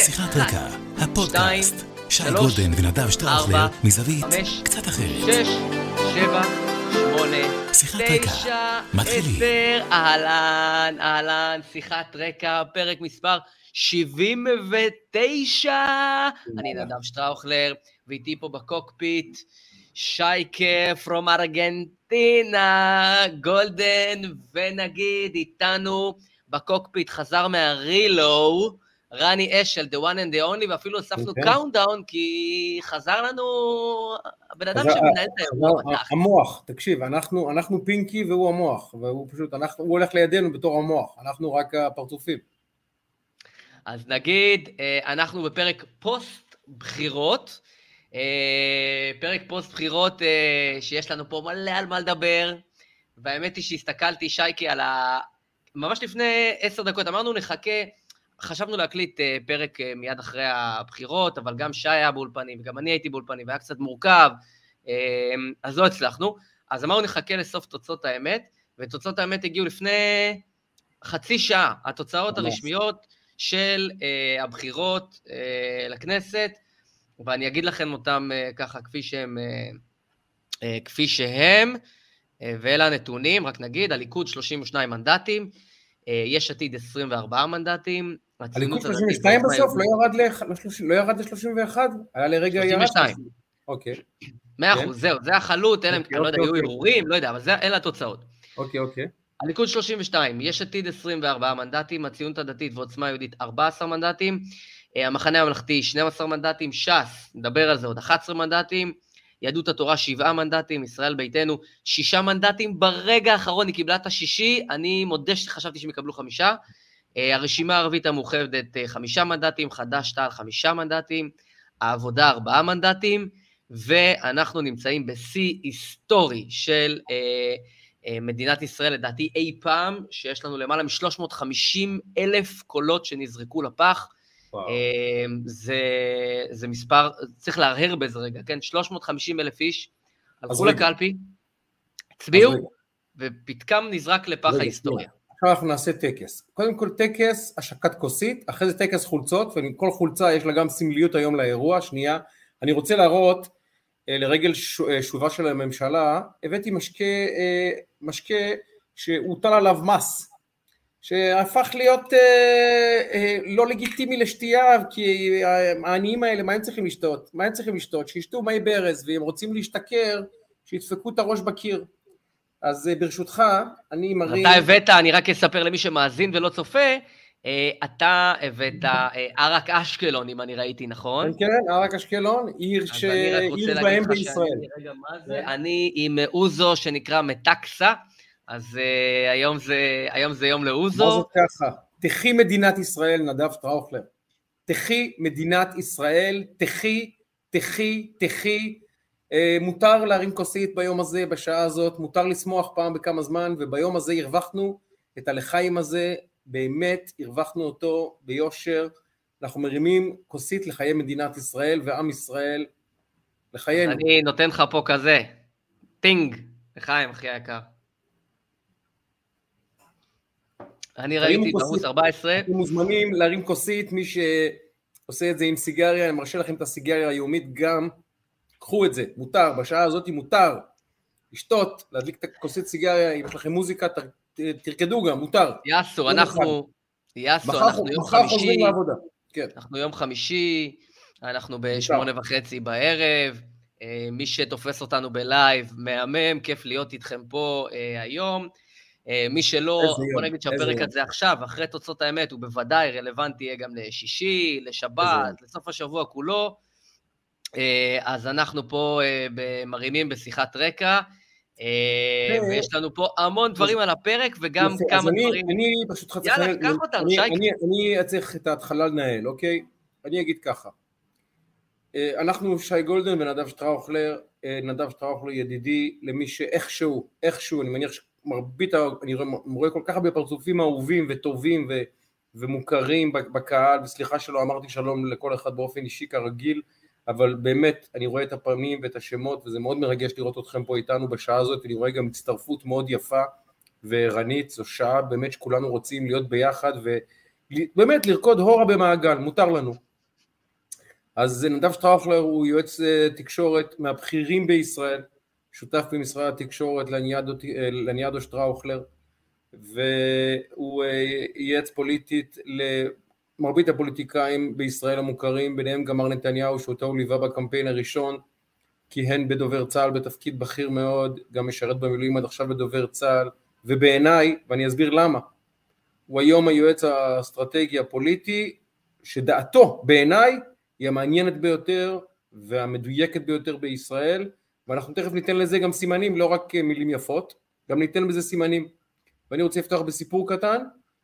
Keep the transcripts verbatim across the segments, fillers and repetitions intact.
שיחת רקע, הפודקאסט. שי גולדן ונדב שטראוכלר מזווית קצת אחרת. שש, שבע, שמונה, שיחת רקע, מתחילים. עשר, אהלן, אהלן, שיחת רקע, פרק מספר שבעים ותשע. אני נדב שטראוכלר, ואיתי פה בקוקפיט, שייקה פרום ארגנטינה, גולדן, ונגיד איתנו בקוקפיט, חזר מהרילו, רני אשל, the one and the only, ואפילו הוספנו קאונטדאון, כי חזר לנו הבן אדם שמנהל את האירוע. המוח, תקשיב, אנחנו פינקי והוא המוח, והוא פשוט, הוא הולך לידינו בתור המוח, אנחנו רק הפרצופים. אז נגיד, אנחנו בפרק פוסט בחירות, פרק פוסט בחירות שיש לנו פה מלא על מה לדבר, והאמת היא שהסתכלתי, שייקי, על ה... ממש לפני עשר דקות, אמרנו נחכה, חשבנו להקליט פרק מיד אחרי הבחירות, אבל גם שי היה באולפנים, וגם אני הייתי באולפנים, והיה קצת מורכב, אז לא הצלחנו. אז אמרנו נחכה לסוף תוצאות האמת, ותוצאות האמת הגיעו לפני חצי שעה, התוצאות הרשמיות של הבחירות לכנסת, ואני אגיד לכם אותם ככה כפי שהם, כפי שהם, ואלה הנתונים, רק נגיד, הליכוד שלושים ושניים מנדטים, יש עתיד עשרים וארבעה מנדטים, הליכוד שלושים ושתיים בסוף, לא ירד ל-שלושים ואחת? היה לרגע ירד? שלושים ושתיים. אוקיי. מאה אחוז, זהו, זה החלוט, אני לא יודע, היו ערעורים, לא יודע, אבל אלה התוצאות. אוקיי, אוקיי. הליכוד שלושים ושתיים, יש עתיד עשרים וארבעה מנדטים, הציונות הדתית ועוצמה יהודית ארבעה עשר מנדטים, המחנה הממלכתי שנים עשר מנדטים, ש"ס, נדבר על זה עוד אחד עשר מנדטים, יהדות התורה שבעה מנדטים, ישראל ביתנו שישה מנדטים, ברגע האחרון היא קיבלה את השישי, אני מודה שחשבתי שהם יקבלו חמישה, הרשימה הערבית המאוחדת חמישה מנדטים, חד"ש תע"ל חמישה מנדטים, העבודה ארבעה מנדטים, ואנחנו נמצאים בשיא היסטורי של אה, מדינת ישראל, לדעתי אי פעם, שיש לנו למעלה מ-שלוש מאות וחמישים אלף קולות שנזרקו לפח, זה, זה מספר, צריך להרהר בזה רגע, כן? שלוש מאות וחמישים אלף איש, הלכו לקלפי, הצביעו, ופתקם נזרק לפח ההיסטוריה. עכשיו אנחנו נעשה טקס. קודם כל טקס השקת כוסית, אחרי זה טקס חולצות, וכל חולצה יש לה גם סמליות היום לאירוע. שנייה, אני רוצה להראות, לרגל שובה של הממשלה, הבאתי משקה, משקה שהוטל עליו מס, שהפך להיות אה, אה, לא לגיטימי לשתייה, כי העניים האלה, מה הם צריכים לשתות? מה הם צריכים לשתות? שישתו מי ברז, והם רוצים להשתכר, שידפקו את הראש בקיר. אז אה, ברשותך, אני מרים... אתה הבאת, אני רק אספר למי שמאזין ולא צופה, אה, אתה הבאת אה, ערק אשקלון, אם אני ראיתי, נכון? כן, כן, ערק אשקלון, עיר ש... עיר בהם בישראל. רגע, מה זה? אני עם אוזו שנקרא מטקסה, אז uh, היום, זה, היום זה יום לאוזו. מה זאת ככה? תחי מדינת ישראל, נדב שטראוכלר. תחי מדינת ישראל, תחי, תחי, תחי. אה, מותר להרים כוסית ביום הזה, בשעה הזאת, מותר לשמוח פעם בכמה זמן, וביום הזה הרווחנו את הלחיים הזה, באמת הרווחנו אותו ביושר. אנחנו מרימים כוסית לחיי מדינת ישראל ועם ישראל, לחיינו. אני נותן לך פה כזה, טינג, לחיים אחי היקר. אני ראיתי בערוץ ארבע עשרה. אתם מוזמנים להרים כוסית, מי שעושה את זה עם סיגריה, אני מרשה לכם את הסיגריה היומית גם, קחו את זה, מותר, בשעה הזאת מותר, לשתות, להדליק את הכוסית סיגריה, אם יש לכם מוזיקה, תרקדו גם, מותר. יאסו, אנחנו, יאסו, אנחנו יום חמישי, אנחנו יום חמישי, אנחנו בשמונה וחצי בערב, מי שתופס אותנו בלייב, מהמם, כיף להיות איתכם פה היום, מי שלא, בוא נגיד שהפרק הזה עכשיו, אחרי תוצאות האמת, הוא בוודאי רלוונטי יהיה גם לשישי, לשבת, לסוף השבוע כולו, אז אנחנו פה מרימים בשיחת רקע, ויש לנו פה המון דברים על הפרק, וגם כמה דברים... אני פשוט חצי... יאללה, קח אותנו, שייקה. אני אצליח את ההתחלה לנהל, אוקיי? אני אגיד ככה. אנחנו שי גולדן ונדב שטראוכלר, נדב שטראוכלר ידידי, למי שאיכשהו, איכשהו, אני מניח שמרבית, אני רואה כל כך הרבה פרצופים אהובים וטובים ו, ומוכרים בקהל, וסליחה שלא אמרתי שלום לכל אחד באופן אישי כרגיל, אבל באמת אני רואה את הפנים ואת השמות, וזה מאוד מרגש לראות אתכם פה איתנו בשעה הזאת, ואני רואה גם הצטרפות מאוד יפה וערנית, זו שעה באמת שכולנו רוצים להיות ביחד, ובאמת לרקוד הורה במעגל, מותר לנו. אז נדב שטראוכלר הוא יועץ תקשורת מהבכירים בישראל, שותף במשרד התקשורת לניאדו שטראוכלר, והוא ייעץ פוליטית למרבית הפוליטיקאים בישראל המוכרים, ביניהם גם מר נתניהו, שאותו הוא ליווה בקמפיין הראשון, כיהן בדובר צה"ל בתפקיד בכיר מאוד, גם משרת במילואים עד עכשיו בדובר צה"ל, ובעיניי, ואני אסביר למה, הוא היום היועץ האסטרטגי הפוליטי, שדעתו בעיניי היא המעניינת ביותר והמדויקת ביותר בישראל, ואנחנו תכף ניתן לזה גם סימנים, לא רק מילים יפות, גם ניתן בזה סימנים. ואני רוצה לפתוח בסיפור קטן,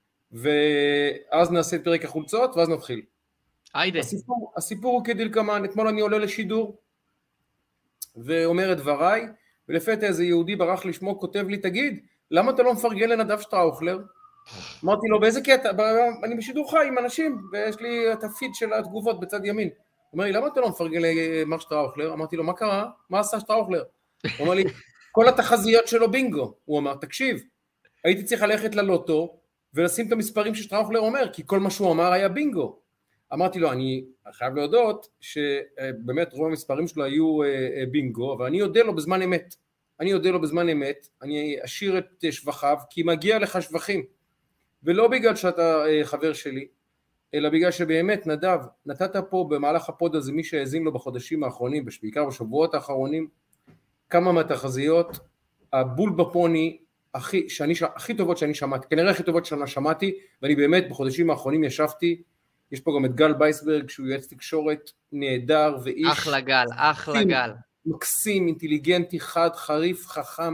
ואז נעשה את פרק החולצות, ואז נתחיל. היידה. הסיפור, הסיפור הוא כדלקמן, אתמול אני עולה לשידור, ואומר את דבריי, ולפתע איזה יהודי ברח לשמו, כותב לי, תגיד, למה אתה לא מפרגן לנדב שטראוכלר? אמרתי לו, באיזה קטע? אני בשידור חי עם אנשים, ויש לי את הפיד של התגובות בצד ימין. הוא אומר לי, למה אתה לא מפרגן למר שטראוכלר? אמרתי לו, מה קרה? מה עשה שטראוכלר? הוא אומר לי, כל התחזיות שלו בינגו. הוא אמר, תקשיב, הייתי צריך ללכת ללוטו, ולשים את המספרים ששטראוכלר אומר, כי כל מה שהוא אמר היה בינגו. אמרתי לו, אני חייב להודות, שבאמת רוב המספרים שלו היו בינגו, אבל אני יודע לו בזמן אמת. אני יודע לו בזמן אמת, אני אשאיר את שבחיו, כי מגיע לך שבחים. ולא בגלל שאתה חבר שלי, אלא בגלל שבאמת נדב, נתת פה במהלך הפוד הזה, מי שהאזין לו בחודשים האחרונים, בעיקר בשבועות האחרונים, כמה מהתחזיות, הבול בפוני, הכי, שאני, הכי טובות שאני שמעתי, כנראה הכי טובות שאני שמעתי, ואני באמת בחודשים האחרונים ישבתי, יש פה גם את גל בייסברג, שהוא יועץ תקשורת נהדר, ואיש... אחלה גל, אחלה גל. מקסים, אינטליגנטי, חד, חריף, חכם,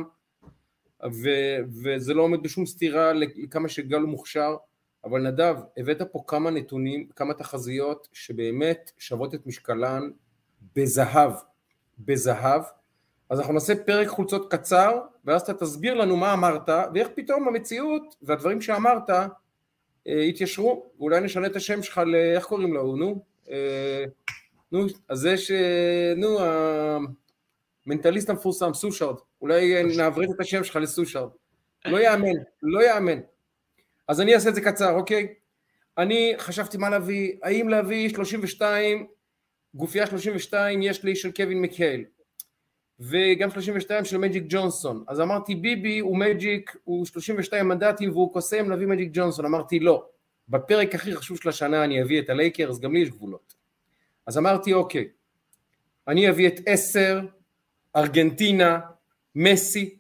ו- וזה לא עומד בשום סתירה לכמה שגל הוא מוכשר, אבל נדב, הבאת פה כמה נתונים, כמה תחזיות שבאמת שוות את משקלן בזהב, בזהב. אז אנחנו נעשה פרק חולצות קצר, ואז אתה תסביר לנו מה אמרת, ואיך פתאום המציאות והדברים שאמרת אה, התיישרו, ואולי נשנה את השם שלך ל... איך קוראים לו, נו? אה, נו, אז זה ש... נו, המנטליסט המפורסם, סושארד, אולי נעברית את השם שלך לסושארד. לא יאמן, לא יאמן. אז אני אעשה את זה קצר, אוקיי? אני חשבתי מה להביא, האם להביא שלושים ושתיים, גופייה שלושים ושתיים יש לי של קווין מקהל, וגם שלושים ושתיים של מג'יק ג'ונסון. אז אמרתי, ביבי הוא מג'יק, הוא שלושים ושתיים מנדטים, והוא קוסם להביא מג'יק ג'ונסון. אמרתי, לא. בפרק הכי חשוב של השנה אני אביא את הלייקר, אז גם לי יש גבולות. אז אמרתי, אוקיי, אני אביא את עשר, ארגנטינה, מסי,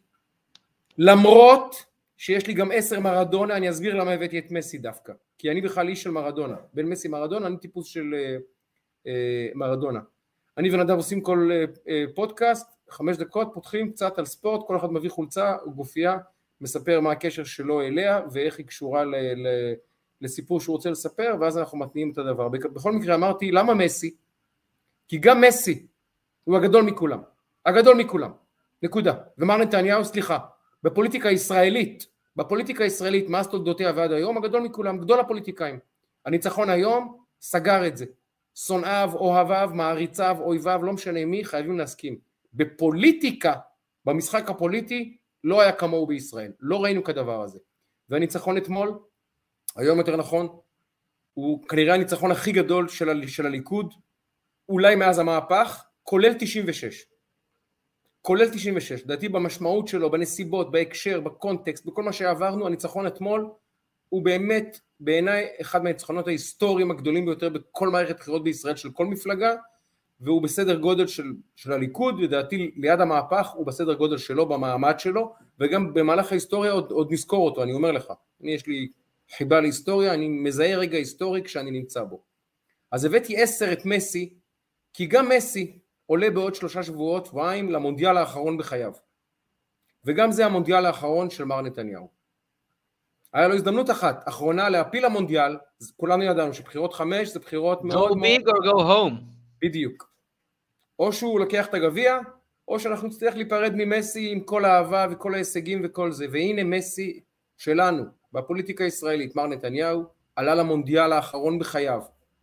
למרות שיש לי גם עשר מרדונה, אני אסביר למה הבאתי את מסי דווקא, כי אני בכלל איש של מרדונה, בין מסי מרדונה, אני טיפוס של אה, אה, מרדונה. אני ונדב עושים כל אה, אה, פודקאסט, חמש דקות, פותחים קצת על ספורט, כל אחד מביא חולצה, גופייה, מספר מה הקשר שלו אליה, ואיך היא קשורה ל, ל, לסיפור שהוא רוצה לספר, ואז אנחנו מתניעים את הדבר. בכל מקרה אמרתי, למה מסי? כי גם מסי הוא הגדול מכולם, הגדול מכולם, נקודה. ומר נתניהו, סליחה, בפוליטיקה הישראלית, בפוליטיקה הישראלית, מאז תולדותיה ועד היום, הגדול מכולם, גדול הפוליטיקאים. הניצחון היום סגר את זה. שונאיו, אוהביו, מעריציו, אויביו, לא משנה מי, חייבים להסכים. בפוליטיקה, במשחק הפוליטי, לא היה כמוהו בישראל. לא ראינו כדבר הזה. והניצחון אתמול, היום יותר נכון, הוא כנראה הניצחון הכי גדול של, של הליכוד, אולי מאז המהפך, כולל תשעים ושש. כולל תשעים ושש, דעתי במשמעות שלו, בנסיבות, בהקשר, בקונטקסט, בכל מה שעברנו, הניצחון אתמול הוא באמת בעיניי אחד מהניצחונות ההיסטוריים הגדולים ביותר בכל מערכת בחירות בישראל של כל מפלגה, והוא בסדר גודל של, של הליכוד, ודעתי ליד המהפך הוא בסדר גודל שלו, במעמד שלו, וגם במהלך ההיסטוריה עוד, עוד נזכור אותו, אני אומר לך, אני יש לי חיבה להיסטוריה, אני מזהה רגע היסטורי כשאני נמצא בו. אז הבאתי עשר את מסי, כי גם מסי עולה בעוד שלושה שבועות, שבועיים, למונדיאל האחרון בחייו. וגם זה המונדיאל האחרון של מר נתניהו. היה לו הזדמנות אחת, אחרונה להפיל המונדיאל, כולנו ידענו שבחירות חמש זה בחירות מאוד... Go big or go home. בדיוק. או שהוא לקח את הגביע, או שאנחנו נצטרך להיפרד ממסי עם כל האהבה וכל ההישגים וכל זה. והנה מסי שלנו, בפוליטיקה הישראלית, מר נתניהו, עלה למונדיאל האחרון בחייו.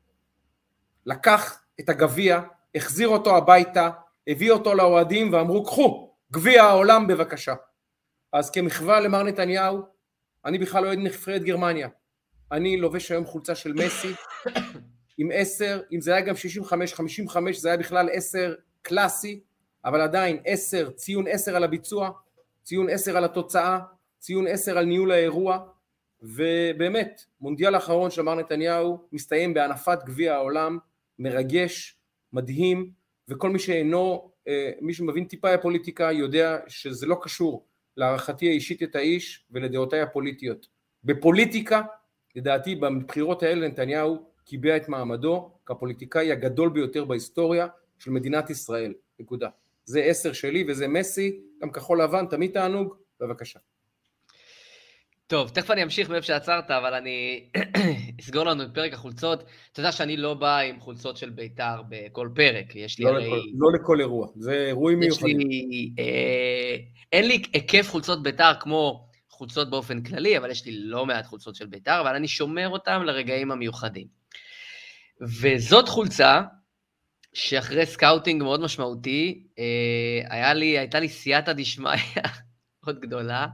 לקח את הגביע, החזיר אותו הביתה, הביא אותו לאוהדים ואמרו, קחו, גביע העולם בבקשה. אז כמחווה למר נתניהו, אני בכלל אוהד נבחרת גרמניה. אני לובש היום חולצה של מסי, עם עשר, אם זה היה גם שישים וחמש, חמישים וחמש, זה היה בכלל עשר קלאסי, אבל עדיין עשר, ציון עשר על הביצוע, ציון עשר על התוצאה, ציון עשר על ניהול האירוע, ובאמת, מונדיאל האחרון של מר נתניהו מסתיים בהנפת גביע העולם, מרגש, מדהים, וכל מי שאינו, מי שמבין טיפה הפוליטיקה יודע שזה לא קשור להערכתי האישית את האיש ולדעותיי הפוליטיות. בפוליטיקה, לדעתי, בבחירות האלה נתניהו קיבע את מעמדו כפוליטיקאי הגדול ביותר בהיסטוריה של מדינת ישראל. נקודה. זה עשר שלי וזה מסי, גם כחול לבן, תמיד תענוג, בבקשה. טוב, תכף אני אמשיך מאיפה שעצרת, אבל אני אסגור לנו את פרק החולצות. אתה יודע שאני לא בא עם חולצות של בית"ר בכל פרק. יש לי לא, הרי... לכל, לא לכל אירוע, זה אירועים מיוחדים. לי, אה, אין לי היקף חולצות בית"ר כמו חולצות באופן כללי, אבל יש לי לא מעט חולצות של בית"ר, אבל אני שומר אותם לרגעים המיוחדים. וזאת חולצה שאחרי סקאוטינג מאוד משמעותי, אה, היה לי, הייתה לי סייעתא דשמיא מאוד גדולה,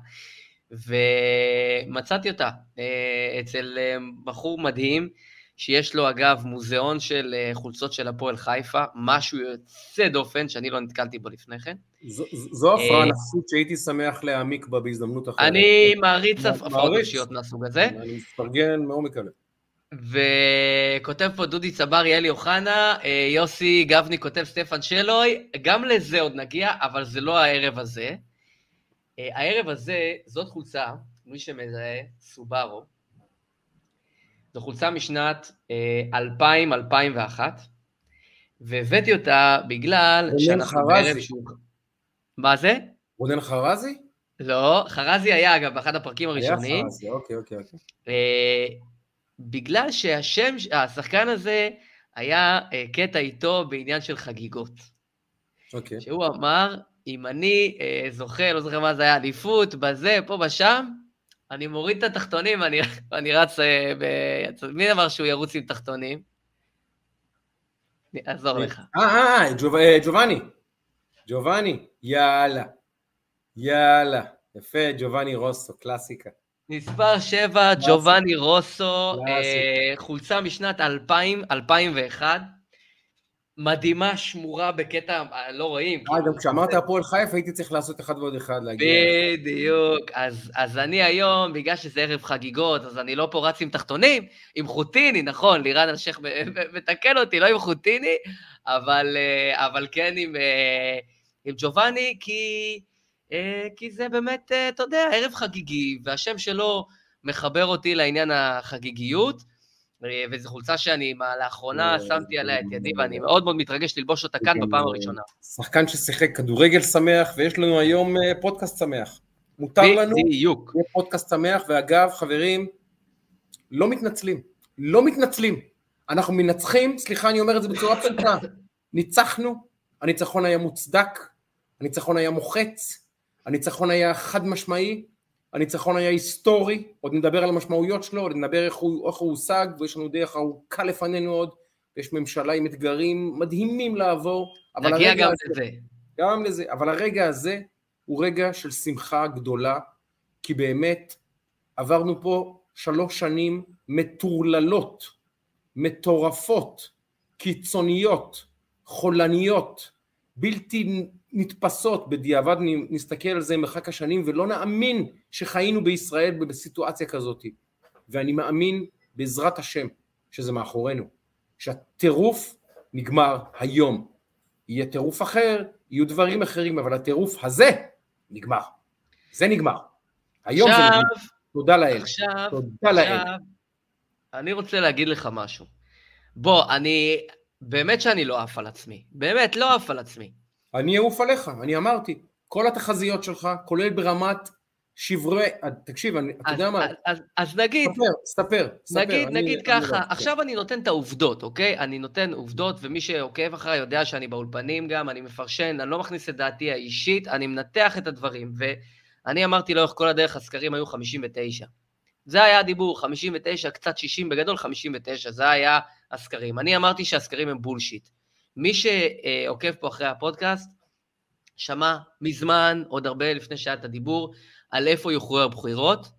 ומצאתי אותה אצל בחור מדהים, שיש לו אגב מוזיאון של חולצות של הפועל חיפה, משהו יוצא דופן שאני לא נתקלתי בו לפני כן. זו, זו הפרעה נפשית שהייתי שמח להעמיק בה בהזדמנות אחרת. אני מעריץ הפרעות נפשיות מהסוג הזה. אני מפרגן מעומק הלב. וכותב פה דודי צברי, אלי אוחנה, יוסי גבני כותב סטפן שלוי, גם לזה עוד נגיע, אבל זה לא הערב הזה. הערב הזה, זאת חולצה, מי שמזהה, סובארו, זו חולצה משנת אלפיים אלפיים ואחת, והבאתי אותה בגלל שאנחנו בערב שהוא... מה זה? רונן חרזי? לא, חרזי היה אגב באחד הפרקים הראשונים. היה חרזי, אוקיי, אוקיי, אוקיי. בגלל שהשם, השחקן הזה היה קטע איתו בעניין של חגיגות. אוקיי. שהוא אמר, אם אני אה, זוכה, לא זוכר מה זה היה, עדיפות, בזה, פה, בשם, אני מוריד את התחתונים, אני, אני רץ, אה, ב... מי אמר שהוא ירוץ עם תחתונים? אני אעזור לך. אה, אה, ג'וב, אה, ג'ובני. ג'ובני, יאללה. יאללה. יפה, ג'ובני רוסו, קלאסיקה. מספר שבע, ג'ובני רוסו, אה, חולצה משנת אלפיים, אלפיים ואחת, מדהימה, שמורה בקטע, לא רואים. אה, גם כשאמרת הפועל חיפה, הייתי צריך לעשות אחד ועוד אחד להגיע. בדיוק, אז, אז אני היום, בגלל שזה ערב חגיגות, אז אני לא פה רץ עם תחתונים, עם חוטיני, נכון, לירן אלשך מתקן אותי, לא עם חוטיני, אבל, אבל כן עם, עם ג'ובני, כי, כי זה באמת, אתה יודע, ערב חגיגי, והשם שלו מחבר אותי לעניין החגיגיות, וזו חולצה שאני לאחרונה שמתי עליה את ידי, ואני מאוד מאוד מתרגש ללבוש אותה כאן בפעם הראשונה. שחקן ששיחק כדורגל שמח, ויש לנו היום פודקאסט שמח. מותר לנו פודקאסט שמח, ואגב, חברים, לא מתנצלים, לא מתנצלים. אנחנו מנצחים, סליחה, אני אומר את זה בצורה פשוטה, ניצחנו, הניצחון היה מוצדק, הניצחון היה מוחץ, הניצחון היה חד משמעי, הניצחון היה היסטורי, עוד נדבר על המשמעויות שלו, עוד נדבר איך הוא, איך הוא הושג, ויש לנו דרך ארוכה לפנינו עוד, ויש ממשלה עם אתגרים מדהימים לעבור, אבל נגיע גם הזה, לזה. גם לזה, אבל הרגע הזה הוא רגע של שמחה גדולה, כי באמת עברנו פה שלוש שנים מטורללות, מטורפות, קיצוניות, חולניות, בלתי נתפסות, בדיעבד נסתכל על זה מרחק השנים, ולא נאמין שחיינו בישראל בסיטואציה כזאת. ואני מאמין בעזרת השם שזה מאחורינו, שהטירוף נגמר היום. יהיה טירוף אחר, יהיו דברים אחרים, אבל הטירוף הזה נגמר. זה נגמר. היום עכשיו, זה נגמר. תודה לאל. עכשיו, תודה לאל. עכשיו, אני רוצה להגיד לך משהו. בוא, אני, באמת שאני לא עף על עצמי. באמת, לא עף על עצמי. אני אעוף עליך, אני אמרתי, כל התחזיות שלך, כולל ברמת שברי, תקשיב, אני, אתה יודע מה? אז, אז, אז נגיד, ספר, ספר, ספר. נגיד, אני, נגיד אני ככה, אני עכשיו אני נותן את העובדות, אוקיי? אני נותן עובדות, ומי שעוקב אחריי יודע שאני באולפנים גם, אני מפרשן, אני לא מכניס את דעתי האישית, אני מנתח את הדברים, ואני אמרתי לאורך כל הדרך, הסקרים היו חמישים ותשע. זה היה הדיבור, חמישים ותשע, קצת שישים, בגדול חמישים ותשע, זה היה הסקרים. אני אמרתי שהסקרים הם בולשיט. מי שעוקב פה אחרי הפודקאסט, שמע מזמן, עוד הרבה לפני שעה את הדיבור, על איפה יוכרעו הבחירות,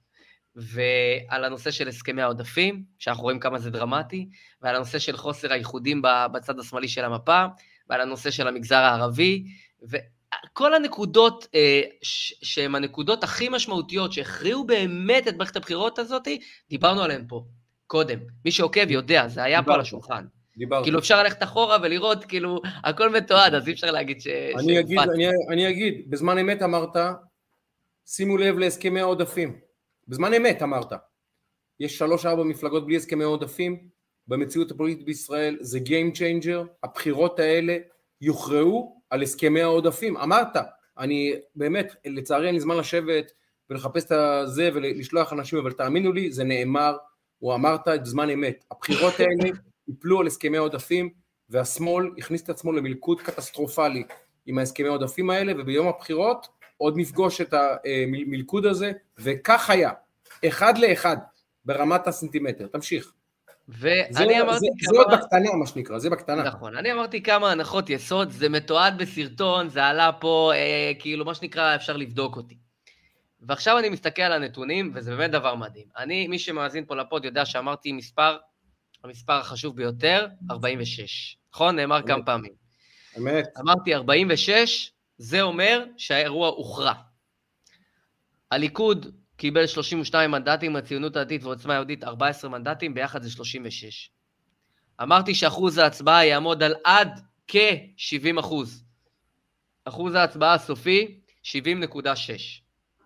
ועל הנושא של הסכמי העודפים, שאנחנו רואים כמה זה דרמטי, ועל הנושא של חוסר הייחודים בצד השמאלי של המפה, ועל הנושא של המגזר הערבי, וכל הנקודות שהן הנקודות הכי משמעותיות, שהכריעו באמת את מערכת הבחירות הזאת, דיברנו עליהן פה, קודם. מי שעוקב יודע, זה היה פה על השולחן. דיברתי. כאילו אפשר ללכת אחורה ולראות, כאילו, הכל מתועד, אז אי אפשר להגיד ש... אני אגיד, אני, אני אגיד, בזמן אמת אמרת, שימו לב להסכמי העודפים. בזמן אמת אמרת, יש שלוש ארבע מפלגות בלי הסכמי עודפים, במציאות הפוליטית בישראל זה game changer, הבחירות האלה יוכרעו על הסכמי העודפים, אמרת, אני באמת, לצערי אין לי זמן לשבת ולחפש את זה ולשלוח אנשים, אבל תאמינו לי, זה נאמר, הוא אמרת את זמן אמת, הבחירות האלה יפלו על הסכמי העודפים, והשמאל הכניס את עצמו למלכוד קטסטרופלי עם ההסכמי העודפים האלה, וביום הבחירות עוד נפגוש את המלכוד הזה, וכך היה, אחד לאחד, ברמת הסנטימטר, תמשיך. ואני אמרתי זה, כמה... זה עוד בקטנה, מה שנקרא, זה בקטנה. נכון, אני אמרתי כמה הנחות יסוד, זה מתועד בסרטון, זה עלה פה, אה, כאילו מה שנקרא, אפשר לבדוק אותי. ועכשיו אני מסתכל על הנתונים, וזה באמת דבר מדהים. אני, מי שמאזין פה לפוד, יודע שאמרתי מספר, המספר החשוב ביותר, ארבעים ושש. נכון? נאמר כמה פעמים. אמת. אמרתי ארבעים ושש, זה אומר שהאירוע הוכרע. הליכוד קיבל שלושים ושניים מנדטים, הציונות הדתית ועוצמה יהודית ארבעה עשר מנדטים, ביחד זה שלושים ושש. אמרתי שאחוז ההצבעה יעמוד על עד כ-שבעים אחוז. אחוז ההצבעה הסופי, שבעים נקודה שש.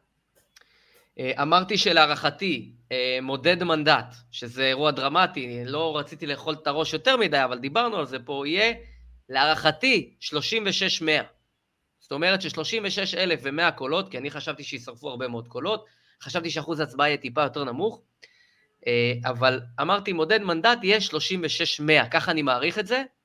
אמרתי שלהערכתי, מודד מנדט, שזה אירוע דרמטי, לא רציתי לאכול את הראש יותר מדי, אבל דיברנו על זה פה, יהיה להערכתי שלושים ושש מאה. זאת אומרת ש-שלושים ושש אלף ומאה קולות, כי אני חשבתי שישרפו הרבה מאוד קולות, חשבתי שאחוז ההצבעה יהיה טיפה יותר נמוך, אבל אמרתי מודד מנדט יהיה שלושים ושש מאה, ככה אני מעריך את זה.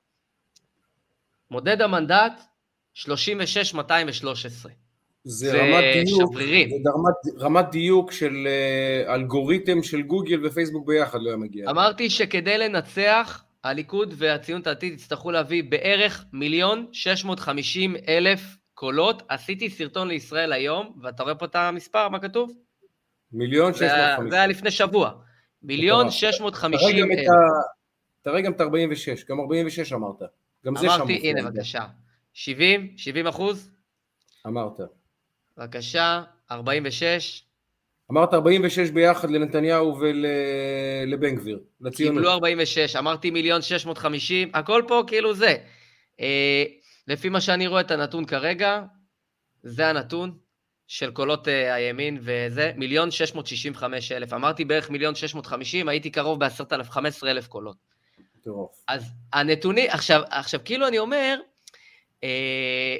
מודד המנדט שלושים ושש מאתיים ושלוש עשרה. זה רמת דיוק, זה רמת, רמת דיוק של uh, אלגוריתם של גוגל ופייסבוק ביחד לא היה מגיע. אמרתי שכדי לנצח, הליכוד והציונות הדתית יצטרכו להביא בערך מיליון שש מאות וחמישים אלף קולות. עשיתי סרטון לישראל היום, ואתה רואה פה את המספר, מה כתוב? מיליון שש מאות וחמישים. זה היה לפני שבוע. מיליון שש מאות וחמישים אלף. תראה גם את ארבעים ושש, גם ארבעים ושש אמרת. גם זה שם. אמרתי, הנה בבקשה. שבעים, שבעים אחוז? אמרת. בבקשה, ארבעים ושש. אמרת ארבעים ושש ביחד לנתניהו ולבן גביר, לציונות. קיבלו ארבעים ושש, אמרתי מיליון שש מאות וחמישים, הכל פה כאילו זה. אה, לפי מה שאני רואה את הנתון כרגע, זה הנתון של קולות אה, הימין וזה, מיליון שש מאות שישים וחמש אלף. אמרתי בערך מיליון שש מאות וחמישים, הייתי קרוב בעשרת אלף, חמש עשרה אלף קולות. טוב. אז הנתונים, עכשיו, עכשיו כאילו אני אומר, אה,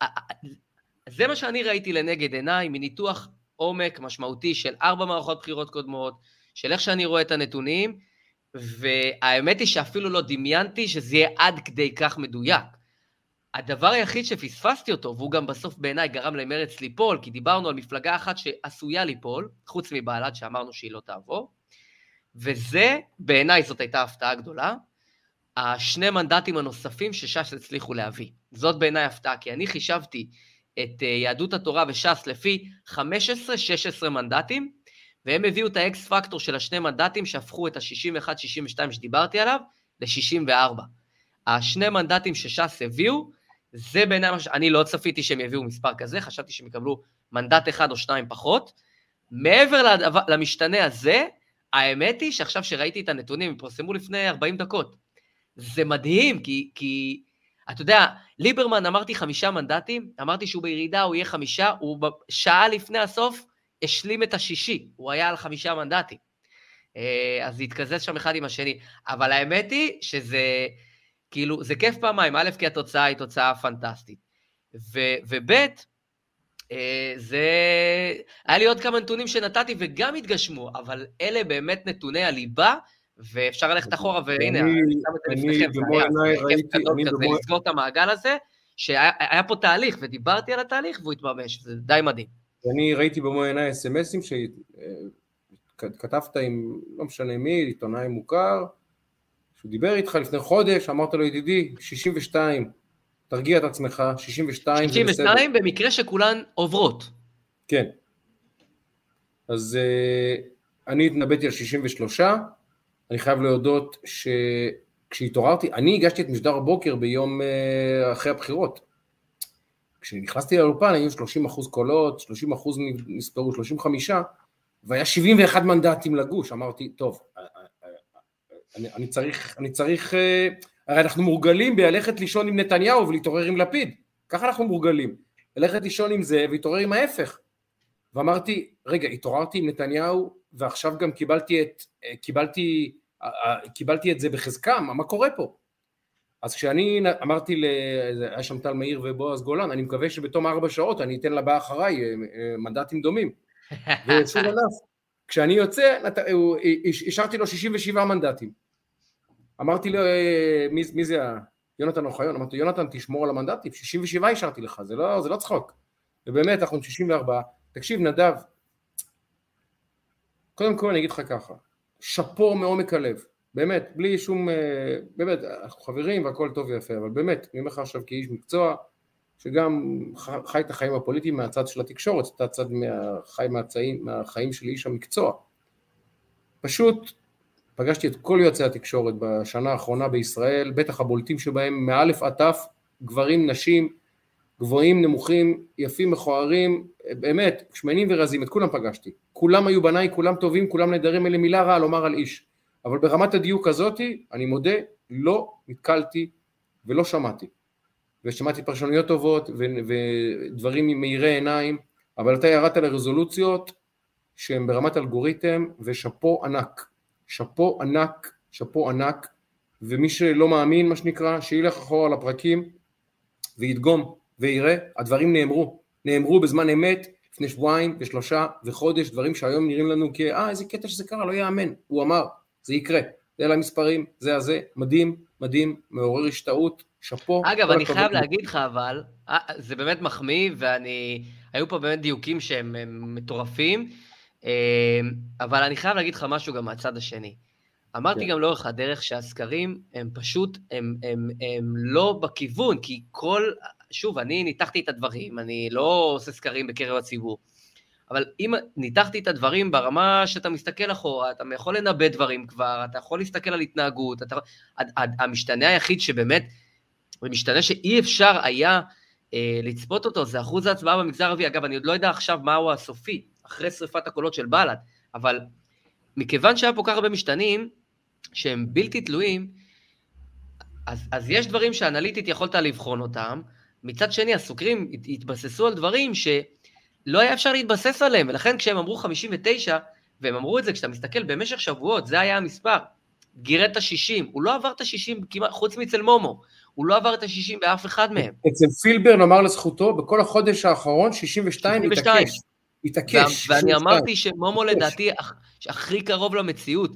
זה מה שאני ראיתי לנגד עיניי, מניתוח עומק משמעותי של ארבע מערכות בחירות קודמות, של איך שאני רואה את הנתונים, והאמת היא שאפילו לא דמיינתי שזה יהיה עד כדי כך מדויק. הדבר היחיד שפספסתי אותו, והוא גם בסוף בעיניי גרם למרץ ליפול, כי דיברנו על מפלגה אחת שעשויה ליפול, חוץ מבעלת שאמרנו שהיא לא תעבור, וזה, בעיניי זאת הייתה הפתעה גדולה, השני מנדטים הנוספים שש"ס הצליחו להביא. זאת בעיניי הפתעה, כי אני חישבתי את יהדות התורה וש"ס לפי חמש עשרה שש עשרה מנדטים, והם הביאו את האקס פקטור של השני מנדטים שהפכו את ה-שישים ואחת שישים ושתיים שדיברתי עליו ל-שישים וארבע. השני מנדטים שש"ס הביאו, זה בעיניי, אני לא צפיתי שהם יביאו מספר כזה, חשבתי שהם יקבלו מנדט אחד או שניים פחות. מעבר למשתנה הזה, האמת היא שעכשיו שראיתי את הנתונים, הם פרסמו לפני ארבעים דקות. זה מדהים, כי, כי אתה יודע, ליברמן אמרתי חמישה מנדטים, אמרתי שהוא בירידה, הוא יהיה חמישה, הוא שעה לפני הסוף השלים את השישי, הוא היה על חמישה מנדטים. אז זה התקזז שם אחד עם השני. אבל האמת היא שזה, כאילו, זה כיף פעמיים, א', כי התוצאה היא תוצאה פנטסטית. וב', זה, היה לי עוד כמה נתונים שנתתי וגם התגשמו, אבל אלה באמת נתוני הליבה, ואפשר ללכת אחורה, והנה, אני שם את זה לפניכם, לסגור את המעגל הזה, שהיה פה תהליך, ודיברתי על התהליך, והוא התממש, זה די מדהים. אני ראיתי במו עיניי אס אם אסים, שכתבת עם, לא משנה מי, עיתונאי מוכר, שהוא דיבר איתך לפני חודש, אמרת לו, ידידי, שישים ושתיים, תרגיע את עצמך, שישים ושתיים, שישים ושתיים במקרה שכולן עוברות. כן. אז אני התנבאתי על שישים ושלוש, אני חייב להודות שכשהתעוררתי, אני הגשתי את משדר הבוקר ביום אחרי הבחירות. כשנכנסתי לאולפן היו שלושים אחוז קולות, שלושים אחוז נספרו, שלושים וחמישה, והיה שבעים ואחד מנדטים לגוש. אמרתי, טוב, אני, אני צריך, אני צריך, הרי אנחנו מורגלים בללכת לישון עם נתניהו ולהתעורר עם לפיד. ככה אנחנו מורגלים. ללכת לישון עם זה והתעורר עם ההפך. ואמרתי, רגע, התעוררתי עם נתניהו, ועכשיו גם קיבלתי את, קיבלתי, קיבלתי את זה בחזקה, מה, מה קורה פה? אז כשאני אמרתי, היה שם טל מאיר ובועז גולן, אני מקווה שבתום ארבע שעות אני אתן לבא אחריי מנדטים דומים. ושוב ענף, כשאני יוצא, השארתי לו שישים ושבעה מנדטים. אמרתי לו, מי, מי זה יונתן אוחיון? אמרתי, יונתן תשמור על המנדטים, שישים ושבעה השארתי לך, זה לא, זה לא צחוק. ובאמת, אנחנו שישים וארבע. תקשיב, נדב, קודם כל אני אגיד לך ככה, שפור מעומק הלב, באמת, בלי שום, באמת, אנחנו חברים והכל טוב ויפה, אבל באמת, אני אומר לך עכשיו כאיש מקצוע, שגם חי את החיים הפוליטיים מהצד של התקשורת, את הצד מהחיים, מהצעים, מהחיים של איש המקצוע. פשוט פגשתי את כל יועצי התקשורת בשנה האחרונה בישראל, בטח הבולטים שבהם מאלף עד תף, גברים, נשים, גבוהים, נמוכים, יפים, מכוערים, באמת, שמנים ורזים, את כולם פגשתי. כולם היו בניי, כולם טובים, כולם נדרים, אלה מילה רעה לומר על איש. אבל ברמת הדיוק הזאת, אני מודה, לא נתקלתי ולא שמעתי. ושמעתי פרשנויות טובות ודברים מאירי עיניים, אבל אתה ירדת לרזולוציות שהן ברמת אלגוריתם ושפו ענק. שפו ענק, שפו ענק, ומי שלא מאמין, מה שנקרא, שילך אחורה לפרקים וידגום ויראה, הדברים נאמרו, נאמרו בזמן אמת, לפני שבועיים ושלושה וחודש, דברים שהיום נראים לנו כ, אה, איזה קטע שזה קרה, לא יאמן, הוא אמר, זה יקרה, זה על המספרים, זה הזה, מדהים, מדהים, מעורר השתאות, שפו. אגב, אני חייב להגיד לך, אבל, זה באמת מחמיא, ואני, היו פה באמת דיוקים שהם מטורפים, אבל אני חייב להגיד לך משהו גם מהצד השני. אמרתי גם לאורך הדרך שהסקרים הם פשוט, הם, הם, הם לא בכיוון, כי כל, שוב, אני ניתחתי את הדברים, אני לא עושה סקרים בקרב הציבור, אבל אם ניתחתי את הדברים ברמה שאתה מסתכל אחורה, אתה יכול לנבא דברים כבר, אתה יכול להסתכל על התנהגות, אתה, המשתנה היחיד שבאמת, המשתנה שאי אפשר היה אה, לצפות אותו, זה אחוז ההצבעה במגזר הערבי. אגב, אני עוד לא יודע עכשיו מהו הסופי, אחרי שריפת הקולות של בל"ד, אבל מכיוון שהיה פה כך הרבה משתנים, שהם בלתי תלויים, אז, אז יש דברים שאנליטית יכולת לבחון אותם, מצד שני הסוקרים התבססו על דברים שלא היה אפשר להתבסס עליהם, ולכן כשהם אמרו חמישים ותשע, והם אמרו את זה כשאתה מסתכל במשך שבועות, זה היה המספר, גירד את ה-שישים, הוא לא עבר את ה-שישים כמעט, חוץ מצל מומו, הוא לא עבר את ה-שישים באף אחד מהם. אצל פילבר נאמר לזכותו, בכל החודש האחרון, שישים ושתיים התעקש. התעקש. ואני אמרתי שמומו לדעתי הכי קרוב למציאות,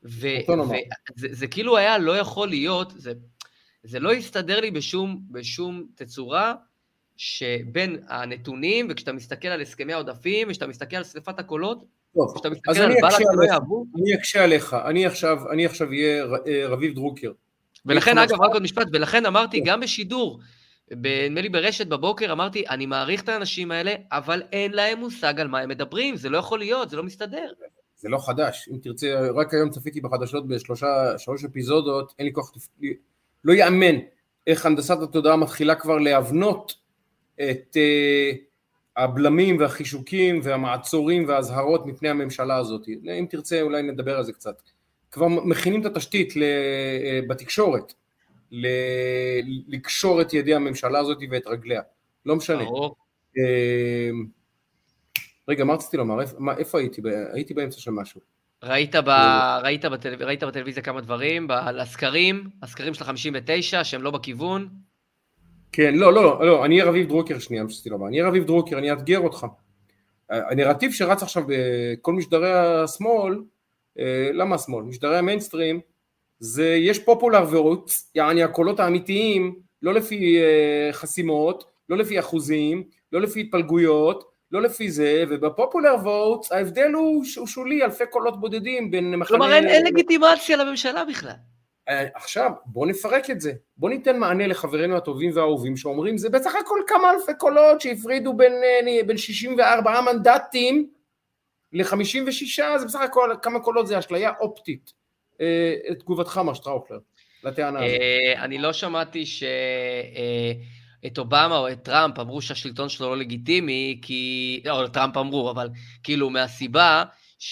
וזה כאילו היה לא יכול להיות, זה לא יסתדר לי בשום תצורה, שבין הנתונים, וכשאתה מסתכל על הסכמי העודפים, וכשאתה מסתכל על שריפת הקולות, וכשאתה מסתכל על בל"ד שלא יעבו. אני אקשה עליך, אני עכשיו אהיה רביב דרוקר. ולכן, אגב, רק עוד משפט, ולכן אמרתי, גם בשידור, נדמה לי ברשת בבוקר, אמרתי, אני מעריך את האנשים האלה, אבל אין להם מושג על מה הם מדברים, זה לא יכול להיות, זה לא מסתדר. זה לא חדש, אם תרצה, רק היום צפיתי בחדשות בשלושה, שלוש אפיזודות, אין לי כוח, לא יאמן איך הנדסת התודעה מתחילה כבר להבנות את uh, הבלמים והחישוקים והמעצורים וההזהרות מפני הממשלה הזאת. אם תרצה אולי נדבר על זה קצת. כבר מכינים את התשתית בתקשורת, לקשור את ידי הממשלה הזאת ואת רגליה. לא משנה. רגע, מה רציתי לומר? איפה הייתי? הייתי באמצע של משהו. ראית בטלוויזיה כמה דברים, על הסקרים, הסקרים של חמישים ותשע, שהם לא בכיוון? כן, לא, לא, לא, אני אהיה רביב דרוקר שנייה, משתתי לומר. אני אהיה רביב דרוקר, אני אאתגר אותך. הנרטיב שרץ עכשיו בכל משדרי השמאל, למה השמאל? משדרי המיינסטרים, זה יש פופולר ורוץ, יעני הקולות האמיתיים, לא לפי חסימות, לא לפי אחוזים, לא לפי התפלגויות, לא לפי זה, ובפופולר ווטס ההבדל הוא שולי, אלפי קולות בודדים בין מחנה... כלומר, אין לגיטימציה לממשלה בכלל. עכשיו, בוא נפרק את זה, בוא ניתן מענה לחברינו הטובים והאהובים שאומרים, זה בסך הכל כמה אלפי קולות שהפרידו בין, בין שישים וארבעה מנדטים ל-חמישים ושש זה בסך הכל כמה קולות, זה אשליה אופטית. את תגובתך, מר שטראוכלר, לטענה הזאת. אני לא שמעתי שאת אובמה או את טראמפ אמרו שהשלטון שלו לא לגיטימי, כי, לא, טראמפ אמרו, אבל כאילו מהסיבה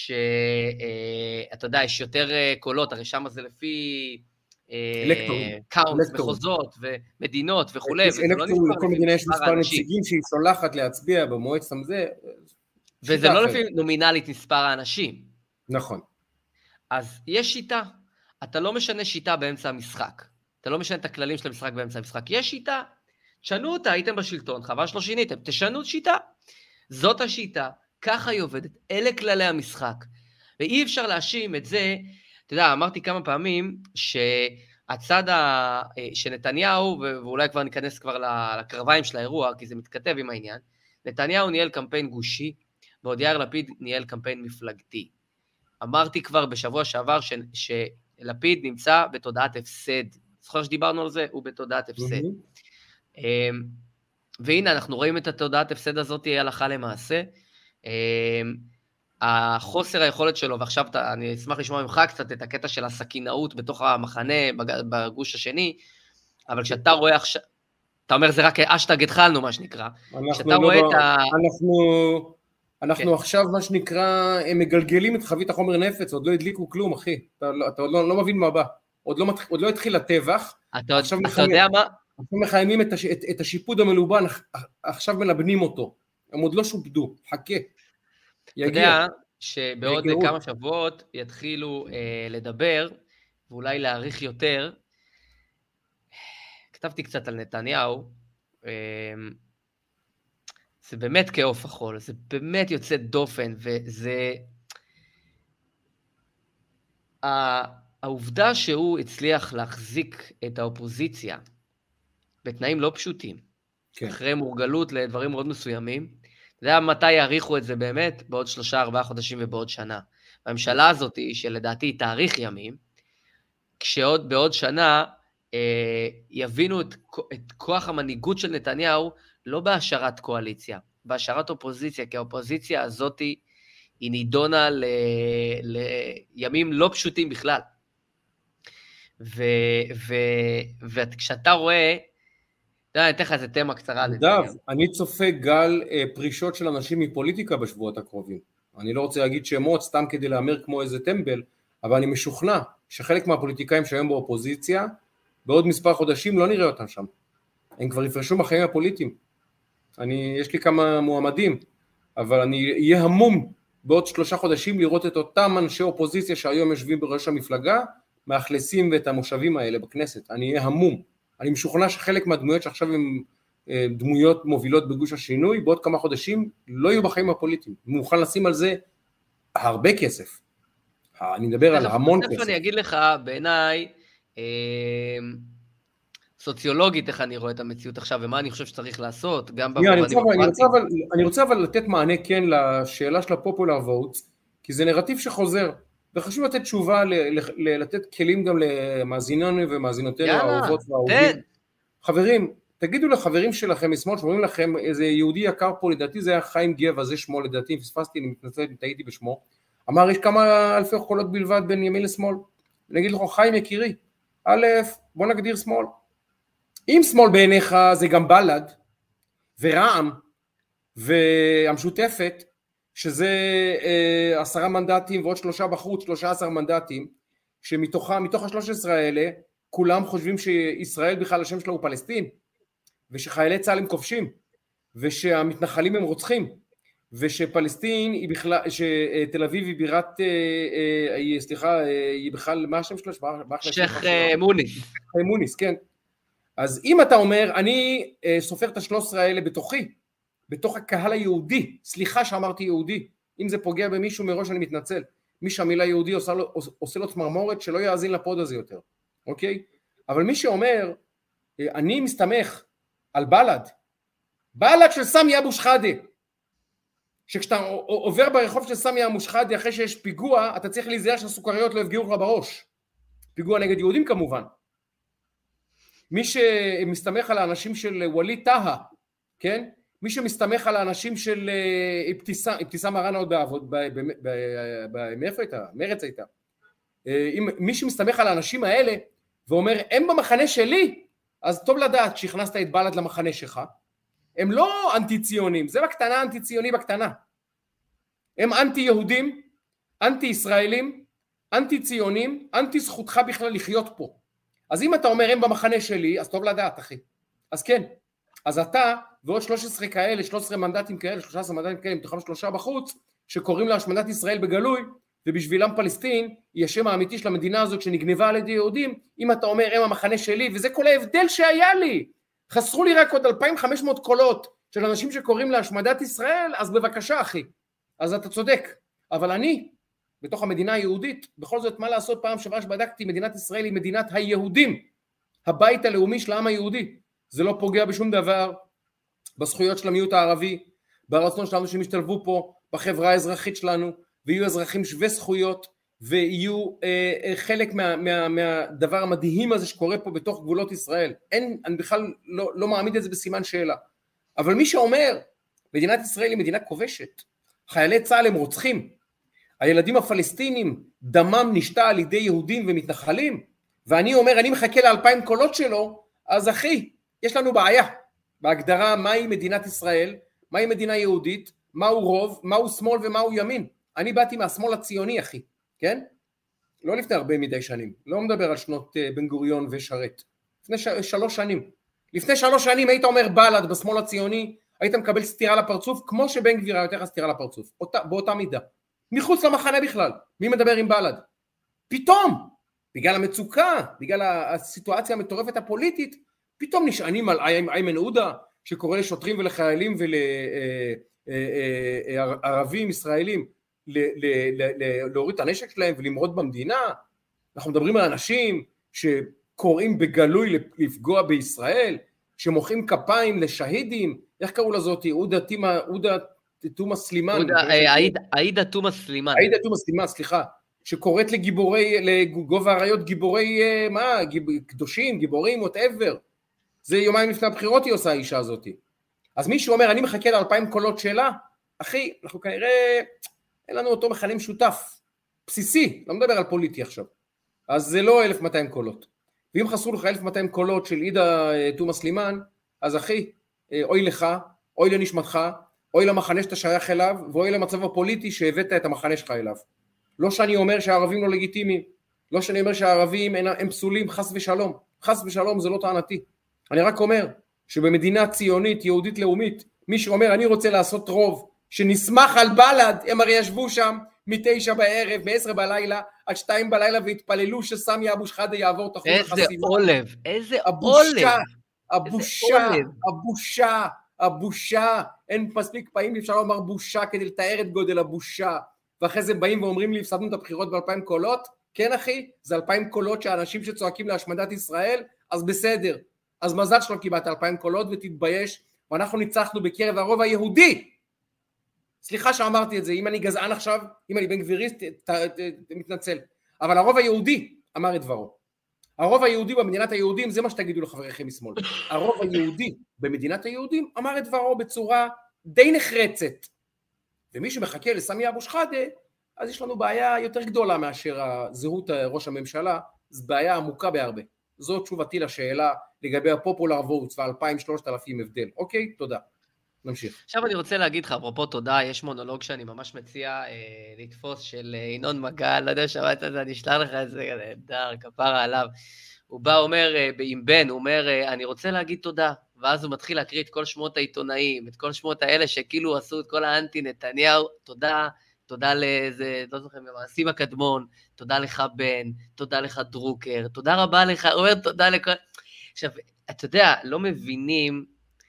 שאתה יודע, יש יותר קולות, הרי שם זה לפי קאונטס, מחוזות ומדינות וכולי, וזה לא נספר לכל מדינה יש מספר נציגים שהיא שולחת להצביע במועצת הזה. וזה לא לפי נומינלית מספר האנשים. נכון. אז יש שיטה, אתה לא משנה שיטה באמצע המשחק, אתה לא משנה את הכללים של המשחק באמצע המשחק, יש שיטה, תשנו אותה, הייתם בשלטון, חבל שלא שיניתם, תשנו שיטה, זאת השיטה, ככה היא עובדת, אלה כללי המשחק, ואי אפשר להאשים את זה, אתה יודע, אמרתי כמה פעמים, שהצד ה... שנתניהו, ואולי כבר ניכנס כבר לקרביים של האירוע, כי זה מתכתב עם העניין, נתניהו ניהל קמפיין גושי, ועוד יאיר לפיד ניהל קמפיין מפלגתי. אמרתי כבר בשבוע שעבר ש... שלפיד נמצא בתודעת הפסד. זוכר שדיברנו על זה? הוא בתודעת הפסד. Mm-hmm. והנה, אנחנו רואים את התודעת הפסד הזאת הלכה למעשה. החוסר היכולת שלו, ועכשיו אני אשמח לשמוע ממך קצת את הקטע של הסכינאות בתוך המחנה, בגוש השני, אבל כשאתה רואה עכשיו, אתה אומר זה רק אשטג התחלנו, מה שנקרא. כשאתה רואה את ה... אנחנו... אנחנו עכשיו, מה שנקרא, הם מגלגלים את חבית החומר נפץ, עוד לא הדליקו כלום, אחי. אתה, אתה עוד לא, לא מבין מה בא. עוד לא, עוד לא התחיל לטבח. אתה, אתה יודע מה? עכשיו מחיימים את, הש, את, את השיפוד המלובן, עכשיו מלבנים אותו. הם עוד לא שופדו. חכה. יגיע. אתה יודע שבעוד יגיעו. כמה שבועות יתחילו אה, לדבר, ואולי להאריך יותר. כתבתי קצת על נתניהו, אה, זה באמת כאוף החול, זה באמת יוצא דופן, וזה... העובדה שהוא הצליח להחזיק את האופוזיציה בתנאים לא פשוטים, כן. אחרי מורגלות לדברים מאוד מסוימים, אתה יודע מתי יאריכו את זה באמת? בעוד שלושה, ארבעה חודשים ובעוד שנה. והממשלה הזאת, שלדעתי היא תאריך ימים, כשעוד בעוד שנה אה, יבינו את, את כוח המנהיגות של נתניהו, לא בהשארת קואליציה, בהשארת אופוזיציה, כי האופוזיציה הזאת היא נידונה ל... לימים לא פשוטים בכלל. ו... ו... וכשאתה רואה, אני אתן לך איזה תמה קצרה. דב, אני צופה גל פרישות של אנשים מפוליטיקה בשבועות הקרובים. אני לא רוצה להגיד שמות, סתם כדי לאמר כמו איזה טמבל, אבל אני משוכנע שחלק מהפוליטיקאים שהיום באופוזיציה, בעוד מספר חודשים לא נראה אותם שם. הם כבר יפרשו בחיים הפוליטיים. אני, יש לי כמה מועמדים, אבל אני אהיה המום בעוד שלושה חודשים לראות את אותם אנשי אופוזיציה שהיום יושבים בראש המפלגה, מאכלסים את המושבים האלה בכנסת. אני אהיה המום. אני משוכנע שחלק מהדמויות שעכשיו הם דמויות מובילות בגוש השינוי, בעוד כמה חודשים לא יהיו בחיים הפוליטיים. מוכן לשים על זה הרבה כסף. אני מדבר על המון כסף. אני אגיד לך, בעיניי, סוציולוגית איך אני רואה את המציאות עכשיו, ומה אני חושב שצריך לעשות, גם במובנים הפרטיים. אני רוצה אבל לתת מענה כן לשאלה של הפופולר ווטס, כי זה נרטיב שחוזר, וחשוב לתת תשובה, לתת כלים גם למאזיננו ומאזינותינו, האהובות והאהובים. חברים, תגידו לחברים שלכם משמאל, שאומרים לכם איזה יהודי יקר פה, לדעתי זה היה חיים גבע, זה שמו לדעתי, פספסתי, אני מתנצל, טעיתי בשמו, אמר יש כמה אלפי קולות בלבד בין ימין לשמאל, אני אגיד לך חיים יקירי, א', בוא נגדיר שמאל, אם שמאל בעיניך זה גם בל"ד ורע"מ והמשותפת, שזה אה, עשרה מנדטים ועוד שלושה בחוץ, שלושה עשר מנדטים, שמתוכה, מתוך השלוש עשרה האלה, כולם חושבים שישראל בכלל השם שלה הוא פלסטין, ושחיילי צה"ל הם כובשים, ושהמתנחלים הם רוצחים, ושפלסטין היא בכלל, שתל אביב היא בירת, אה, אה, סליחה, אה, היא בכלל, מה השם שלה? שייח מוניס. מוניס, כן. אז אם אתה אומר, אני אה, סופר את השלוש עשרה האלה בתוכי, בתוך הקהל היהודי, סליחה שאמרתי יהודי, אם זה פוגע במישהו מראש אני מתנצל, מי שהמילה יהודי עושה לו, עושה לו צמרמורת שלא יאזין לפוד הזה יותר, אוקיי? אבל מי שאומר, אני מסתמך על בל"ד, בל"ד של סמי אבו שחאדה, שכשאתה עובר ברחוב של סמי אבו שחאדה אחרי שיש פיגוע, אתה צריך להיזהר שהסוכריות לא יפגעו לך בראש, פיגוע נגד יהודים כמובן. מי שמסתמך על האנשים של ווליד טאהא, כן? מי שמסתמך על האנשים של אבתיסאם מראענה עוד בעבוד, מאיפה הייתה? מרץ הייתה. מי שמסתמך על האנשים האלה ואומר, הם במחנה שלי, אז טוב לדעת שהכנסת את בל"ד למחנה שלך, הם לא אנטי ציונים, זה בקטנה אנטי ציוני בקטנה. הם אנטי יהודים, אנטי ישראלים, אנטי ציונים, אנטי זכותך בכלל לחיות פה. אז אם אתה אומר הם במחנה שלי, אז טוב לדעת אחי. אז כן, אז אתה ועוד שלושה עשר כאלה, שלושה עשר מנדטים כאלה, שלושה עשר מנדטים כאלה, מתוכם שלושה בחוץ, שקוראים להשמדת ישראל בגלוי, ובשבילם פלסטין היא השם האמיתי של המדינה הזאת שנגנבה על ידי יהודים. אם אתה אומר הם המחנה שלי, וזה כל ההבדל שהיה לי, חסרו לי רק עוד אלפיים וחמש מאות קולות של אנשים שקוראים להשמדת ישראל, אז בבקשה אחי, אז אתה צודק. אבל אני, בתוך המדינה היהודית, בכל זאת מה לעשות, פעם שעברה שבדקתי, מדינת ישראל היא מדינת היהודים, הבית הלאומי של העם היהודי. זה לא פוגע בשום דבר בזכויות של המיעוט הערבי, ברצון שלנו שהם ישתלבו פה בחברה האזרחית שלנו, ויהיו אזרחים שווה זכויות, ויהיו אה, אה, חלק מה, מה, מהדבר המדהים הזה שקורה פה בתוך גבולות ישראל. אין, אני בכלל לא, לא מעמיד את זה בסימן שאלה. אבל מי שאומר, מדינת ישראל היא מדינה כובשת, חיילי צה"ל הם רוצחים, הילדים הפלסטינים דמם נשתה על ידי יהודים ומתנחלים, ואני אומר, אני מחכה לאלפיים קולות שלו, אז אחי, יש לנו בעיה בהגדרה מהי מדינת ישראל, מהי מדינה יהודית, מהו רוב, מהו שמאל ומהו ימין. אני באתי מהשמאל הציוני אחי, כן? לא לפני הרבה מדי שנים, לא מדבר על שנות בן גוריון ושרת, לפני ש... שלוש שנים. לפני שלוש שנים היית אומר בל"ד בשמאל הציוני, היית מקבל סתירה לפרצוף, כמו שבן גביר היה יותר סתירה לפרצוף, אותה, באותה מידה. מחוץ למחנה בכלל, מי מדבר עם בל"ד? פתאום, בגלל המצוקה, בגלל הסיטואציה המטורפת הפוליטית, פתאום נשענים על איימן עודה, שקורא לשוטרים ולחיילים ולערבים ישראלים, להוריד את הנשק שלהם ולמרוד במדינה. אנחנו מדברים על אנשים שקוראים בגלוי לפגוע בישראל, שמוחאים כפיים לשהידים, איך קראו לזאת? עודה תומא סלימאן. עאידה תומא סלימאן. עאידה תומא סלימאן, סליחה. שקוראת לגיבורי, לגובה האריות, גיבורי, מה? קדושים, גיבורים, whatever. זה יומיים לפני הבחירות היא עושה האישה הזאת. אז מישהו אומר, אני מחכה לאלפיים קולות שלה, אחי, אנחנו כנראה, אין לנו אותו מכנה משותף, בסיסי, לא מדבר על פוליטי עכשיו. אז זה לא אלף ומאתיים קולות. ואם חסרו לך אלף ומאתיים קולות של עאידה תומא סלימאן, אז אחי, אוי לך, אוי לנשמתך, אוי למחנה שאתה שייך אליו, ואוי למצב הפוליטי שהבאת את המחנה שלך אליו. לא שאני אומר שהערבים לא לגיטימיים, לא שאני אומר שהערבים הם, הם פסולים, חס ושלום. חס ושלום זה לא טענתי. אני רק אומר שבמדינה ציונית, יהודית לאומית, מי שאומר אני רוצה לעשות רוב, שנסמך על בל"ד, הם הרי ישבו שם מתשע בערב, מעשר בלילה, עד שתיים בלילה, והתפללו שסמי אבו שחאדה יעבור את אחוז החסימה. איזה עולב, איזה עולב. הבושה, הבושה, הבושה, אין מספיק פעמים אפשר לומר בושה כדי לתאר את גודל הבושה, ואחרי זה באים ואומרים לי, הפסדנו את הבחירות באלפיים קולות, כן אחי, זה אלפיים קולות שהאנשים שצועקים להשמדת ישראל, אז בסדר, אז מזל שלא קיבלת אלפיים קולות ותתבייש, ואנחנו ניצחנו בקרב הרוב היהודי. סליחה שאמרתי את זה, אם אני גזען עכשיו, אם אני בן גביריסט, מתנצל, אבל הרוב היהודי אמר את דברו. הרוב היהודי במדינת היהודים, זה מה שתגידו לחבריכם משמאל, הרוב היהודי במדינת היהודים אמר את דברו בצורה די נחרצת, ומי שמחכה לסמי אבו שחאדה, אז יש לנו בעיה יותר גדולה מאשר הזהות ראש הממשלה, זו בעיה עמוקה בהרבה. זו תשובתי לשאלה לגבי הפופולר ווטס ואלפיים שלושת אלפים הבדל. אוקיי, תודה. נמשיך. עכשיו אני רוצה להגיד לך, אפרופו תודה, יש מונולוג שאני ממש מציע אה, לתפוס של אה, ינון מגל, לא יודע שמעת את זה, אני אשלח לך את זה, נהדר, כפרה עליו. הוא בא, אומר, אה, עם בן, הוא אומר, אה, אני רוצה להגיד תודה, ואז הוא מתחיל להקריא את כל שמות העיתונאים, את כל שמות האלה שכאילו עשו את כל האנטי נתניהו, תודה, תודה לזה, לא זוכר, מעשים הקדמון, תודה לך בן, תודה לך דרוקר, תודה רבה לך, הוא אומר תודה לכל... עכשיו, אתה יודע, לא מבינים,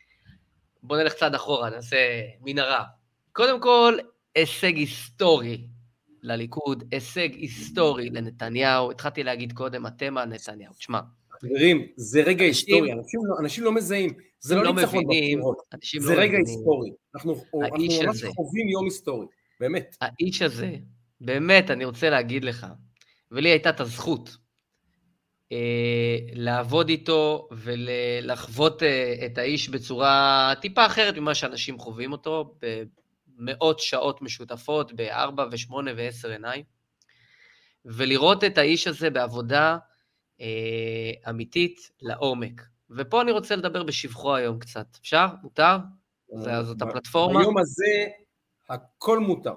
בוא נלך צעד אחורה, נעשה מנהרה. קודם כל, הישג היסטורי לליכוד, הישג היסטורי לנתניהו, התחלתי להגיד קודם, אתם על נתניהו, תשמע. חברים, זה רגע היסטורי, אנשים לא, אנשים לא מזהים, זה לא ניצחון בבחירות, זה רגע היסטורי, אנחנו ממש חווים יום היסטורי, באמת. האיש הזה, באמת, אני רוצה להגיד לך, ולי הייתה את הזכות, לעבוד איתו ולחוות את האיש בצורה טיפה אחרת ממה שאנשים חווים אותו, במאות שעות משותפות, בארבע ושמונה ועשר עיניים, ולראות את האיש הזה בעבודה אמיתית לעומק. ופה אני רוצה לדבר בשבחו היום קצת. אפשר? מותר? זאת הפלטפורמה. ביום הזה הכל מותר.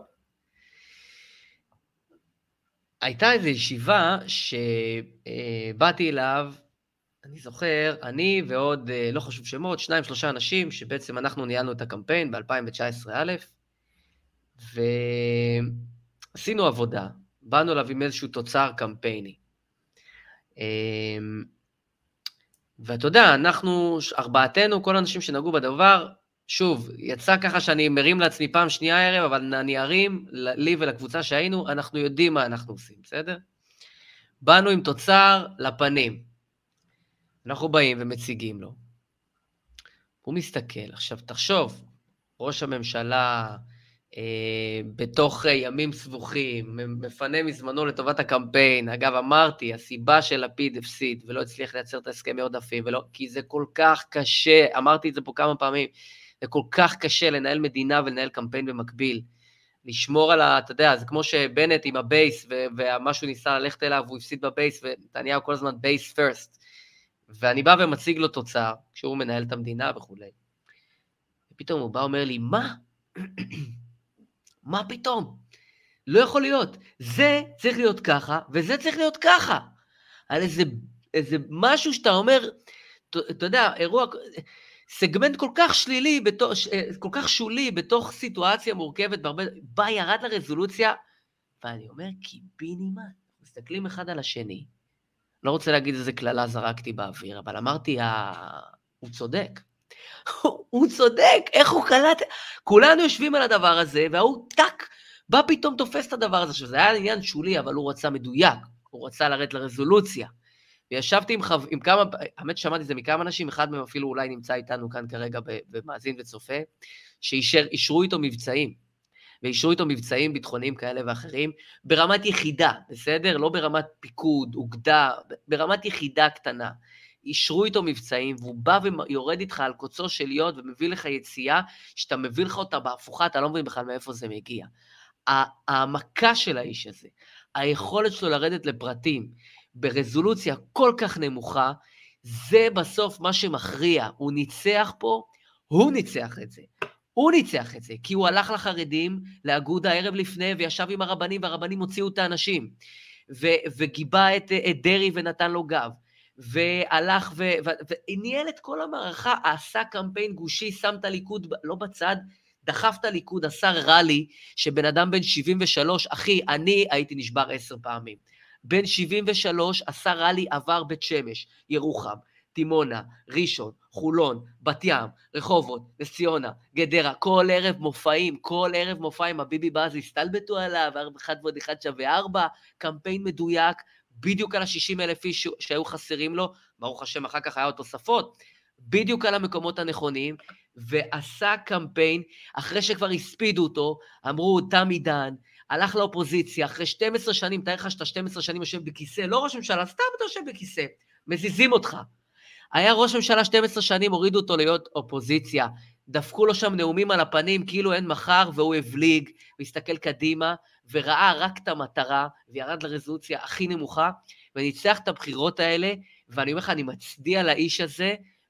הייתה איזו ישיבה שבאתי אליו, אני זוכר, אני ועוד, לא חשוב שמות, שניים, שלושה אנשים, שבעצם אנחנו ניהלנו את הקמפיין ב-אלפיים תשע עשרה א', ועשינו עבודה, באנו אליו עם איזשהו תוצר קמפייני. ואתה יודע, אנחנו, ארבעתנו, כל האנשים שנגעו בדבר, שוב, יצא ככה שאני מרים לעצמי פעם שנייה הערב, אבל אני ארים לי ולקבוצה שהיינו, אנחנו יודעים מה אנחנו עושים, בסדר? באנו עם תוצר לפנים. אנחנו באים ומציגים לו. הוא מסתכל, עכשיו תחשוב, ראש הממשלה, אה, בתוך ימים סבוכים, מפנה מזמנו לטובת הקמפיין, אגב אמרתי, הסיבה של לפיד הפסיד, ולא הצליח לייצר את ההסכמי עודפים, ולא, כי זה כל כך קשה, אמרתי את זה פה כמה פעמים, זה כל כך קשה לנהל מדינה ולנהל קמפיין במקביל, לשמור על ה... אתה יודע, זה כמו שבנט עם הבייס, ומשהו ניסה ללכת אליו, והוא הפסיד בבייס, ונתניהו כל הזמן בייס פרסט, ואני בא ומציג לו תוצר, כשהוא מנהל את המדינה וכו'. ופתאום הוא בא ואומר לי, מה? מה פתאום? לא יכול להיות. זה צריך להיות ככה, וזה צריך להיות ככה. על איזה, איזה משהו שאתה אומר, אתה, אתה יודע, אירוע... סגמנט כל כך שלילי, בתוך, כל כך שולי, בתוך סיטואציה מורכבת, בהרבה, בא ירד לרזולוציה, ואני אומר, קיבינימט, מסתכלים אחד על השני, לא רוצה להגיד איזה כללה זרקתי באוויר, אבל אמרתי, הוא צודק, הוא צודק, איך הוא קלט, כולנו יושבים על הדבר הזה, והוא טק, בא פתאום תופס את הדבר הזה, שזה היה עניין שולי, אבל הוא רצה מדויק, הוא רצה לרדת לרזולוציה, וישבתי עם, חו... עם כמה, האמת שמעתי את זה מכמה אנשים, אחד מהם אפילו אולי נמצא איתנו כאן כרגע במאזין וצופה, שאישרו איתו מבצעים, ואישרו איתו מבצעים ביטחוניים כאלה ואחרים, ברמת יחידה, בסדר? לא ברמת פיקוד, אוגדה, ברמת יחידה קטנה. אישרו איתו מבצעים, והוא בא ויורד איתך על קוצו של יוד, ומביא לך יציאה, שאתה מביא לך אותה בהפוכה, אתה לא מבין בכלל מאיפה זה מגיע. העמקה של האיש הזה, היכולת שלו לרדת לפרטים, ברזולוציה כל כך נמוכה, זה בסוף מה שמכריע. הוא ניצח פה, הוא ניצח את זה. הוא ניצח את זה, כי הוא הלך לחרדים, לאגודה הערב לפני, וישב עם הרבנים, והרבנים הוציאו את האנשים, ו- וגיבה את, את דרי ונתן לו גב, והלך ו- ו- וניהל את כל המערכה, עשה קמפיין גושי, שם את הליכוד, לא בצד, דחף את הליכוד, עשה רלי, שבן אדם בן שבעים ושלוש, אחי, אני הייתי נשבר עשר פעמים, בן שבעים ושלוש, עשה רלי עבר בית שמש, ירוחם, תימונה, ראשון, חולון, בת ים, רחובות, נס ציונה, גדרה, כל ערב מופעים, כל ערב מופעים, הביבי באז הסתלבטו עליו, אחד ועוד אחד שווה ארבע, קמפיין מדויק, בדיוק על ה-שישים אלף איש שהיו חסרים לו, ברוך השם אחר כך היה עוד תוספות, בדיוק על המקומות הנכונים, ועשה קמפיין, אחרי שכבר הספידו אותו, אמרו, תם עידן, הלך לאופוזיציה, אחרי שתים עשרה שנים, תאר לך שאתה שתים עשרה שנים יושב בכיסא, לא ראש ממשלה, סתם אתה יושב בכיסא, מזיזים אותך. היה ראש ממשלה שתים עשרה שנים, הורידו אותו להיות אופוזיציה, דפקו לו שם נאומים על הפנים, כאילו אין מחר, והוא הבליג, והסתכל קדימה, וראה רק את המטרה, וירד לרזולוציה הכי נמוכה, וניצח את הבחירות האלה, ואני אומר לך, אני מצדיע לאיש הזה,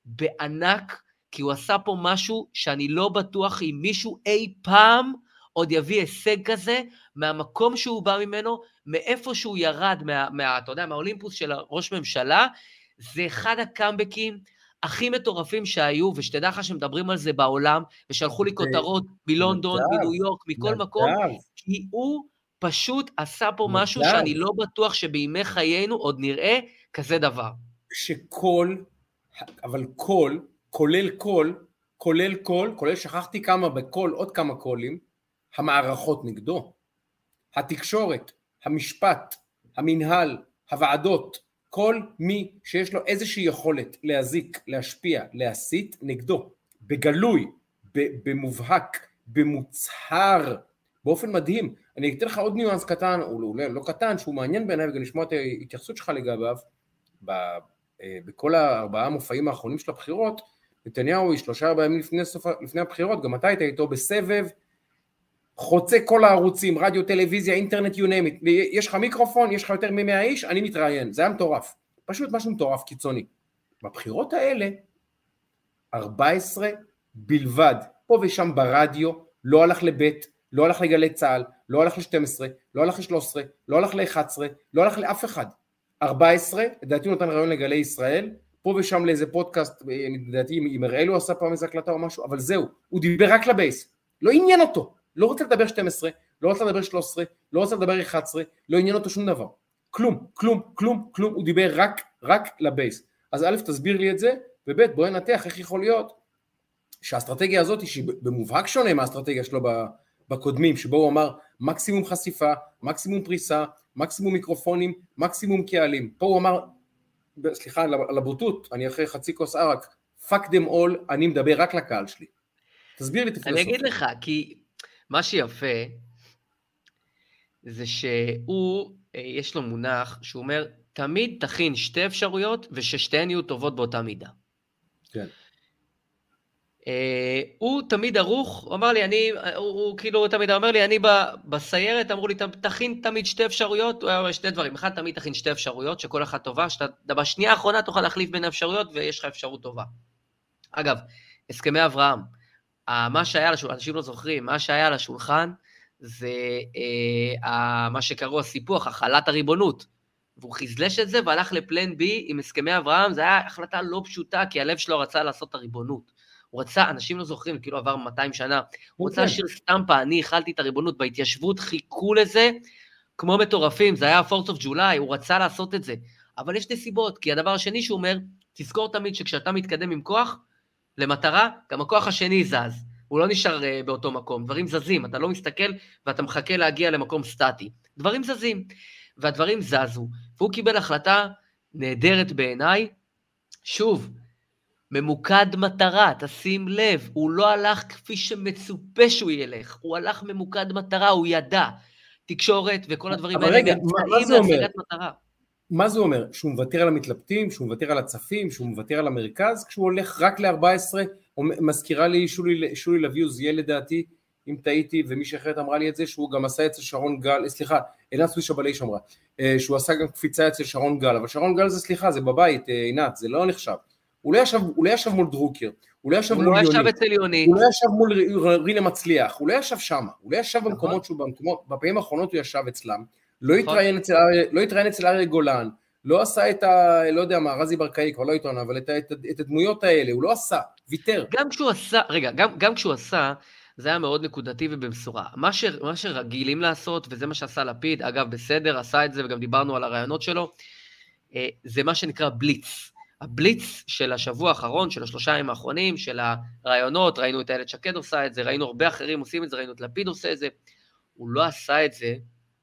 בענק, כי הוא עשה פה משהו, שאני לא בטוח אם מישהו אי פעם, עוד יביא הישג כזה, מהמקום שהוא בא ממנו, מאיפה שהוא ירד, מה, מה, אתה יודע, מהאולימפוס של ראש ממשלה, זה אחד הקאמבקים הכי מטורפים שהיו, ושתדע לך שמדברים על זה בעולם, ושלחו לי כותרות מלונדון, מניו יורק, מכל מקום, כי הוא פשוט עשה פה משהו שאני לא בטוח שבימי חיינו עוד נראה כזה דבר. שכל, אבל כל, כולל כל, כולל כל, כולל שכחתי כמה בכל, עוד כמה קולים, המערכות נגדו, התקשורת, המשפט, המנהל, הוועדות, כל מי שיש לו איזושהי יכולת להזיק, להשפיע, להסית, נגדו, בגלוי, במובהק, במוצהר, באופן מדהים. אני אתן לך עוד ניואנס קטן, או לא, לא קטן, שהוא מעניין בעיניי, וגם לשמוע את ההתייחסות שלך לגביו, בכל הארבעה מופעים האחרונים של הבחירות, נתניהו שלושה ארבעה ימים לפני, לפני הבחירות, גם אתה היית איתו בסבב, חוצה כל הערוצים, רדיו, טלוויזיה, אינטרנט, you name it, יש לך מיקרופון, יש לך יותר מ-מאה איש, אני מתראיין, זה היה מטורף, פשוט משהו מטורף, קיצוני. בבחירות האלה, ארבע עשרה בלבד, פה ושם ברדיו, לא הלך לבית, לא הלך לגלי צהל, לא הלך ל-שתים עשרה, לא הלך ל-שלוש עשרה, לא הלך ל-אחת עשרה, לא הלך לאף אחד. ארבע עשרה, לדעתי הוא נתן רעיון לגלי ישראל, פה ושם לאיזה פודקאסט, לדעתי אם הראלו עשה פעם איזה הקלטה או משהו, אבל זהו, הוא דיבר רק לבייס, לא עניין אותו, לא רוצה לדבר שתים עשרה, לא רוצה לדבר שלוש עשרה, לא רוצה לדבר אחת עשרה, לא עניין אותו שום דבר, כלום, כלום, כלום, כלום, הוא דיבר רק, רק לבייס. אז א', תסביר לי את זה, וב', בואי נתח איך יכול להיות שהאסטרטגיה הזאת היא במובהק שונה מהאסטרטגיה שלו בקודמים, שבו הוא אמר מקסימום חשיפה, מקסימום פריסה, מקסימום מיקרופונים, מקסימום קהלים. פה הוא אמר, סליחה על הבוטות, אני אחרי חצי כוס ערק, fuck them all, אני מדבר רק לקהל שלי. תסביר לי, תפילוסופיה. אני אגיד לך, כי מה שיפה, זה שהוא, יש לו מונח, שהוא אומר, תמיד תכין שתי אפשרויות, וששתיהן יהיו טובות באותה מידה. כן. Uh, הוא תמיד ערוך, הוא אמר לי, אני, הוא, הוא כאילו תמיד אומר לי, אני ב, בסיירת, אמרו לי, תכין תמיד שתי אפשרויות, הוא היה שתי דברים, אחד תמיד תכין שתי אפשרויות, שכל אחת טובה, שאתה בשנייה האחרונה תוכל להחליף בין האפשרויות, ויש לך אפשרות טובה. אגב, הסכמי אברהם, uh, מה שהיה לשולחן, אנשים לא זוכרים, מה שהיה לשולחן, זה uh, uh, מה שקראו הסיפוח, החלת הריבונות, והוא חזלש את זה, והלך לפלן בי עם הסכמי אברהם, זה היה החלטה לא פשוטה, כי הלב שלו רצה לעשות את הריבונות. הוא רצה, אנשים לא זוכרים, כאילו עבר מאתיים שנה, הוא רצה לשיר סטמפה, אני החלתי את הריבונות, בהתיישבות חיכו לזה, כמו מטורפים, זה היה ה-פורס אוף ג'ולי, הוא רצה לעשות את זה, אבל יש נסיבות, כי הדבר השני שהוא אומר, תזכור תמיד שכשאתה מתקדם עם כוח, למטרה, גם הכוח השני זז, הוא לא נשאר uh, באותו מקום, דברים זזים, אתה לא מסתכל, ואתה מחכה להגיע למקום סטטי, דברים זזים, והדברים זזו, והוא קיבל החלטה נהדרת בעיניי, שוב, ממוקד מטרה, תשים לב, הוא לא הלך כפי שמצופה שהוא ילך, הוא הלך ממוקד מטרה, הוא ידע, תקשורת וכל הדברים האלה, רגע, מה זה אומר? מטרה. מה זה אומר? שהוא מוותר על המתלבטים, שהוא מוותר על הצפים, שהוא מוותר על המרכז, כשהוא הולך רק ל-ארבע עשרה, מזכירה לי שולי, שולי לביוז, ילד לדעתי, אם טעיתי, ומי שאחרת אמרה לי את זה, שהוא גם עשה אצל שרון גל, סליחה, עינת סוויש הבלי שאמרה, שהוא עשה גם קפיצה אצל שרון גל, אבל שרון גל זה סליחה, זה בבית, עינת, זה לא נחשב. הוא לא ישב, הוא לא ישב מול דרוקר, הוא לא ישב מול יוני, הוא לא ישב אצל יוני, הוא לא ישב מול רינה מצליח, הוא לא ישב שם, הוא לא ישב במקומות שהוא, בפעמים האחרונות הוא ישב אצלם, לא התראיין אצל, לא התראיין אצל אריה גולן, לא עשה את ה, לא יודע מה, רזי ברקאי, כבר לא איתנו, אבל את, את, את הדמויות האלה, הוא לא עשה, ויתר. גם כשהוא עשה, רגע, גם, גם כשהוא עשה, זה היה מאוד נקודתי ובמשורה. מה, ש, מה שרגילים לעשות, וזה מה שעשה לפיד, אגב, בסדר, עשה את זה, וגם דיברנו על הרעיונות שלו, זה מה שנקרא בליץ. הבליץ של השבוע האחרון, של השלושה ימים האחרונים, של הרעיונות, ראינו את איילת שקד עושה את זה, ראינו הרבה אחרים עושים את זה, ראינו את לפיד עושה את זה, הוא לא עשה את זה,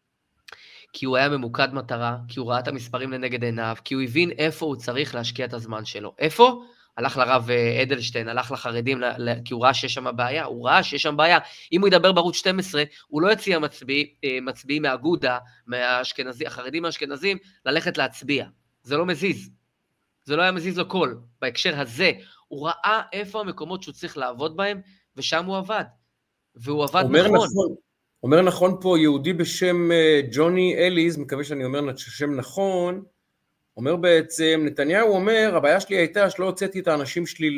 כי הוא היה ממוקד מטרה, כי הוא ראה את המספרים לנגד עיניו, כי הוא הבין איפה הוא צריך להשקיע את הזמן שלו. איפה? הלך לרב אדלשטיין, הלך לחרדים, כי הוא ראה שיש שם בעיה, הוא ראה שיש שם בעיה. אם הוא ידבר בערוץ שתים עשרה, הוא לא יציע מצביעים מצביע מהאגודה, החרדים האשכנזים, ללכת להצביע. זה לא מזיז. זה לא היה מזיז לו כל. בהקשר הזה, הוא ראה איפה המקומות שהוא צריך לעבוד בהם, ושם הוא עבד. והוא עבד אומר נכון. נכון. אומר נכון פה יהודי בשם ג'וני אליז, מקווה שאני אומר שם נכון, אומר בעצם, נתניהו אומר, הבעיה שלי הייתה שלא הוצאתי את האנשים שלי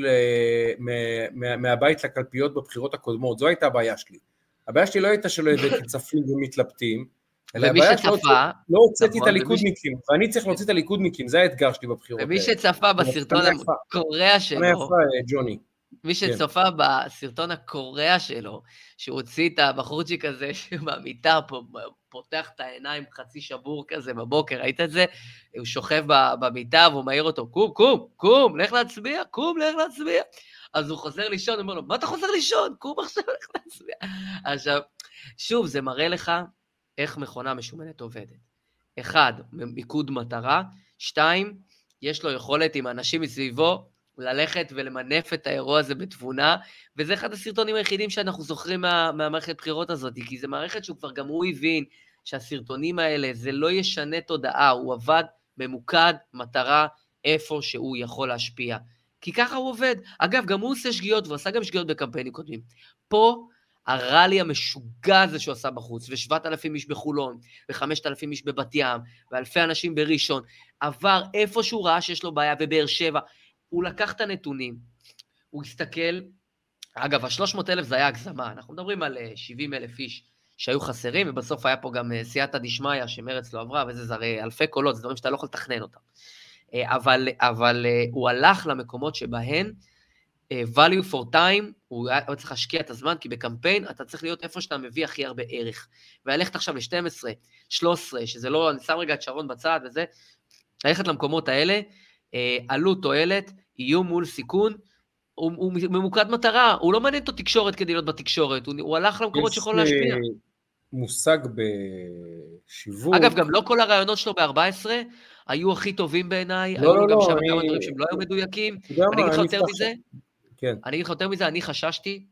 מהבית לקלפיות בבחירות הקודמות, זו הייתה הבעיה שלי. הבעיה שלי לא הייתה שלא הבאתי צפים ומתלבטים, אלא הבעיה שלא הוצאתי את הליכודניקים, ואני צריך להוציא את הליכודניקים, זה האתגר שלי בבחירות. ומי שצפה בסרטון הקורע שלו, יפה, ג'וני. מי שצופה בסרטון הקורע שלו, שהוא הוציא את הבחורצ'יק הזה, שבמיטה פה, פותח את העיניים חצי שבור כזה בבוקר, ראית את זה? הוא שוכב במיטה והוא מעיר אותו, קום, קום, קום, לך להצביע, קום, לך להצביע. אז הוא חוזר לישון, הוא אומר לו, מה אתה חוזר לישון? קום עכשיו, לך להצביע. עכשיו, שוב, זה מראה לך איך מכונה משומנת עובדת. אחד, מיקוד מטרה, שתיים, יש לו יכולת עם האנשים מסביבו, ללכת ולמנף את האירוע הזה בתבונה, וזה אחד הסרטונים היחידים שאנחנו זוכרים מה, מהמערכת בחירות הזאת, כי זה מערכת שהוא כבר גם הוא הבין, שהסרטונים האלה, זה לא ישנה תודעה, הוא עבד ממוקד, מטרה, איפה שהוא יכול להשפיע. כי ככה הוא עובד. אגב, גם הוא עושה שגיאות, והוא עשה גם שגיאות בקמפיינים קודמים. פה, הרלי המשוגע הזה שהוא עשה בחוץ, ושבעת אלפים איש בחולון, וחמשת אלפים איש בבת ים, ואלפי אנשים בראשון, עבר איפה שהוא ראה שיש לו בעיה, ובאר שבע, הוא לקח את הנתונים, הוא הסתכל, אגב, ה-שלוש מאות אלף זה היה הגזמה, אנחנו מדברים על שבעים אלף איש שהיו חסרים, ובסוף היה פה גם סייעתא דשמיא, שמרץ לא עברה, וזה הרי אלפי קולות, זה דברים שאתה לא יכול לתכנן אותם. אבל, אבל הוא הלך למקומות שבהן, value for time, הוא היה צריך להשקיע את הזמן, כי בקמפיין אתה צריך להיות איפה שאתה מביא הכי הרבה ערך. וללכת עכשיו ל-שתים עשרה, שלוש עשרה, שזה לא, אני שם רגע את שרון בצד וזה, ללכת למקומות האלה, עלות תועלת, איום מול סיכון, הוא, הוא ממוקד מטרה, הוא לא מעניין אותו תקשורת כדי להיות בתקשורת, הוא, הוא הלך למקומות שיכול להשפיע. מושג בשיווק. אגב, גם לא כל הרעיונות שלו ב-ארבע עשרה היו הכי טובים בעיניי, לא, היו לא, גם לא, שם אני... כמה דברים שהם לא היו מדויקים. אני אגיד לך יותר מזה, כן. אני אגיד לך יותר מזה, אני חששתי,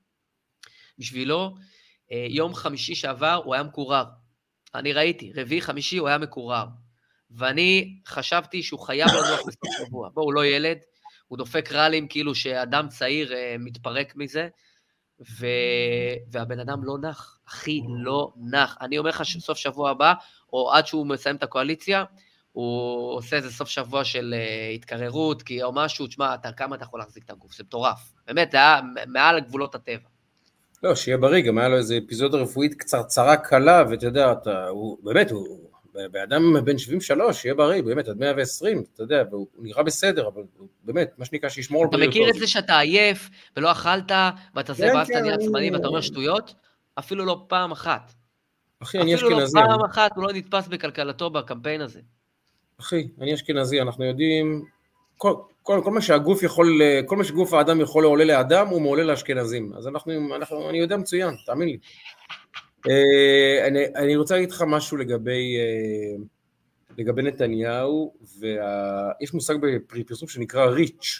בשבילו, יום חמישי שעבר הוא היה מקורר. אני ראיתי, רביעי חמישי הוא היה מקורר. ואני חשבתי שהוא חייב לנוח בסוף שבוע. בוא, הוא לא ילד, הוא דופק רלים כאילו שאדם צעיר מתפרק מזה, ו... והבן אדם לא נח, אחי לא נח. אני אומר לך שסוף שבוע הבא, או עד שהוא מסיים את הקואליציה, הוא עושה איזה סוף שבוע של uh, התקררות, כי או משהו, תשמע, אתה, כמה אתה יכול להחזיק את הגוף, זה מטורף. באמת, זה היה מעל גבולות הטבע. לא, שיהיה בריא, גם היה לו איזה אפיזודה רפואית קצרצרה קלה, ואתה יודע, אתה, הוא, באמת, הוא, באדם בן שבעים ושלוש, שיהיה בריא, באמת, עד מאה ועשרים, אתה יודע, והוא נראה בסדר, אבל באמת, מה שנקרא שישמור על בריאותו. אתה מכיר את זה שאתה עייף, ולא אכלת, ואתה זה, ואז אתה נהיה עצמני, ואתה אומר שטויות? אפילו לא פעם אחת. אחי, אני אשכנזי. אפילו לא פעם אחת, הוא לא נתפס בכלכלתו בקמפיין הזה. אחי, אני אשכנזי, אנחנו יודעים, כל, כל, כל מה שהגוף יכול, כל מה שגוף האדם יכול לעולה לאדם, הוא מעולה לאשכנזים. אז אנחנו, אנחנו, אני יודע מצוין, תאמין לי. אני, אני רוצה להגיד לך משהו לגבי, לגבי נתניהו, ויש מושג בפרסום שנקרא ריץ'.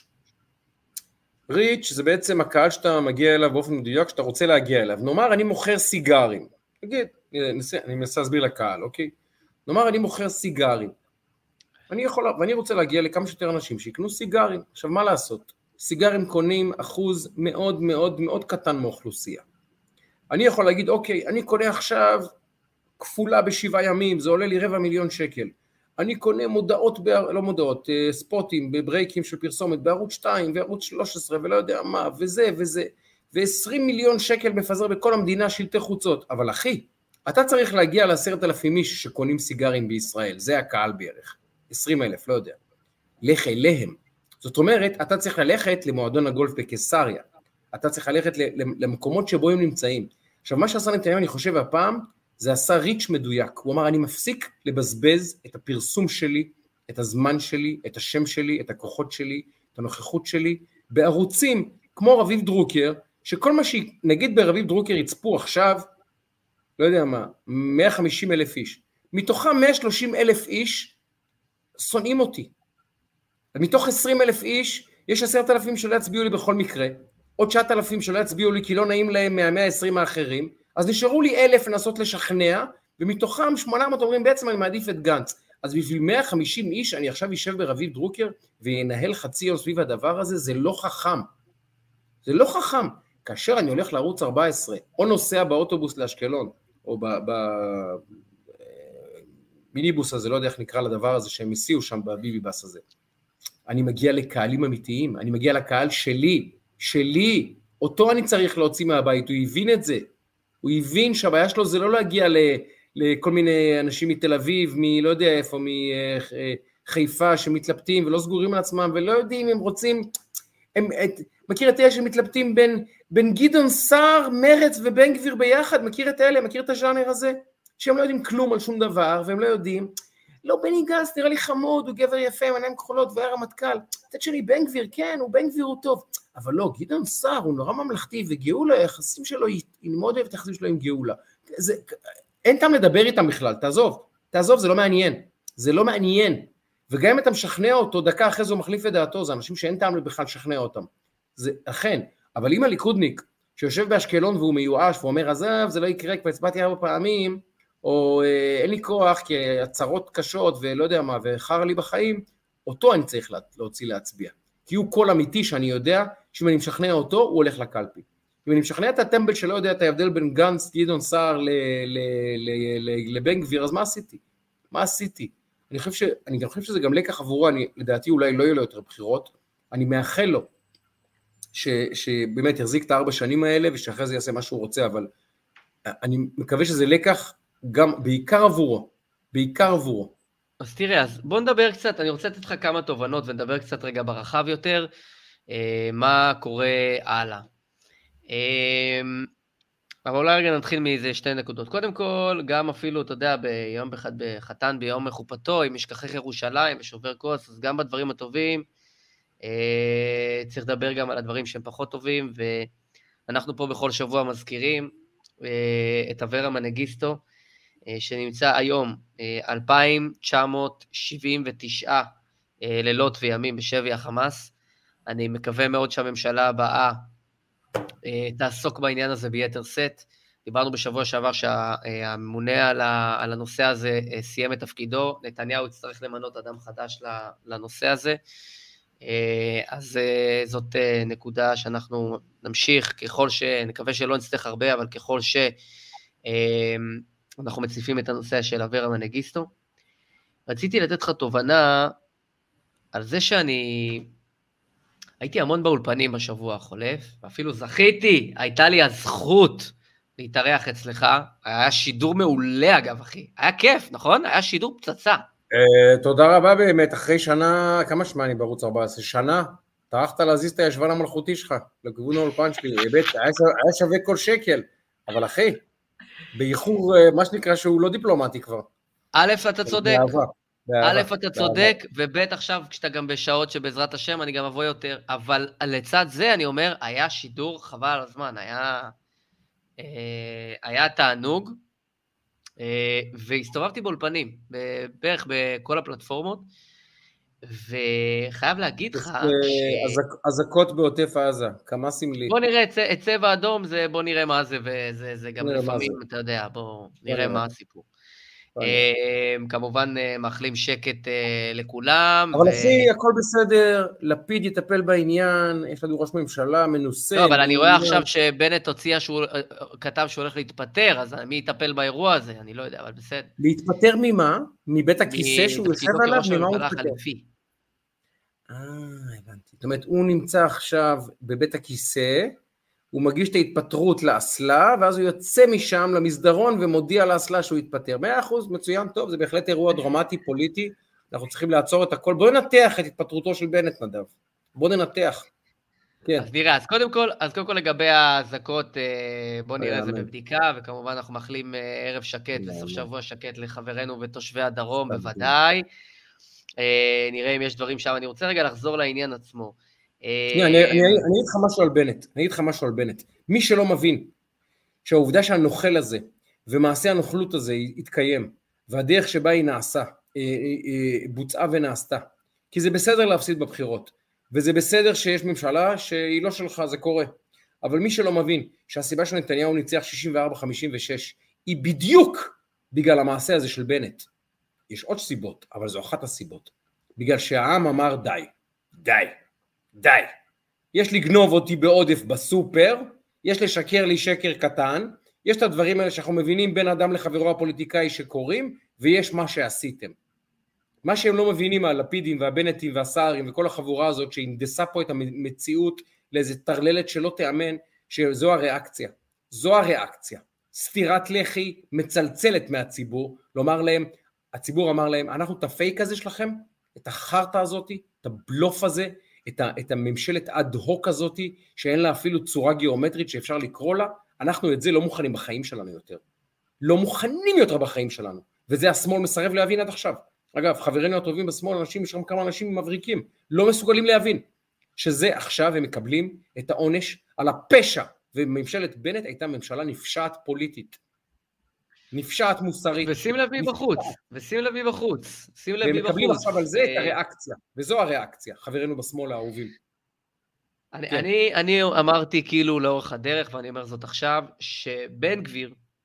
ריץ' זה בעצם הקהל שאתה מגיע אליו באופן מדויק, שאתה רוצה להגיע אליו. נאמר, אני מוכר סיגרים. נגיד, אני מנסה להסביר לקהל, אוקיי? נאמר, אני מוכר סיגרים. אני יכול, ואני רוצה להגיע לכמה שיותר אנשים שיקנו סיגרים. עכשיו, מה לעשות? סיגרים קונים אחוז מאוד מאוד מאוד קטן מאוכלוסייה. אני יכול להגיד, אוקיי, אני קונה עכשיו כפולה בשבעה ימים, זה עולה לי רבע מיליון שקל. אני קונה מודעות, ב, לא מודעות, ספוטים, בברייקים של פרסומת, בערוץ שתיים וערוץ שלוש עשרה ולא יודע מה, וזה וזה, ועשרים מיליון שקל מפזר בכל המדינה שלטי חוצות. אבל אחי, אתה צריך להגיע לעשרת אלפים איש שקונים סיגרים בישראל, זה הקהל בערך. עשרים אלף, לא יודע. לך אליהם. זאת אומרת, אתה צריך ללכת למועדון הגולף בקיסריה. אתה צריך ללכת למקומות שבו הם נמצאים. עכשיו, מה שעשה נתניהו, אני חושב הפעם, זה עשה ריץ' מדויק. הוא אמר, אני מפסיק לבזבז את הפרסום שלי, את הזמן שלי, את השם שלי, את הכוחות שלי, את הנוכחות שלי, בערוצים כמו רביב דרוקר, שכל מה שנגיד ברביב דרוקר יצפו עכשיו, לא יודע מה, מאה וחמישים אלף איש. מתוכם מאה ושלושים אלף איש, שונאים אותי. ומתוך עשרים אלף איש, יש עשרת אלפים שלא יצביעו לי בכל מקרה, עוד תשעת אלפים שלא יצביעו לי כי לא נעים להם מה-מאה ועשרים האחרים, אז נשארו לי אלף לנסות לשכנע, ומתוכם שמונה מאות אומרים, בעצם אני מעדיף את גנץ. אז בשביל מאה וחמישים איש, אני עכשיו יישב ברביב דרוקר, וינהל חצי יום סביב הדבר הזה, זה לא חכם. זה לא חכם. כאשר אני הולך לערוץ ארבע עשרה, או נוסע באוטובוס לאשקלון, או ב... ב מיניבוס הזה, לא יודע איך נקרא לדבר הזה, שהם הסיעו שם בביביבס הזה. אני מגיע לקהלים אמיתיים, אני מגיע לקהל שלי, שלי, אותו אני צריך להוציא מהבית, הוא הבין את זה, הוא הבין שהבעיה שלו זה לא להגיע לכל מיני אנשים מתל אביב, מלא יודע איפה, מחיפה שמתלבטים ולא סגורים על עצמם, ולא יודעים אם רוצים, הם, את, מכיר את אלה שמתלבטים בין, בין גדעון סער, מרץ ובן גביר ביחד, מכיר את אלה, מכיר את הז'אנר הזה? שהם לא יודעים כלום על שום דבר, והם לא יודעים, לא בני גנץ, נראה לי חמוד, הוא גבר יפה, עם עיניים כחולות, והיה רמטכ"ל, קצת שלי, בן גביר, כן, הוא בן גביר הוא טוב, אבל לא, גדעון סער, הוא נורא ממלכתי, וגאולה, היחסים שלו, היא מאוד אוהבת היחסים שלו עם גאולה, זה, אין טעם לדבר איתם בכלל, תעזוב, תעזוב, זה לא מעניין, זה לא מעניין, וגם אם אתה משכנע אותו, דקה אחרי זה הוא מחליף את דעתו, זה אנשים שאין טעם בכלל לשכנע אותם, זה אכן, אבל אם הליכודניק, שיושב באשקלון והוא מיואש, והוא אומר, עזב, זה לא יקרה, כבר הצבעתי ארבע פעמים, או אין לי כוח כי הצרות קשות ולא יודע מה, וחר לי בחיים, אותו אני צריך להוציא להצביע. כי הוא קול אמיתי שאני יודע שאם אני משכנע אותו, הוא הולך לקלפי. אם אני משכנע את הטמבל שלא יודע את ההבדל בין גנץ, גדעון סער לבן גביר, אז מה עשיתי? מה עשיתי? אני חושב, ש... אני גם חושב שזה גם לקח עבורו, אני, לדעתי אולי לא יהיו לו יותר בחירות, אני מאחל לו ש... שבאמת יחזיק את הארבע שנים האלה, ושאחרי זה יעשה מה שהוא רוצה, אבל אני מקווה שזה לקח גם, בעיקר עבורו, בעיקר עבורו. אז תראה, אז בוא נדבר קצת, אני רוצה לתת לך כמה תובנות, ונדבר קצת רגע ברחב יותר, אה, מה קורה הלאה. אה, אבל אולי רגע נתחיל מאיזה שתי נקודות. קודם כל, גם אפילו, אתה יודע, ביום בחתן, ביום מחופתו, אם ישכחך ירושלים, ושובר כוס, אז גם בדברים הטובים, אה, צריך לדבר גם על הדברים שהם פחות טובים, ואנחנו פה בכל שבוע מזכירים אה, את אברה מנגיסטו, אה, שנמצא היום אה, אלפיים תשע מאות שבעים ותשע אה, לילות וימים בשבי החמאס. אני מקווה מאוד שהממשלה הבאה, תעסוק בעניין הזה ביתר סט. דיברנו בשבוע שעבר שהממונה על הנושא הזה סיים את תפקידו, נתניהו יצטרך למנות אדם חדש לנושא הזה, אז זאת נקודה שאנחנו נמשיך, ככל שנקווה שלא נצטרך הרבה, אבל ככל שאנחנו מציפים את הנושא של אברה מנגיסטו. רציתי לתת לך תובנה על זה שאני הייתי המון באולפנים בשבוע החולף, ואפילו זכיתי, הייתה לי הזכות להתארח אצלך, היה שידור מעולה אגב, אחי, היה כיף, נכון? היה שידור פצצה. תודה רבה באמת, אחרי שנה, כמה שמה אני בערוץ ארבע עשרה, שנה, טרחת להזיז את הישבן המלכותי שלך, לכיוון האולפן שלי, היה שווה כל שקל, אבל אחי, באיחור, מה שנקרא שהוא לא דיפלומטי כבר. א', אתה צודק. א', אתה צודק, וב' עכשיו כשאתה גם בשעות שבעזרת השם אני גם אבוא יותר, אבל לצד זה אני אומר, היה שידור חבל על הזמן, היה, היה תענוג, והסתובבתי באולפנים, בערך בכל הפלטפורמות, וחייב להגיד לך... אזעקות בעוטף עזה, כמה סמלי. בוא נראה, את צבע אדום, בוא נראה מה זה, וזה גם לפעמים, אתה יודע, בוא נראה מה הסיפור. כמובן מאחלים שקט לכולם. אבל אחי, הכל בסדר, לפיד יטפל בעניין, יש לנו ראש ממשלה מנוסה. לא, אבל אני רואה עכשיו שבנט הוציע שהוא כתב שהוא הולך להתפטר, אז מי יטפל באירוע הזה? אני לא יודע, אבל בסדר. להתפטר ממה? מבית הכיסא שהוא יושב עליו? ממה הוא מתפטר? אה, הבנתי. זאת אומרת, הוא נמצא עכשיו בבית הכיסא, הוא מגיש את ההתפטרות לאסלה, ואז הוא יוצא משם למסדרון ומודיע לאסלה שהוא יתפטר. מאה אחוז, מצוין, טוב, זה בהחלט אירוע דרמטי, פוליטי, אנחנו צריכים לעצור את הכל. בואו ננתח את התפטרותו של בנט, נדב. בואו ננתח. כן. אז נראה, אז קודם כל, אז קודם כל לגבי ההזקות, בואו נראה את זה בבדיקה, וכמובן אנחנו מאחלים ערב שקט וסוף שבוע שקט לחברינו ותושבי הדרום, בוודאי. נראה אם יש דברים שם. אני רוצה רגע לחזור לעניין עצמו. אני אגיד לך משהו על בנט, אני אגיד לך משהו על בנט. מי שלא מבין שהעובדה שהנוכל הזה ומעשה הנוכלות הזה יתקיים, והדרך שבה היא נעשה, בוצעה ונעשתה, כי זה בסדר להפסיד בבחירות, וזה בסדר שיש ממשלה שהיא לא שלך, זה קורה. אבל מי שלא מבין שהסיבה של נתניהו ניצח שישים וארבע חמישים ושש, היא בדיוק בגלל המעשה הזה של בנט. יש עוד סיבות, אבל זו אחת הסיבות. בגלל שהעם אמר די, די. די, יש לגנוב אותי בעודף בסופר, יש לשקר לי שקר קטן, יש את הדברים האלה שאנחנו מבינים בין אדם לחברו הפוליטיקאי שקוראים, ויש מה שעשיתם. מה שהם לא מבינים הלפידים והבנטים והסערים וכל החבורה הזאת שהנדסה פה את המציאות לאיזה תרללת שלא תאמן, שזו הריאקציה, זו הריאקציה. סתירת לחי מצלצלת מהציבור, לומר להם, הציבור אמר להם, אנחנו את הפייק הזה שלכם, את החרטה הזאת, את הבלוף הזה, את, ה, את הממשלת אד הוק הזאת, שאין לה אפילו צורה גיאומטרית שאפשר לקרוא לה, אנחנו את זה לא מוכנים בחיים שלנו יותר. לא מוכנים יותר בחיים שלנו. וזה השמאל מסרב להבין עד עכשיו. אגב, חברינו הטובים בשמאל, אנשים, יש שם כמה אנשים מבריקים, לא מסוגלים להבין, שזה עכשיו הם מקבלים את העונש על הפשע, וממשלת בנט הייתה ממשלה נפשעת פוליטית. נפשעת מוסרית. ושים לב מי בחוץ, ושים לב מי בחוץ, שים לב מי בחוץ. ומקבלים עכשיו על זה את הריאקציה, וזו הריאקציה, חברינו בשמאל האהובים. אני, כן. אני, אני אמרתי כאילו לאורך הדרך, ואני אומר זאת עכשיו, שבן גביר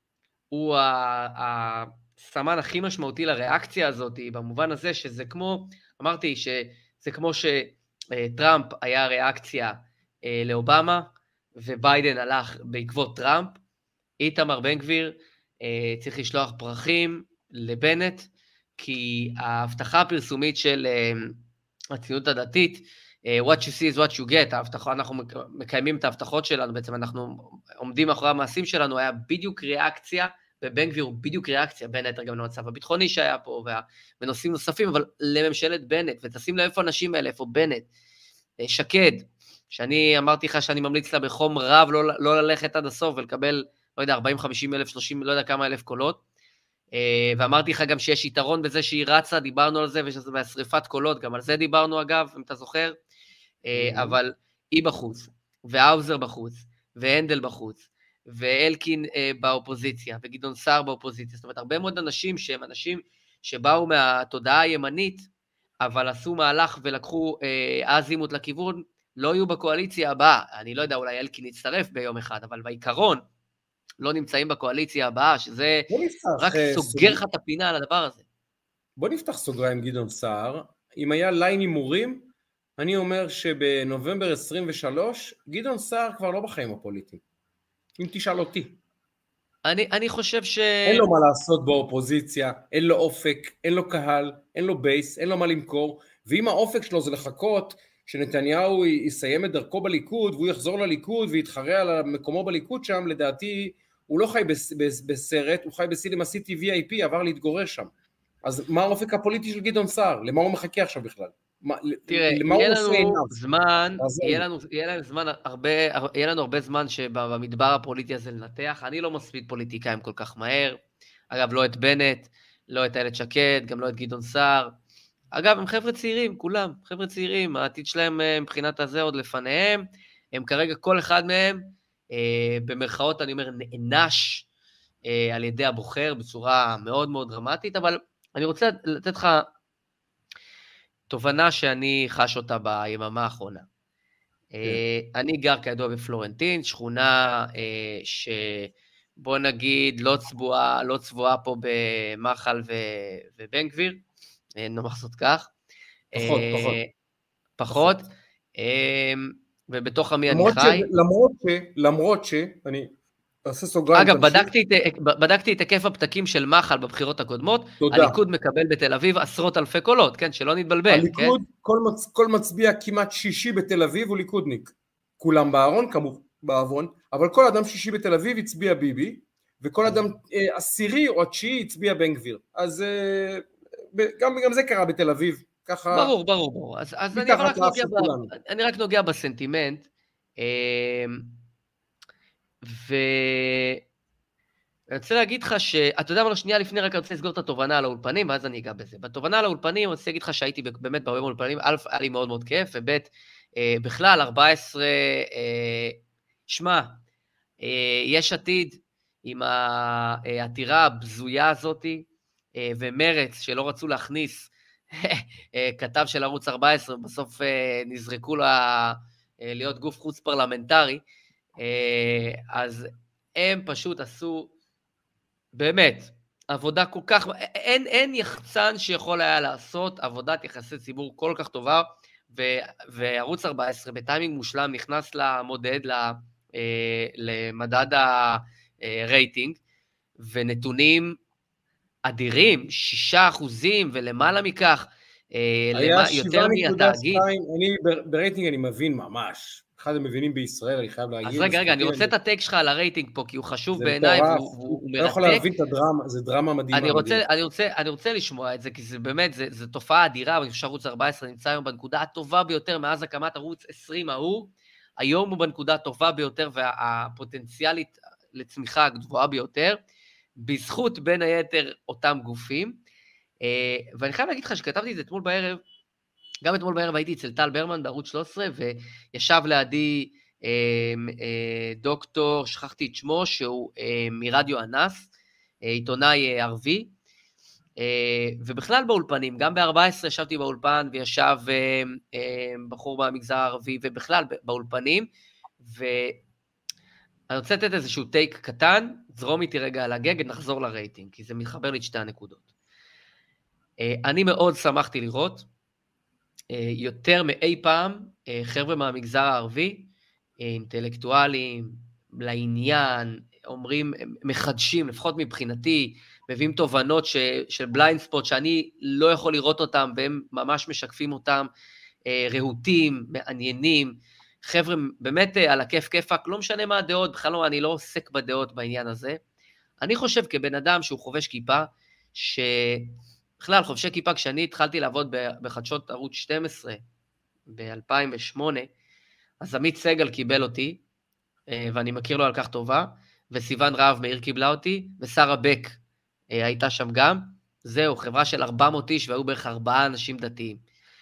הוא הסמן הכי משמעותי לריאקציה הזאת, במובן הזה שזה כמו, אמרתי שזה כמו שטראמפ היה ריאקציה לאובמה, וביידן הלך בעקבות טראמפ, איתמר בן גביר צריך לשלוח פרחים לבנט, כי ההבטחה הפרסומית של הציונות הדתית, what you see is what you get, ההבטחה, אנחנו מקיימים את ההבטחות שלנו, בעצם אנחנו עומדים מאחורי המעשים שלנו, היה בדיוק ריאקציה, ובן גביר הוא בדיוק ריאקציה, בין היתר גם למצב הביטחוני שהיה פה, ונושאים נוספים, אבל לממשלת בנט, ותשים לב איפה אנשים האלה, איפה בנט, שקד, שאני אמרתי לך שאני ממליץ לה בחום רב, לא, לא ללכת עד הסוף, ולקבל, לא יודע, ארבעים, חמישים אלף, שלושים, לא יודע כמה אלף קולות, ואמרתי לך גם שיש יתרון בזה שהיא רצה, דיברנו על זה, ושזה מהשריפת קולות, גם על זה דיברנו אגב, אם אתה זוכר, אבל היא בחוץ, והאוזר בחוץ, והנדל בחוץ, ואלקין באופוזיציה, וגדעון סער באופוזיציה, זאת אומרת, הרבה מאוד אנשים שהם אנשים שבאו מהתודעה הימנית, אבל עשו מהלך ולקחו אזימות לכיוון, לא יהיו בקואליציה הבאה, אני לא יודע, אולי אלקין יצטרף ביום אחד, אבל בעיקרון, לא נמצאים בקואליציה הבאה, שזה רק סוגר לך את הפינה על הדבר הזה. בוא נפתח סוגריים גדעון סער, אם היה ליין הימורים, אני אומר שבנובמבר עשרים ושלוש, גדעון סער כבר לא בחיים הפוליטיים, אם תשאל אותי. אני, אני חושב ש... אין לו מה לעשות באופוזיציה, אין לו אופק, אין לו קהל, אין לו בייס, אין לו מה למכור, ואם האופק שלו זה לחכות, שנתניהו יסיים את דרכו בליכוד, והוא יחזור לליכוד ויתחרה על מקומו בליכוד שם, לדעתי הוא לא חי בסרט, הוא חי בסינמה סיטי וי איי פי, עבר להתגורר שם. אז מה האופק הפוליטי של גדעון סער? למה הוא מחכה עכשיו בכלל? תראה, יהיה לנו זמן, יהיה לנו, יהיה לנו זמן הרבה, יהיה לנו הרבה זמן שבמדבר הפוליטי הזה לנתח. אני לא מספיק פוליטיקאים כל כך מהר. אגב, לא את בנט, לא את איילת שקד, גם לא את גדעון סער. אגב, הם חבר'ה צעירים, כולם, חבר'ה צעירים, העתיד שלהם מבחינת הזה עוד לפניהם, הם כרגע כל אחד מהם, אה, במרכאות אני אומר, נענש אה, על ידי הבוחר בצורה מאוד מאוד דרמטית, אבל אני רוצה לתת לך תובנה שאני חש אותה ביממה האחרונה. Yeah. אה, אני גר כידוע בפלורנטין, שכונה אה, שבוא נגיד לא צבועה, לא צבועה פה במחל ו, ובן גביר, נאמר זאת כך. פחות, פחות. פחות. ובתוך עמי אני חי. למרות ש, למרות ש, אני אעשה סוגריים. אגב, בדקתי את היקף הפתקים של מחל בבחירות הקודמות, הליכוד מקבל בתל אביב עשרות אלפי קולות, כן, שלא נתבלבל. הליכוד, כל מצביע כמעט שישי בתל אביב הוא ליכודניק. כולם בארון, כמובן, בארון, אבל כל אדם שישי בתל אביב הצביע ביבי, וכל אדם עשירי או התשיעי הצביע בן גביר. אז גם, גם זה קרה בתל אביב, ככה... ברור, ברור, ברור. אז, אז אני, רק נוגע ב, אני רק נוגע בסנטימנט, ואני רוצה להגיד לך שאתה יודע מה, שנייה לפני רק אני רוצה לסגור את התובנה על האולפנים, ואז אני אגע בזה. בתובנה על האולפנים, אני רוצה להגיד לך שהייתי באמת בהרבה אולפנים, א', היה לי מאוד מאוד כיף, וב', בכלל, ארבע עשרה, שמה, יש עתיד עם העתירה הבזויה הזאת, ומרץ שלא רצו להכניס כתב של ערוץ ארבע עשרה, בסוף נזרקו לה להיות גוף חוץ פרלמנטרי, אז הם פשוט עשו באמת עבודה כל כך, אין, אין יחצן שיכול היה לעשות עבודת יחסי ציבור כל כך טובה, ו, וערוץ ארבע עשרה בטיימינג מושלם נכנס למודד, למדד הרייטינג, ונתונים אדירים, שישה אחוזים ולמעלה מכך, יותר מהתאגיד. אני ברייטינג אני מבין ממש, אחד המבינים בישראל, אני חייב להגיד. אז רגע, רגע, אני רוצה את הטקסט שלך על הרייטינג פה, כי הוא חשוב בעיניי, והוא מרתק. לא יכול להבין את הדרמה, זה דרמה מדהימה. אני רוצה לשמוע את זה, כי זה באמת, זו תופעה אדירה, ואני חושב שערוץ ארבע עשרה נמצא היום בנקודה הטובה ביותר, מאז הקמת ערוץ עשרים ההוא, היום הוא בנקודה הטובה ביותר, והפוטנציאלית לצמיחה הגבוהה ביותר, בזכות בין היתר אותם גופים, ואני חייב להגיד לך שכתבתי את זה אתמול בערב, גם אתמול בערב הייתי אצל טל ברמן בערוץ שלוש עשרה, וישב לידי דוקטור, שכחתי את שמו, שהוא מרדיו אנס, עיתונאי ערבי, ובכלל באולפנים, גם ב-ארבע עשרה ישבתי באולפן, וישב בחור במגזר הערבי, ובכלל באולפנים, אני רוצה לתת איזשהו טייק קטן, זרום איתי רגע על הגג, נחזור לרייטינג, כי זה מתחבר לי את שתי הנקודות. אני מאוד שמחתי לראות, יותר מאי פעם, חבר'ה מהמגזר הערבי, אינטלקטואלים, לעניין, אומרים, מחדשים, לפחות מבחינתי, מביאים תובנות ש, של בליינד ספוט, שאני לא יכול לראות אותם, והם ממש משקפים אותם, רהוטים, מעניינים, חבר'ה באמת על הכיף כיפק, לא משנה מה הדעות, בכלל לא, אני לא עוסק בדעות בעניין הזה. אני חושב כבן אדם שהוא חובש כיפה, שבכלל חובשי כיפה, כשאני התחלתי לעבוד בחדשות ערוץ שתים עשרה, ב-אלפיים ושמונה, אז עמית סגל קיבל אותי, ואני מכיר לו על כך טובה, וסיוון רהב מאיר קיבלה אותי, ושרה בק הייתה שם גם, זהו, חברה של ארבע מאות איש, והיו בערך ארבעה אנשים דתיים.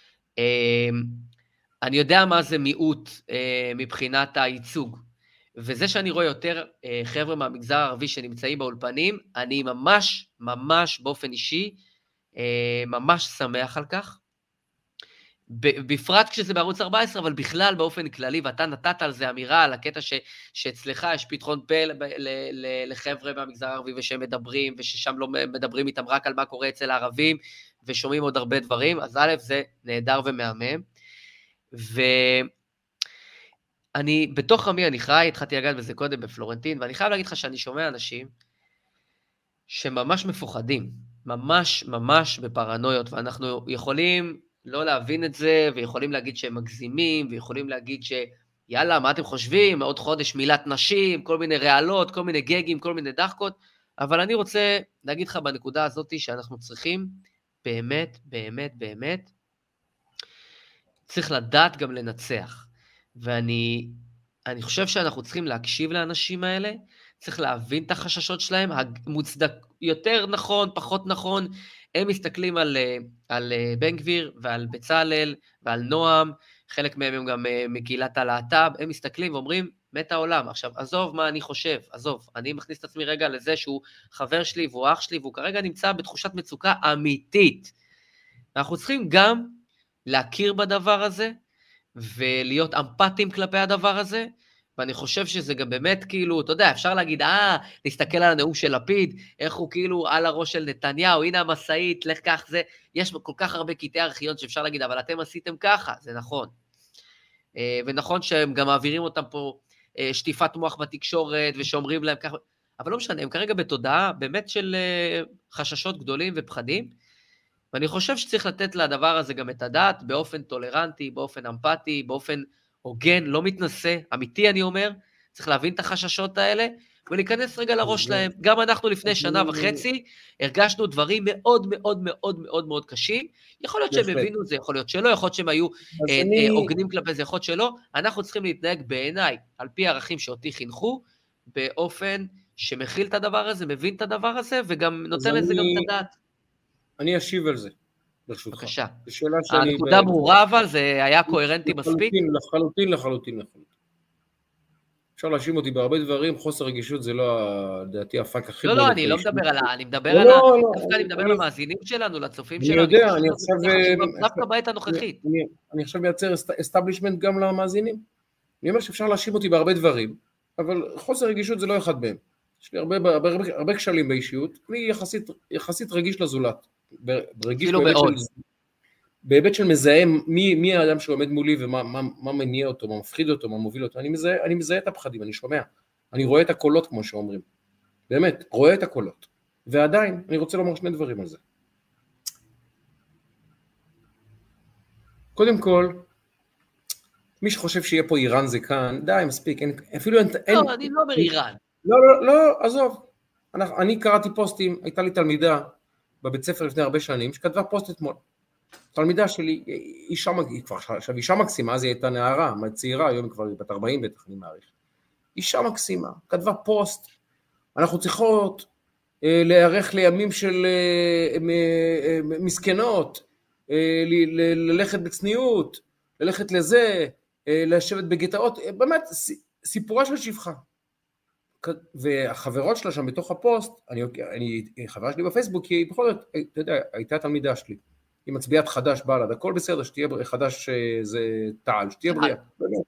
אני יודע מה זה מיעוט מבחינת הייצוג, וזה שאני רואה יותר חבר'ה מהמגזר הערבי שנמצאים באולפנים, אני ממש, ממש באופן אישי, ממש שמח על כך, בפרט כשזה בערוץ ארבע עשרה, אבל בכלל באופן כללי, ואתה נתת על זה אמירה, על הקטע ש, שאצלך יש פתחון פה לחבר'ה מהמגזר הערבי, ושהם מדברים, וששם לא מדברים איתם רק על מה קורה אצל הערבים, ושומעים עוד הרבה דברים, אז א', זה נהדר ומהמם, ואני, בתוך עמי אני חי, התחלתי לגעת בזה קודם בפלורנטין, ואני חייב להגיד לך שאני שומע אנשים, שממש מפוחדים, ממש ממש בפרנויות, ואנחנו יכולים לא להבין את זה, ויכולים להגיד שהם מגזימים, ויכולים להגיד שיאללה, מה אתם חושבים? עוד חודש מילת נשים, כל מיני רעלות, כל מיני גגים, כל מיני דחקות, אבל אני רוצה להגיד לך בנקודה הזאת, שאנחנו צריכים באמת, באמת, באמת, צריך לדעת גם לנצח, ואני אני חושב שאנחנו צריכים להקשיב לאנשים האלה, צריך להבין את החששות שלהם, המוצדק, יותר נכון, פחות נכון, הם מסתכלים על, על בן גביר ועל בצלאל ועל נועם, חלק מהם הם גם מקהילת הלהט"ב, הם מסתכלים ואומרים, מת העולם. עכשיו, עזוב מה אני חושב, עזוב, אני מכניס את עצמי רגע לזה שהוא חבר שלי והוא אח שלי, והוא כרגע נמצא בתחושת מצוקה אמיתית. אנחנו צריכים גם להכיר בדבר הזה, ולהיות אמפתיים כלפי הדבר הזה, ואני חושב שזה גם באמת כאילו, אתה יודע, אפשר להגיד, אה, להסתכל על הנאום של לפיד, איך הוא כאילו על הראש של נתניהו, הנה המסעית, לך כך זה, יש כל כך הרבה קטעי ארכיון שאפשר להגיד, אבל אתם עשיתם ככה, זה נכון. ונכון שהם גם מעבירים אותם פה שטיפת מוח בתקשורת, ושאומרים להם ככה, אבל לא משנה, הם כרגע בתודעה באמת של חששות גדולים ופחדים, ואני חושב שצריך לתת לדבר הזה גם את הדעת, באופן טולרנטי, באופן אמפתי, באופן הוגן, לא מתנשא, אמיתי אני אומר, צריך להבין את החששות האלה, ולהיכנס רגע לראש שלהם. גם אנחנו לפני שנה וחצי, הרגשנו דברים מאוד מאוד מאוד מאוד מאוד קשים, יכול להיות שהם הבינו את זה, יכול להיות שלא, יכול להיות שהם היו הוגנים כלפי זה, יכול להיות שלא, אנחנו צריכים להתנהג בעיניי, על פי הערכים שאותי חינכו, באופן שמכיל את הדבר הזה, מבין את הדבר הזה, וגם נותן לזה גם את הדעת. אני אשיב על זה, ברשותך. בבקשה. הנקודה ברורה, אבל זה היה קוהרנטי מספיק? לחלוטין, לחלוטין, לחלוטין. אפשר להאשים אותי בהרבה דברים, חוסר רגישות זה לא, לדעתי, הפאק הכי... לא, לא, אני לא מדבר על ה... אני מדבר על ה... דווקא אני מדבר על המאזינים שלנו, לצופים שלנו. אני יודע, אני עכשיו... דווקא בעת הנוכחית. אני עכשיו מייצר אסטאבלישמנט גם למאזינים. אני אומר שאפשר להאשים אותי בהרבה דברים, אבל חוסר רגישות זה לא אחד מהם. יש לי הרבה כשלים באישיות, אני יחסית רגיש לזולת. אפילו מאוד. בהיבט של מזהה מי, מי האדם שעומד מולי ומה מה, מה מניע אותו, מה מפחיד אותו, מה מוביל אותו. אני מזהה, אני מזהה את הפחדים, אני שומע. אני רואה את הקולות כמו שאומרים. באמת, רואה את הקולות. ועדיין, אני רוצה לומר שני דברים על זה. קודם כל, מי שחושב שיהיה פה איראן זה כאן, די, מספיק. אין, אפילו אין... לא, אין, אני לא אומר איראן. לא, לא, לא, עזוב. אני, אני קראתי פוסטים, הייתה לי תלמידה בבית ספר לפני הרבה שנים, שכתבה פוסט אתמול. תלמידה שלי, אישה, עכשיו אישה מקסימה, אז היא הייתה נערה, צעירה, היום היא כבר בת ארבעים בטח, אני מעריך. אישה מקסימה, כתבה פוסט, אנחנו צריכות אה, להיערך לימים של אה, אה, מסכנות, אה, ל, ל, ללכת בצניעות, ללכת לזה, אה, לשבת בגטאות, אה, באמת, סיפורה של שפחה. והחברות שלה שם בתוך הפוסט, אני, אני חברה שלי בפייסבוק, היא בכל זאת, אתה יודע, הייתה תלמידה שלי. היא מצביעת חדש בל"ד, הכל בסדר, שתהיה חדש זה טעל, שתהיה בריאה, באמת.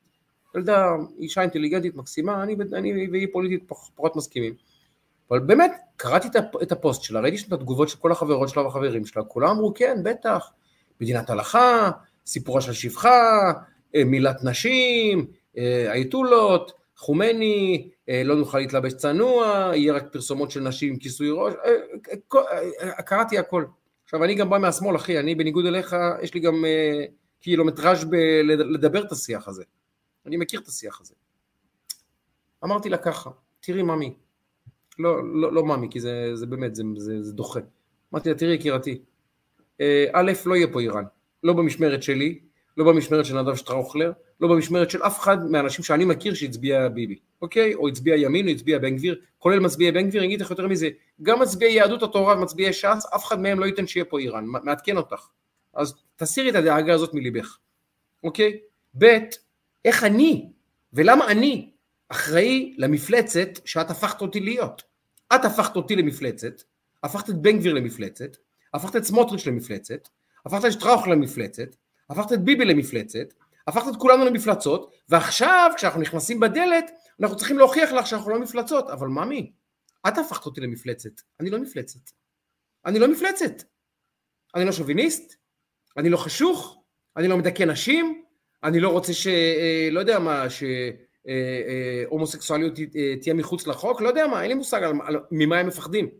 ילדה, אישה אינטליגנטית מקסימה, אני, אני והיא פוליטית פח, פחות מסכימים. אבל באמת, קראתי את הפוסט שלה, ראיתי את התגובות של כל החברות שלה והחברים שלה, כולם אמרו, כן, בטח, מדינת הלכה, סיפורה של שפחה, מילת נשים, אייתולות, חומני, לא נוכל להתלבש צנוע, יהיה רק פרסומות של נשים עם כיסוי ראש, קראתי הכל. עכשיו, אני גם בא מהשמאל, אחי, אני בניגוד אליך, יש לי גם קילומטראז' לדבר את השיח הזה. אני מכיר את השיח הזה. אמרתי לה ככה, תראי ממי, לא, לא, לא ממי, כי זה, זה באמת, זה, זה, זה דוחה. אמרתי לה, תראי יקירתי, א', לא יהיה פה איראן, לא במשמרת שלי, לא במשמרת של נדב שטראוכלר, לא במשמרת של אף אחד מהאנשים שאני מכיר שהצביע ביבי, אוקיי? או הצביע ימין, או הצביע בן גביר, כולל מצביעי בן גביר, אני אגיד לך יותר מזה, גם מצביעי יהדות התורה ומצביעי ש"ס, אף אחד מהם לא ייתן שיהיה פה איראן, מעדכן אותך. אז תסירי את הדאגה הזאת מליבך, אוקיי? ב', איך אני, ולמה אני, אחראי למפלצת שאת הפכת אותי להיות. את הפכת אותי למפלצת, הפכת את בן גביר למפלצת, הפכת את סמוטריץ' למפלצת, הפכת את שטראוכלר למפלצת, הפכת את ביבי למפלצת, הפכת את כולנו למפלצות, ועכשיו כשאנחנו נכנסים בדלת, אנחנו צריכים להוכיח לך שאנחנו לא מפלצות, אבל ממי, את הפכת אותי למפלצת, אני לא מפלצת, אני לא מפלצת, אני לא שוביניסט, אני לא חשוך, אני לא מדכא נשים, אני לא רוצה ש... לא יודע מה, שהומוסקסואליות תהיה מחוץ לחוק, לא יודע מה, אין לי מושג על, על, ממה הם מפחדים.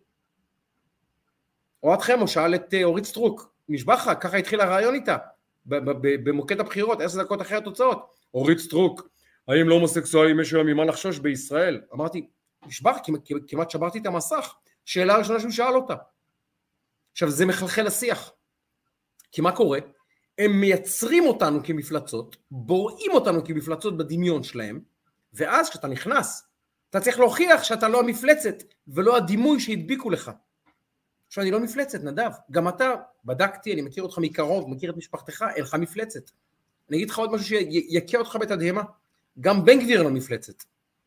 אוהד חמו שאל את אורית סטרוק, נשבע לך, ככה התחיל הרעיון איתה, במוקד הבחירות, עשר דקות אחרי התוצאות, אורית סטרוק, האם לא הומוסקסואלים יש להם ממה לחשוש בישראל? אמרתי, נשבע, כמעט, כמעט שברתי את המסך, שאלה הראשונה שהוא שאל אותה. עכשיו זה מחלחל לשיח, כי מה קורה? הם מייצרים אותנו כמפלצות, בוראים אותנו כמפלצות בדמיון שלהם, ואז כשאתה נכנס, אתה צריך להוכיח שאתה לא המפלצת, ולא הדימוי שהדביקו לך. עכשיו אני לא מפלצת, נדב, גם אתה, בדקתי, אני מכיר אותך מקרוב, מכיר את משפחתך, אין לך מפלצת. אני אגיד לך עוד משהו שיקה אותך בתדהמה, גם בן גביר לא מפלצת.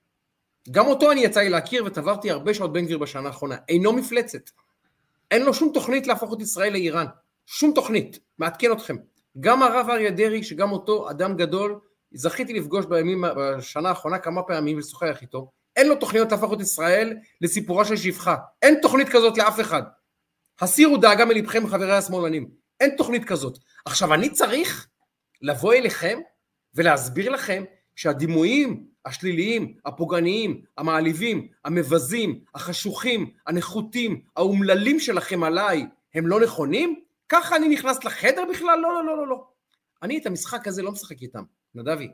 גם אותו אני יצא לי להכיר, ותברתי הרבה שעות בן גביר בשנה האחרונה, אינו מפלצת. אין לו שום תוכנית להפוך את ישראל לאיראן, שום תוכנית, מעדכן אתכם. גם הרב אריה דרעי, שגם אותו אדם גדול, זכיתי לפגוש בימים, בשנה האחרונה כמה פעמים ולשוחח איתו, אין לו תוכניות להפוך את ישראל לסיפורה של שפחה, אין תוכנית כזאת לאף אחד. הסירו דאגה מלבכם חברי השמאלנים, אין תוכנית כזאת. עכשיו אני צריך לבוא אליכם ולהסביר לכם שהדימויים השליליים, הפוגעניים, המעליבים, המבזים, החשוכים, הנחותים, האומללים שלכם עליי, הם לא נכונים? ככה אני נכנס לחדר בכלל? לא, לא, לא, לא, לא. אני את המשחק הזה לא משחק איתם, נדבי.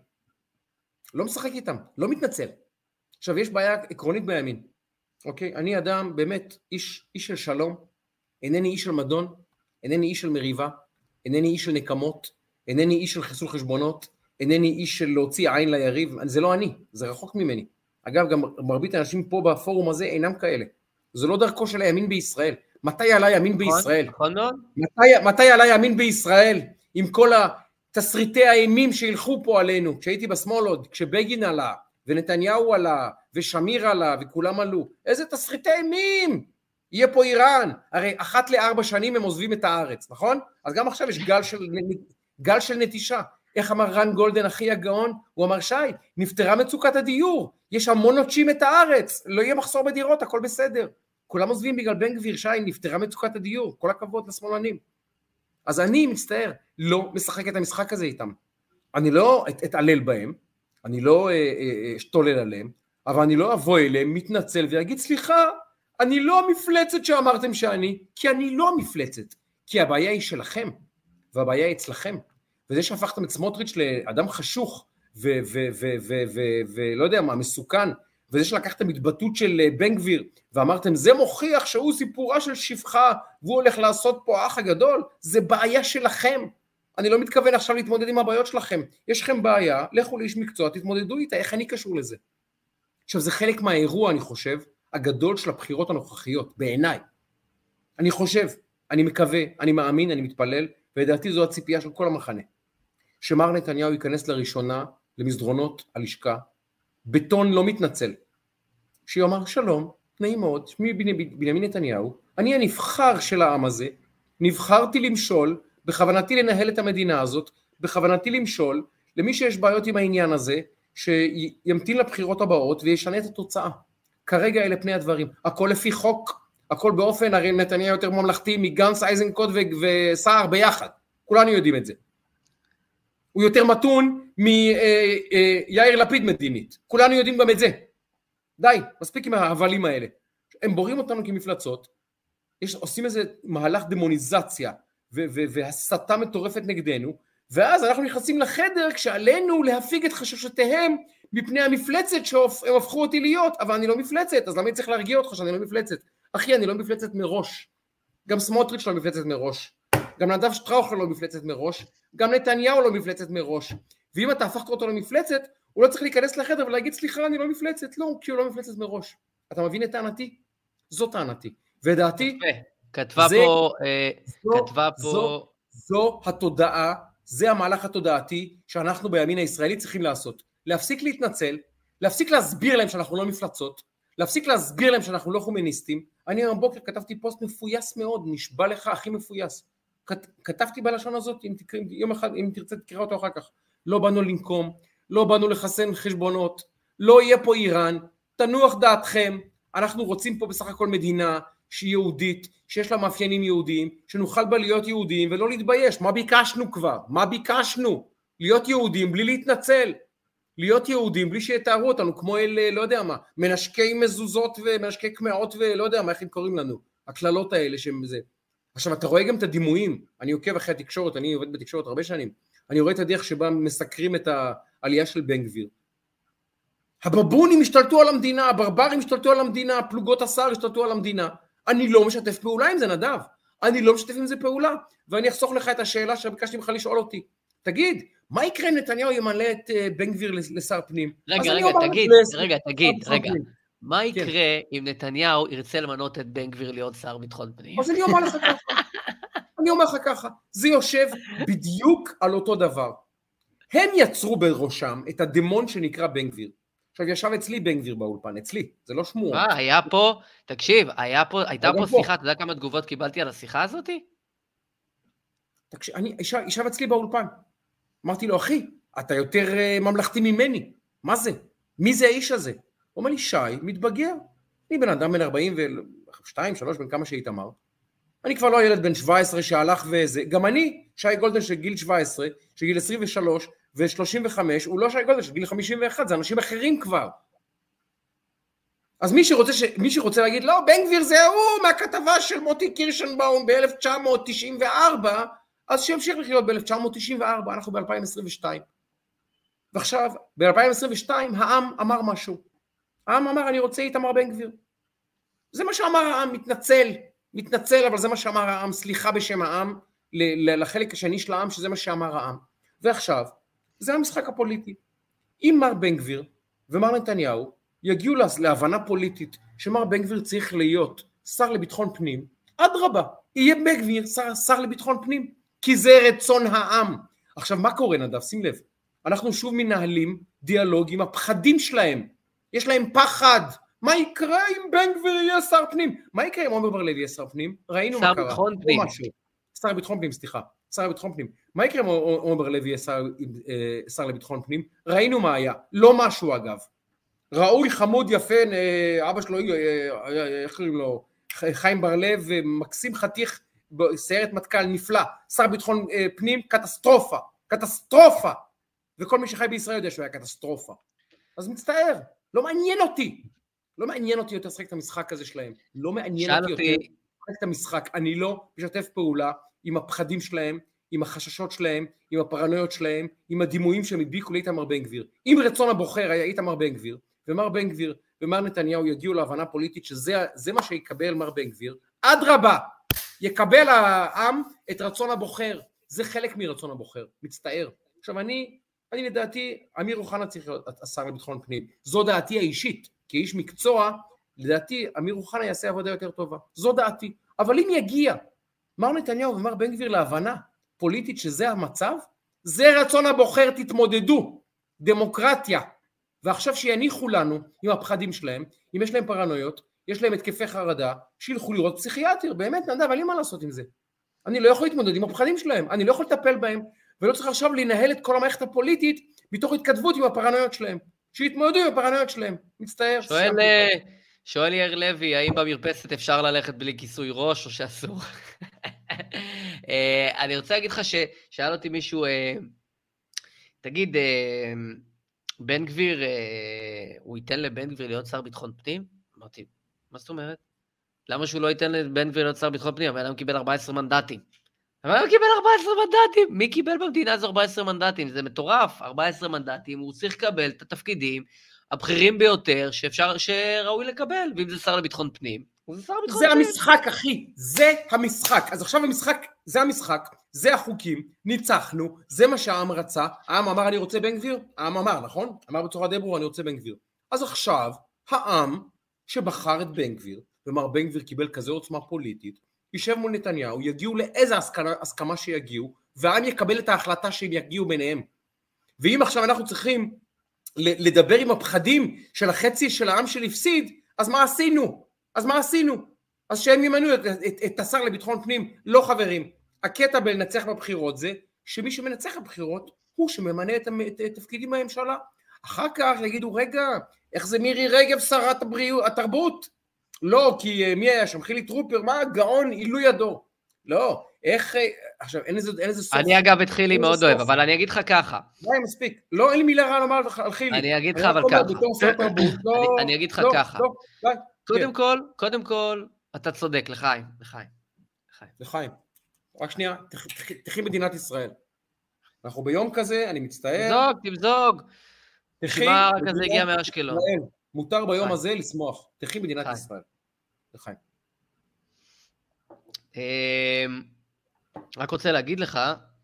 לא משחק איתם, לא מתנצל. עכשיו, יש בעיה עקרונית בימין. אוקיי? אני אדם, באמת, איש, איש של שלום, אינני איש של מדון, אינני איש של מריבה, אינני איש של נקמות, אינני איש של חיסול חשבונות, אינני איש של להוציא עין ליריב, זה לא אני, זה רחוק ממני. אגב, גם מרבית האנשים פה בפורום הזה אינם כאלה. זה לא דרכו של הימין בישראל. מתי עלה ימין בישראל? מתי, מתי עלה ימין בישראל עם כל התסריטי האימים שהלכו פה עלינו, כשהייתי בשמאל עוד, כשבגין עלה, ונתניהו עלה, ושמיר עלה, וכולם עלו. איזה תסריטי אימים? יהיה פה איראן. הרי אחת לארבע שנים הם עוזבים את הארץ, נכון? אז גם עכשיו יש גל של, גל של נטישה. איך אמר רן גולדן, הכי הגאון? הוא אמר, שי, נפתרה מצוקת הדיור, יש המון נוטשים את הארץ, לא יהיה מחסור בדירות, הכל בסדר. כולם עוזבים בגלל בן גביר, שי, נפתרה מצוקת הדיור, כל הכבוד לשמאלנים. אז אני מצטער, לא משחק את המשחק הזה איתם. אני לא אתעלל בהם, אני לא אשתולל עליהם, אבל אני לא אבוא אליהם, מתנצל ויגיד, סליחה, אני לא המפלצת שאמרתם שאני, כי אני לא המפלצת, כי הבעיה היא שלכם, והבעיה היא אצלכם. וזה שהפכתם את סמוטריץ' לאדם חשוך, ולא יודע מה, מסוכן, וזה שלקחתם התבטאות של בן גביר, ואמרתם, זה מוכיח שהוא סיפורה של שפחה, והוא הולך לעשות פה האח הגדול, זה בעיה שלכם. אני לא מתכוון עכשיו להתמודד עם הבעיות שלכם. יש לכם בעיה, לכו לאיש מקצוע, תתמודדו איתה, איך אני קשור לזה? עכשיו, זה חלק מהאירוע, אני חושב, הגדול של הבחירות הנוכחיות, בעיניי. אני חושב, אני מקווה, אני מאמין, אני מתפלל, ולדעתי זו הציפייה של כל המחנה. שמר נתניהו ייכנס לראשונה למסדרונות הלשכה, בטון לא מתנצל, שיאמר שלום, נעים מאוד, שמי בנימין נתניהו, אני הנבחר של העם הזה, נבחרתי למשול, בכוונתי לנהל את המדינה הזאת, בכוונתי למשול, למי שיש בעיות עם העניין הזה, שימתין לבחירות הבאות וישנה את התוצאה. כרגע אלה פני הדברים. הכל לפי חוק, הכל באופן, הרי נתניהו יותר ממלכתי מגנץ, איזנקוט וסער ביחד. כולנו יודעים את זה. הוא יותר מתון מיאיר לפיד מדינית. כולנו יודעים גם את זה. די, מספיק עם ההבלים האלה. הם בורים אותנו כמפלצות, יש, עושים איזה מהלך דמוניזציה והסתה מטורפת נגדנו, ואז אנחנו נכנסים לחדר כשעלינו להפיג את חששותיהם מפני המפלצת שהם הפכו אותי להיות, אבל אני לא מפלצת, אז למה אני צריך להרגיע אותך שאני לא מפלצת? אחי, אני לא מפלצת מראש. גם סמוטריץ' לא מפלצת מראש. גם נדב שטראוכר לא מפלצת מראש. גם נתניהו לא מפלצת מראש. ואם אתה הפכת אותו למפלצת, הוא לא צריך להיכנס לחדר ולהגיד, סליחה, אני לא מפלצת. לא, כי הוא לא מפלצת מראש. אתה מבין את טענתי? זו טענתי. ודעתי... כתבה זה, פה... זו, כתבה פה... זו, זו התודעה, זה המהלך התודעתי שאנחנו בימין הישראלי צריכים לעשות. להפסיק להתנצל, להפסיק להסביר להם שאנחנו לא מפלצות, להפסיק להסביר להם שאנחנו לא חומניסטים. אני היום בוקר כתבתי פוסט מפויס מאוד, נשבע לך הכי מפויס. כת, כתבתי בלשון הזאת, אם, תקרא, יום אחד, אם תרצה תקרא אותו אחר כך. לא באנו לנקום, לא באנו לחסן חשבונות, לא יהיה פה איראן, תנוח דעתכם, אנחנו רוצים פה בסך הכל מדינה שהיא יהודית, שיש לה מאפיינים יהודיים, שנוכל בה להיות יהודים ולא להתבייש. מה ביקשנו כבר? מה ביקשנו? להיות יהודים בלי להתנצל. להיות יהודים בלי שיתארו אותנו, כמו אלה, לא יודע מה, מנשקי מזוזות ומנשקי קמעות ולא יודע מה, איך הם קוראים לנו, הכללות האלה שהם זה. עכשיו, אתה רואה גם את הדימויים, אני עוקב אחרי התקשורת, אני עובד בתקשורת הרבה שנים, אני רואה את הדרך שבה מסקרים את העלייה של בן גביר. הבבונים השתלטו על המדינה, הברברים השתלטו על המדינה, פלוגות השר השתלטו על המדינה. אני לא משתף פעולה עם זה, נדב. אני לא משתף עם זה פעולה, ואני אחסוך לך את השאלה שביקשתי ממך לשאול אותי. תגיד, מה יקרה אם נתניהו ימלא את בן גביר לשר פנים? רגע, רגע, תגיד, רגע, תגיד, רגע. מה יקרה אם נתניהו ירצה למנות את בן גביר להיות שר ביטחון פנים? אז אני אומר לך ככה. אני אומר לך ככה. זה יושב בדיוק על אותו דבר. הם יצרו בראשם את הדמון שנקרא בן גביר. עכשיו ישב אצלי בן גביר באולפן, אצלי, זה לא שמוע. אה, היה פה, תקשיב, היה פה, הייתה פה שיחה, אתה יודע כמה תגובות קיבלתי על השיחה הזאת? תקשיב, אני, ישב אצלי באולפן. אמרתי לו, אחי, אתה יותר ממלכתי ממני. מה זה? מי זה האיש הזה? הוא אומר לי, שי, מתבגר. אני בן אדם בן ארבעים ושתיים, שלוש, בן כמה שהיית אמר. אני כבר לא ילד בן שבע עשרה שהלך וזה. גם אני, שי גולדן של גיל שבע עשרה, של גיל עשרים ושלוש ו-שלושים וחמש, הוא לא שי גולדן של גיל חמישים ואחת, זה אנשים אחרים כבר. אז מי שרוצה, ש... מי שרוצה להגיד, לא, בן גביר זה הוא מהכתבה של מוטי קירשנבאום ב-אלף תשע מאות תשעים וארבע, אז שימשיך לחיות ב-אלף תשע מאות תשעים וארבע, אנחנו ב-אלפיים עשרים ושתיים. ועכשיו, ב-אלפיים עשרים ושתיים העם אמר משהו. העם אמר, אני רוצה איתמר בן גביר. זה מה שאמר העם, מתנצל, מתנצל, אבל זה מה שאמר העם, סליחה בשם העם, לחלק השני של העם, שזה מה שאמר העם. ועכשיו, זה המשחק הפוליטי. אם מר בן גביר ומר נתניהו יגיעו להבנה פוליטית שמר בן גביר צריך להיות שר לביטחון פנים, אדרבה, יהיה בן גביר שר, שר לביטחון פנים, כי זה רצון העם. עכשיו, מה קורה נדב? שים לב, אנחנו שוב מנהלים דיאלוג עם הפחדים שלהם. יש להם פחד. מה יקרה אם בן גביר יהיה שר פנים? מה יקרה אם עמר בר לב יהיה שר פנים? ראינו מה קרה. שר ביטחון פנים. שר ביטחון פנים, סליחה. שר לביטחון פנים. מה יקרה אם עמר בר לב יהיה שר, שר לביטחון פנים? ראינו מה היה. לא משהו אגב. ראוי, חמוד, יפה, אבא שלו, איך קוראים לו? חיים בר לב, מקסים חתיך, סיירת מטכ"ל נפלא. שר ביטחון פנים, קטסטרופה. קטסטרופה. וכל מי שחי בישראל יודע שהוא היה קטסטרופה. אז מצטער. לא מעניין אותי. לא מעניין אותי יותר לשחק את המשחק הזה שלהם. לא מעניין אותי יותר לשחק את המשחק. אני לא משתף פעולה עם הפחדים שלהם, עם החששות שלהם, עם הפרנויות שלהם, עם הדימויים שהם הדביקו לאיתמר בן גביר. אם רצון הבוחר היה איתמר בן גביר, ומר בן גביר ומר נתניהו יגיעו להבנה פוליטית שזה זה מה שיקבל מר בן גביר, אדרבה, יקבל העם את רצון הבוחר. זה חלק מרצון הבוחר. מצטער. עכשיו אני, אני לדעתי, אמיר אוחנה צריך להיות השר לביטחון פנים. זו דעתי האישית. כאיש מקצוע, לדעתי, אמיר אוחנה יעשה עבודה יותר טובה. זו דעתי. אבל אם יגיע מר נתניהו ומר בן גביר להבנה פוליטית שזה המצב, זה רצון הבוחר, תתמודדו. דמוקרטיה. ועכשיו שיניחו לנו עם הפחדים שלהם, אם יש להם פרנויות, יש להם התקפי חרדה, שילכו לראות פסיכיאטר. באמת, נדב, אבל אין מה לעשות עם זה. אני לא יכול להתמודד עם הפחדים שלהם. אני לא יכול לטפל בהם, ולא צריך עכשיו לנהל את כל המערכת הפוליטית מתוך התכתבות עם הפרנויות שלהם, שיתמודדו עם הפרנויות שלהם, מצטער. שואל, שואל יאיר לוי, האם במרפסת אפשר ללכת בלי כיסוי ראש או שאסור? אני רוצה להגיד לך ששאל אותי מישהו, תגיד, בן גביר, הוא ייתן לבן גביר להיות שר ביטחון פנים? אמרתי, מה זאת אומרת? למה שהוא לא ייתן לבן גביר להיות שר ביטחון פנים? אבל הוא קיבל ארבעה עשר מנדטים. אבל הוא קיבל ארבעה עשר מנדטים. מי קיבל במדינה הזו ארבעה עשר מנדטים? זה מטורף, ארבעה עשר מנדטים. הוא צריך לקבל את התפקידים הבכירים ביותר שאפשר, שראוי לקבל. ואם זה שר לביטחון פנים, זה שר לביטחון זה פנים. המשחק, אחי. זה המשחק. אז עכשיו המשחק, זה המשחק, זה החוקים, ניצחנו, זה מה שהעם רצה. העם אמר, אני רוצה בן גביר? העם אמר, נכון? אמר בצורה די ברורה, אני רוצה בן גביר. אז עכשיו, העם שבחר את בן גביר, ומר בן גביר קיבל כזה עוצמה פוליטית, יישב מול נתניהו, יגיעו לאיזה הסכמה, הסכמה שיגיעו, והעם יקבל את ההחלטה שהם יגיעו ביניהם. ואם עכשיו אנחנו צריכים לדבר עם הפחדים של החצי של העם שלהפסיד, אז מה עשינו? אז מה עשינו? אז שהם ימנו את, את, את השר לביטחון פנים, לא חברים. הקטע בלנצח בבחירות זה, שמי שמנצח בבחירות, הוא שממנה את, את, את תפקידים בממשלה. אחר כך יגידו, רגע, איך זה מירי רגב שרת הבריאות, התרבות? לא, כי מי היה שם? חילי טרופר, מה? גאון, עילוי ידו. לא, איך, עכשיו, אין איזה, אין איזה סוף. אני אגב את חילי מאוד אוהב, אבל אני אגיד לך ככה. די, מספיק. לא, אין לי מילה רע לומר על חילי. אני אגיד לך אבל ככה. אני אגיד לך ככה. קודם כל, קודם כל, אתה צודק, לחיים, לחיים. לחיים. רק שנייה, תחי מדינת ישראל. אנחנו ביום כזה, אני מצטער. תמזוג, תמזוג. תשמע, רק הזה הגיע מאשקלון. מותר ביום הזה לשמוח. תחי מדינת ישראל. לחיים. רק רוצה להגיד לך,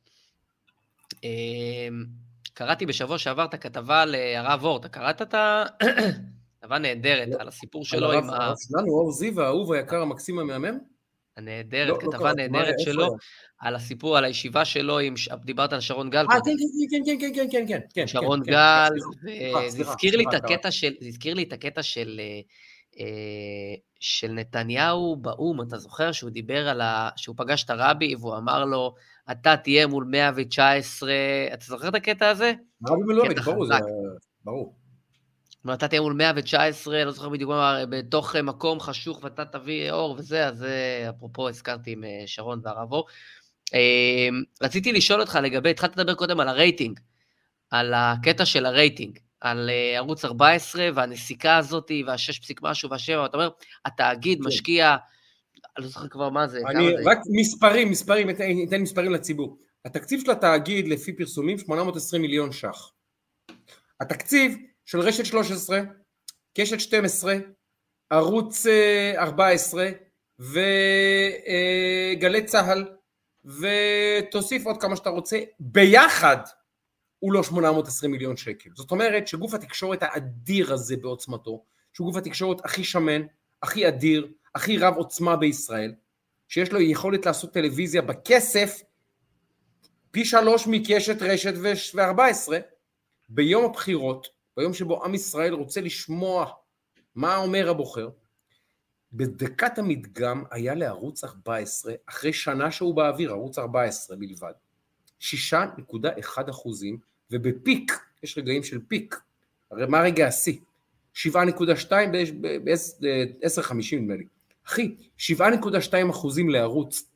קראתי בשבוע שעבר את הכתבה על הרב אור, אתה קראת את הכתבה נהדרת על הסיפור שלו עם ה... הרב שלנו, אור זיו, האהוב היקר המקסים המהמם? הנהדרת, כתבה נהדרת שלו, על הסיפור, על הישיבה שלו, דיברת על שרון גל. אה, כן, כן, כן, כן, כן, כן, כן. שרון גל, זה הזכיר לי את הקטע של, זה הזכיר לי את הקטע של... של נתניהו באום, אתה זוכר שהוא דיבר על ה... שהוא פגש את הרבי והוא אמר לו, אתה תהיה מול מאה תשע עשרה, אתה זוכר את הקטע הזה? הרבי מלובביץ', ברור, זה ברור. אתה תהיה מול מאה תשע עשרה, לא זוכר בדיוק, בתוך מקום חשוך ואתה תביא אור וזה, אז אפרופו הזכרתי עם שרון והרב אור. רציתי לשאול אותך לגבי, התחלת לדבר קודם על הרייטינג, על הקטע של הרייטינג. על ערוץ ארבע עשרה, והנסיקה הזאת, והשש פסיק משהו, והשבע, ואתה אומר, התאגיד משקיע, אני לא זוכר כבר מה זה. אני, רק מספרים, מספרים, ניתן מספרים לציבור. התקציב של התאגיד, לפי פרסומים, שמונה מאות ועשרים מיליון ש"ח. התקציב של רשת שלוש עשרה, קשת שתים עשרה, ערוץ ארבע עשרה, וגלי צהל, ותוסיף עוד כמה שאתה רוצה, ביחד, הוא לא שמונה מאות ועשרים מיליון שקל. זאת אומרת שגוף התקשורת האדיר הזה בעוצמתו, שהוא גוף התקשורת הכי שמן, הכי אדיר, הכי רב עוצמה בישראל, שיש לו יכולת לעשות טלוויזיה בכסף, פי שלוש מקשת רשת ו-ארבע עשרה, ביום הבחירות, ביום שבו עם ישראל רוצה לשמוע מה אומר הבוחר, בדקת המדגם היה לערוץ ארבע עשרה, אחרי שנה שהוא באוויר, ערוץ ארבע עשרה בלבד, שש נקודה אחת אחוזים, ובפיק, יש רגעים של פיק, הרי מה רגע השיא? שבע נקודה שתיים ב-עשר חמישים נדמה לי. אחי, שבע נקודה שתיים אחוזים לערוץ,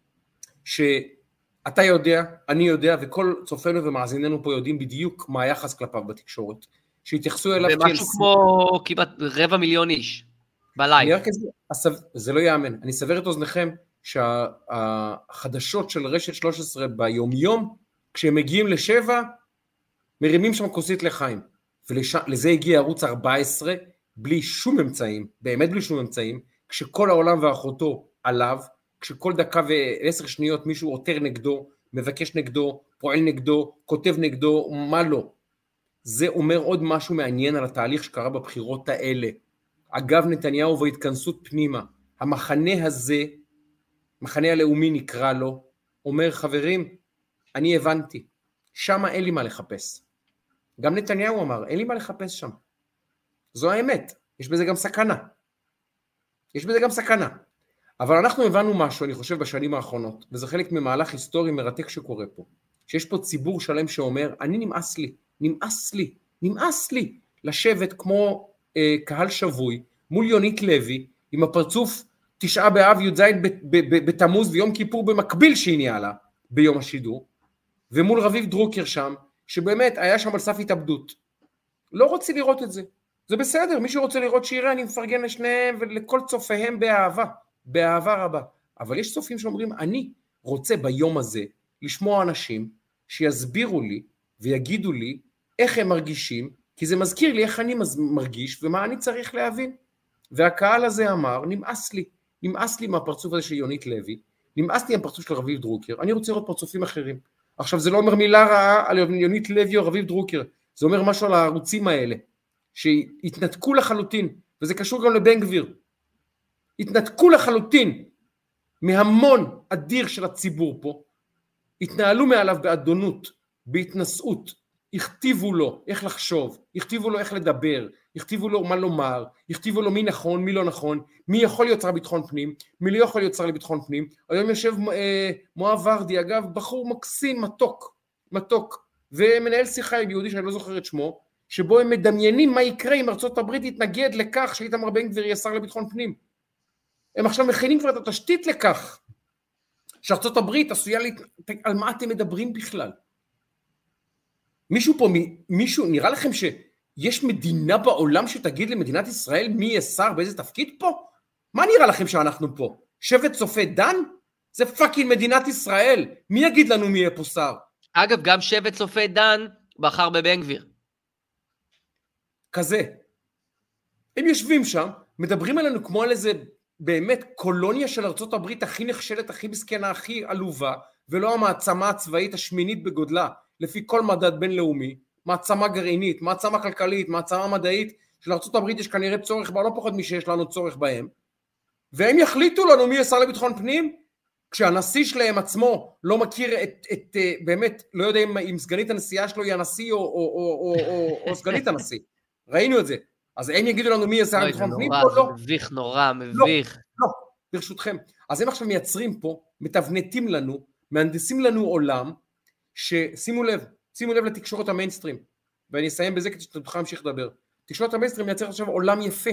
שאתה יודע, אני יודע, וכל צופנו ומאזיננו פה יודעים בדיוק מה היחס כלפיו בתקשורת, שהתייחסו אליו... זה משהו כמו כמעט רבע מיליון איש, בלייב. זה לא יאמן, אני סבר את אוזניכם, שהחדשות של רשת שלוש עשרה ביום יום, כשהם מגיעים לשבע, מרימים שם כוסית לחיים, ולזה הגיע ערוץ ארבע עשרה, בלי שום אמצעים, באמת בלי שום אמצעים, כשכל העולם ואחותו עליו, כשכל דקה ועשר שניות מישהו עותר נגדו, מבקש נגדו, פועל נגדו, כותב נגדו, מה לא. זה אומר עוד משהו מעניין על התהליך שקרה בבחירות האלה. אגב נתניהו והתכנסות פנימה, המחנה הזה, מחנה הלאומי נקרא לו, אומר חברים, אני הבנתי, שם אין לי מה לחפש. גם נתניהו אמר, אין לי מה לחפש שם. זו האמת, יש בזה גם סכנה. יש בזה גם סכנה. אבל אנחנו הבנו משהו, אני חושב, בשנים האחרונות, וזה חלק ממהלך היסטורי מרתק שקורה פה, שיש פה ציבור שלם שאומר, אני נמאס לי, נמאס לי, נמאס לי לשבת כמו אה, קהל שבוי מול יונית לוי עם הפרצוף תשעה באב י"ז בתמוז ויום כיפור במקביל שהיא ניהלה ביום השידור, ומול רביב דרוקר שם, שבאמת היה שם על סף התאבדות. לא רוצה לראות את זה. זה בסדר, מי שרוצה לראות שירה, אני מפרגן לשניהם ולכל צופיהם באהבה, באהבה רבה. אבל יש צופים שאומרים, אני רוצה ביום הזה לשמוע אנשים שיסבירו לי ויגידו לי איך הם מרגישים, כי זה מזכיר לי איך אני מרגיש ומה אני צריך להבין. והקהל הזה אמר, נמאס לי, נמאס לי מהפרצוף הזה של יונית לוי, נמאס לי מהפרצוף של רביב דרוקר, אני רוצה לראות פרצופים אחרים. עכשיו זה לא אומר מילה רעה על יונית לוי או רביב דרוקר, זה אומר משהו על הערוצים האלה, שהתנתקו לחלוטין, וזה קשור גם לבן גביר, התנתקו לחלוטין מהמון אדיר של הציבור פה, התנהלו מעליו באדונות, בהתנשאות, הכתיבו לו איך לחשוב, הכתיבו לו איך לדבר, הכתיבו לו מה לומר, הכתיבו לו מי נכון, מי לא נכון, מי יכול להיות שר ביטחון פנים, מי לא יכול להיות שר לביטחון פנים. היום יושב אה, מואב ורדי, אגב, בחור מקסים, מתוק, מתוק, ומנהל שיחה עם יהודי שאני לא זוכר את שמו, שבו הם מדמיינים מה יקרה אם ארצות הברית יתנגד לכך שאיתמר בן גביר יהיה שר לביטחון פנים. הם עכשיו מכינים כבר את התשתית לכך, שארצות הברית עשויה, להת... על מה אתם מדברים בכלל? מישהו פה, מישהו, נראה לכם שיש מדינה בעולם שתגיד למדינת ישראל מי יהיה שר באיזה תפקיד פה? מה נראה לכם שאנחנו פה? שבט צופה דן? זה פאקינג מדינת ישראל. מי יגיד לנו מי יהיה פה שר? אגב, גם שבט צופה דן בחר בבן גביר. כזה. הם יושבים שם, מדברים עלינו כמו על איזה באמת קולוניה של ארצות הברית הכי נחשלת, הכי מסכנה, הכי עלובה, ולא המעצמה הצבאית השמינית בגודלה, לפי כל מדד בינלאומי, מעצמה גרעינית, מעצמה כלכלית, מעצמה מדעית, של ארצות הברית יש כנראה צורך בה, לא פחות משיש לנו צורך בהם, והם יחליטו לנו מי ישר לביטחון פנים, כשהנשיא שלהם עצמו לא מכיר את, את באמת, לא יודע אם, אם סגנית הנשיאה שלו היא הנשיא או, או, או, או, או, או סגנית הנשיא, ראינו את זה, אז הם יגידו לנו מי ישר לביטחון פנים, או לא? זה מביך נורא, מביך. לא, לא, ברשותכם, אז הם עכשיו מייצרים פה, מתבנתים לנו, מהנדסים לנו עולם, ששימו לב, שימו לב לתקשורת המיינסטרים, ואני אסיים בזה כדי שתוכל להמשיך לדבר. תקשורת המיינסטרים מייצר עכשיו עולם יפה,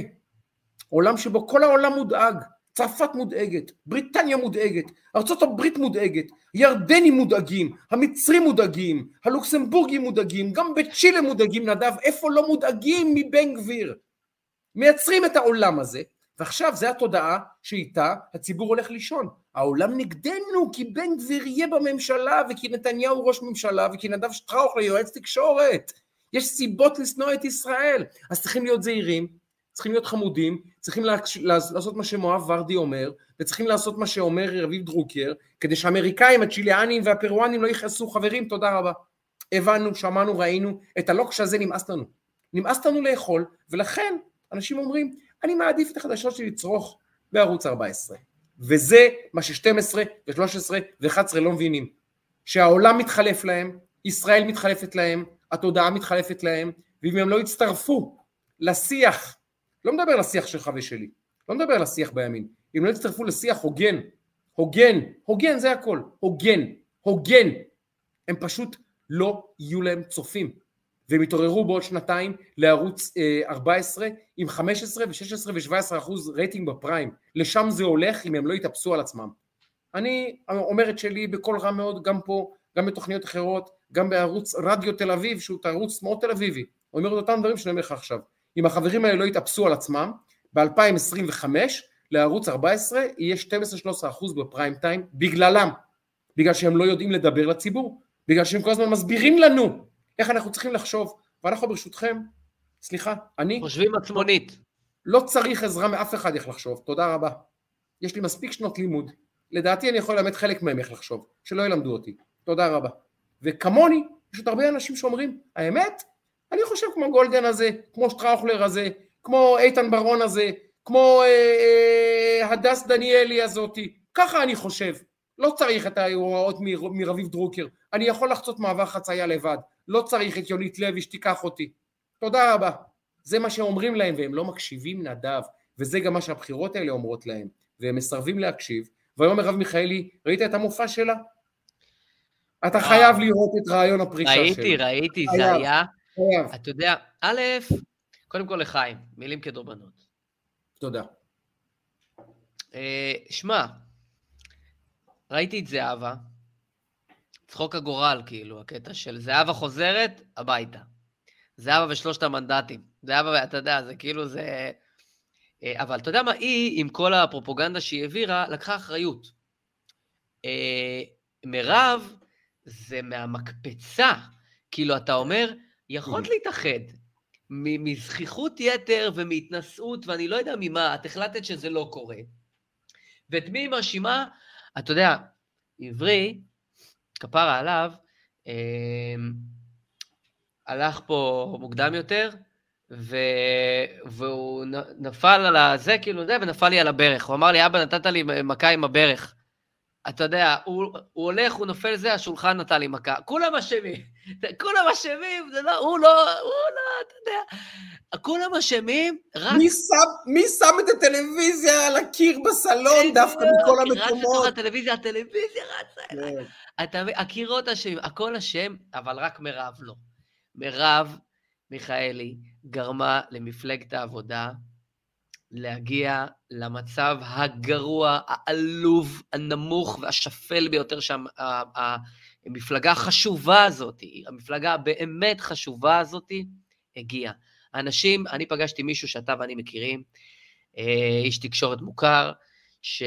עולם שבו כל העולם מודאג, צרפת מודאגת, בריטניה מודאגת, ארצות הברית מודאגת, ירדנים מודאגים, המצרים מודאגים, הלוקסמבורגים מודאגים, גם בצ'ילה מודאגים, נדב, איפה לא מודאגים מבן גביר? מייצרים את העולם הזה, ועכשיו זה התודעה שאיתה הציבור הולך לישון. העולם נגדנו, כי בן גביר יהיה בממשלה, וכי נתניהו ראש ממשלה, וכי נדב שטראוך ליועץ תקשורת. יש סיבות לשנוא את ישראל. אז צריכים להיות זהירים, צריכים להיות חמודים, צריכים לעשות מה שמואב ורדי אומר, וצריכים לעשות מה שאומר רביב דרוקר, כדי שהאמריקאים, הצ'יליאנים והפרואנים לא יכעסו. חברים, תודה רבה. הבנו, שמענו, ראינו, את הלוקש הזה נמאס לנו. נמאס לנו לאכול, ולכן אנשים אומרים, אני מעדיף את החדשות שלי לצרוך בערוץ ארבע עשרה. וזה מה ש-שתים עשרה ו-שלוש עשרה ו-אחת עשרה לא מבינים. שהעולם מתחלף להם, ישראל מתחלפת להם, התודעה מתחלפת להם, ואם הם לא יצטרפו לשיח, לא מדבר לשיח שלך ושלי, לא מדבר לשיח בימין, אם לא יצטרפו לשיח הוגן, הוגן, הוגן זה הכל, הוגן, הוגן, הם פשוט לא יהיו להם צופים. והם התעוררו בעוד שנתיים לערוץ ארבע עשרה עם חמש עשרה ו-שש עשרה ו-שבע עשרה אחוז רייטינג בפריים. לשם זה הולך אם הם לא יתאפסו על עצמם. אני אומרת שלי בכל רע מאוד, גם פה, גם בתוכניות אחרות, גם בערוץ רדיו תל אביב, שהוא ערוץ מאוד תל אביבי, אומר את אותם דברים שאני אומר לך עכשיו. אם החברים האלה לא יתאפסו על עצמם, ב-אלפיים עשרים וחמש לערוץ ארבע עשרה יהיה שתים עשרה שלוש עשרה אחוז בפריים טיים, בגללם, בגלל שהם לא יודעים לדבר לציבור, בגלל שהם כל הזמן מסבירים לנו איך אנחנו צריכים לחשוב, ואנחנו ברשותכם, סליחה, אני... חושבים עצמונית. לא צריך עזרה מאף אחד איך לחשוב, תודה רבה. יש לי מספיק שנות לימוד, לדעתי אני יכול ללמד חלק מהם איך לחשוב, שלא ילמדו אותי, תודה רבה. וכמוני, יש עוד הרבה אנשים שאומרים, האמת, אני חושב כמו גולדן הזה, כמו שטראוכלר הזה, כמו איתן ברון הזה, כמו אה, אה, הדס דניאלי הזאתי, ככה אני חושב. לא צריך את ההוראות מ- מרביב דרוקר, אני יכול לחצות מעבר חצייה לבד, לא צריך את יונית לוי שתיקח אותי. תודה רבה. זה מה שאומרים להם, והם לא מקשיבים נדב, וזה גם מה שהבחירות האלה אומרות להם, והם מסרבים להקשיב. והיום מרב מיכאלי, ראית את המופע שלה? אתה חייב לראות את רעיון הפרישה שלה. ראיתי, ראיתי, זה היה אתה יודע, א', קודם כל לחיים, מילים כדרבנות. תודה. שמע, ראיתי את זהבה, צחוק הגורל, כאילו, הקטע של זהבה חוזרת הביתה. זהבה ושלושת המנדטים. זהבה, אתה יודע, זה כאילו זה... אבל אתה יודע מה, היא, עם כל הפרופוגנדה שהיא העבירה, לקחה אחריות. מירב, זה מהמקפצה. כאילו, אתה אומר, יכולת להתאחד. מזכיחות יתר ומהתנסות, ואני לא יודע ממה, את החלטת שזה לא קורה. ואת מי מאשימה? אתה יודע, עברי, כפרה עליו, אה, הלך פה מוקדם יותר, ו... והוא נפל על הזה, כאילו, זה, ונפל לי על הברך. הוא אמר לי, אבא, נתת לי מכה עם הברך. אתה יודע, הוא, הוא הולך, הוא נופל זה, השולחן נתן לי מכה. כולם אשמים, כולם אשמים, זה לא, הוא לא, הוא לא, אתה יודע. כולם אשמים, רק... מי שם, מי שם את הטלוויזיה על הקיר בסלון, דווקא מכל המקומות? רץ לתוך הטלוויזיה, הטלוויזיה רצה אליי. אתה, הקירות אשמים, הכל אשם, אבל רק מירב לא. מירב מיכאלי גרמה למפלגת העבודה להגיע למצב הגרוע, העלוב, הנמוך והשפל ביותר שם, המפלגה החשובה הזאת, המפלגה הבאמת חשובה הזאת, הגיעה. האנשים, אני פגשתי מישהו שאתה ואני מכירים, איש תקשורת מוכר, ש,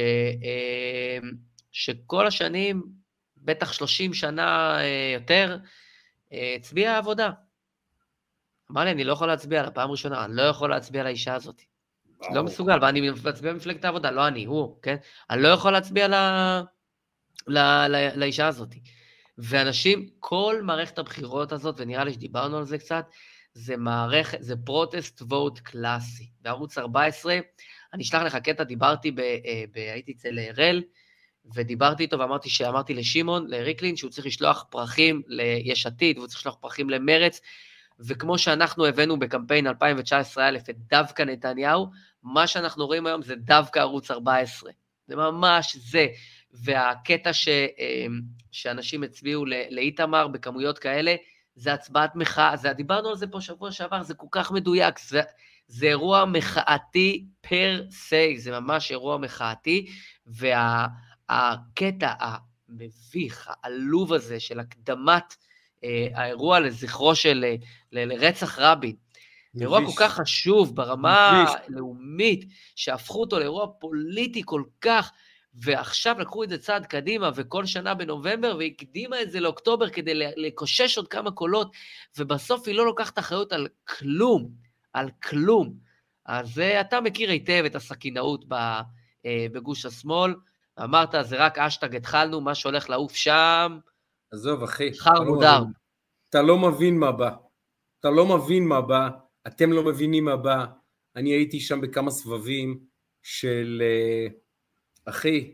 שכל השנים, בטח שלושים שנה יותר, הצביע העבודה. אמר לי, אני לא יכול להצביע לה, פעם ראשונה, אני לא יכול להצביע לאישה הזאת. לא מסוגל, ואני מצביע במפלגת העבודה, לא אני, הוא, כן? אני לא יכול להצביע ל... ל... ל... לאישה הזאת. ואנשים, כל מערכת הבחירות הזאת, ונראה לי שדיברנו על זה קצת, זה מערכת, זה פרוטסט ווט קלאסי. בערוץ ארבע עשרה, אני אשלח לך קטע, דיברתי, ב... ב... הייתי אצל רל, ודיברתי איתו ואמרתי שאמרתי לשימון, לריקלין, שהוא צריך לשלוח פרחים ליש עתיד, והוא צריך לשלוח פרחים למרץ, וכמו שאנחנו הבאנו בקמפיין אלפיים תשע עשרה א' את דווקא נתניהו, מה שאנחנו רואים היום זה דווקא ערוץ ארבע עשרה. זה ממש זה. והקטע ש, שאנשים הצביעו לאיתמר בכמויות כאלה, זה הצבעת מחאה, זה, דיברנו על זה פה שבוע שעבר, זה כל כך מדויק, זה, זה אירוע מחאתי פר סי, זה ממש אירוע מחאתי, והקטע המביך, העלוב הזה של הקדמת, האירוע לזכרו של לרצח רבין, אירוע כל כך חשוב ברמה לאומית, שהפכו אותו לאירוע פוליטי כל כך, ועכשיו לקחו את זה צעד קדימה, וכל שנה בנובמבר, והקדימה את זה לאוקטובר, כדי לקושש עוד כמה קולות, ובסוף היא לא לוקחת אחריות על כלום, על כלום. אז אתה מכיר היטב את הסכינאות בגוש השמאל, אמרת, זה רק אשטג התחלנו, מה שהולך לעוף שם, עזוב, אחי. חר מודר. אתה לא מבין מה בא. אתה לא מבין מה בא. אתם לא מבינים מה בא. אני הייתי שם בכמה סבבים של, אחי,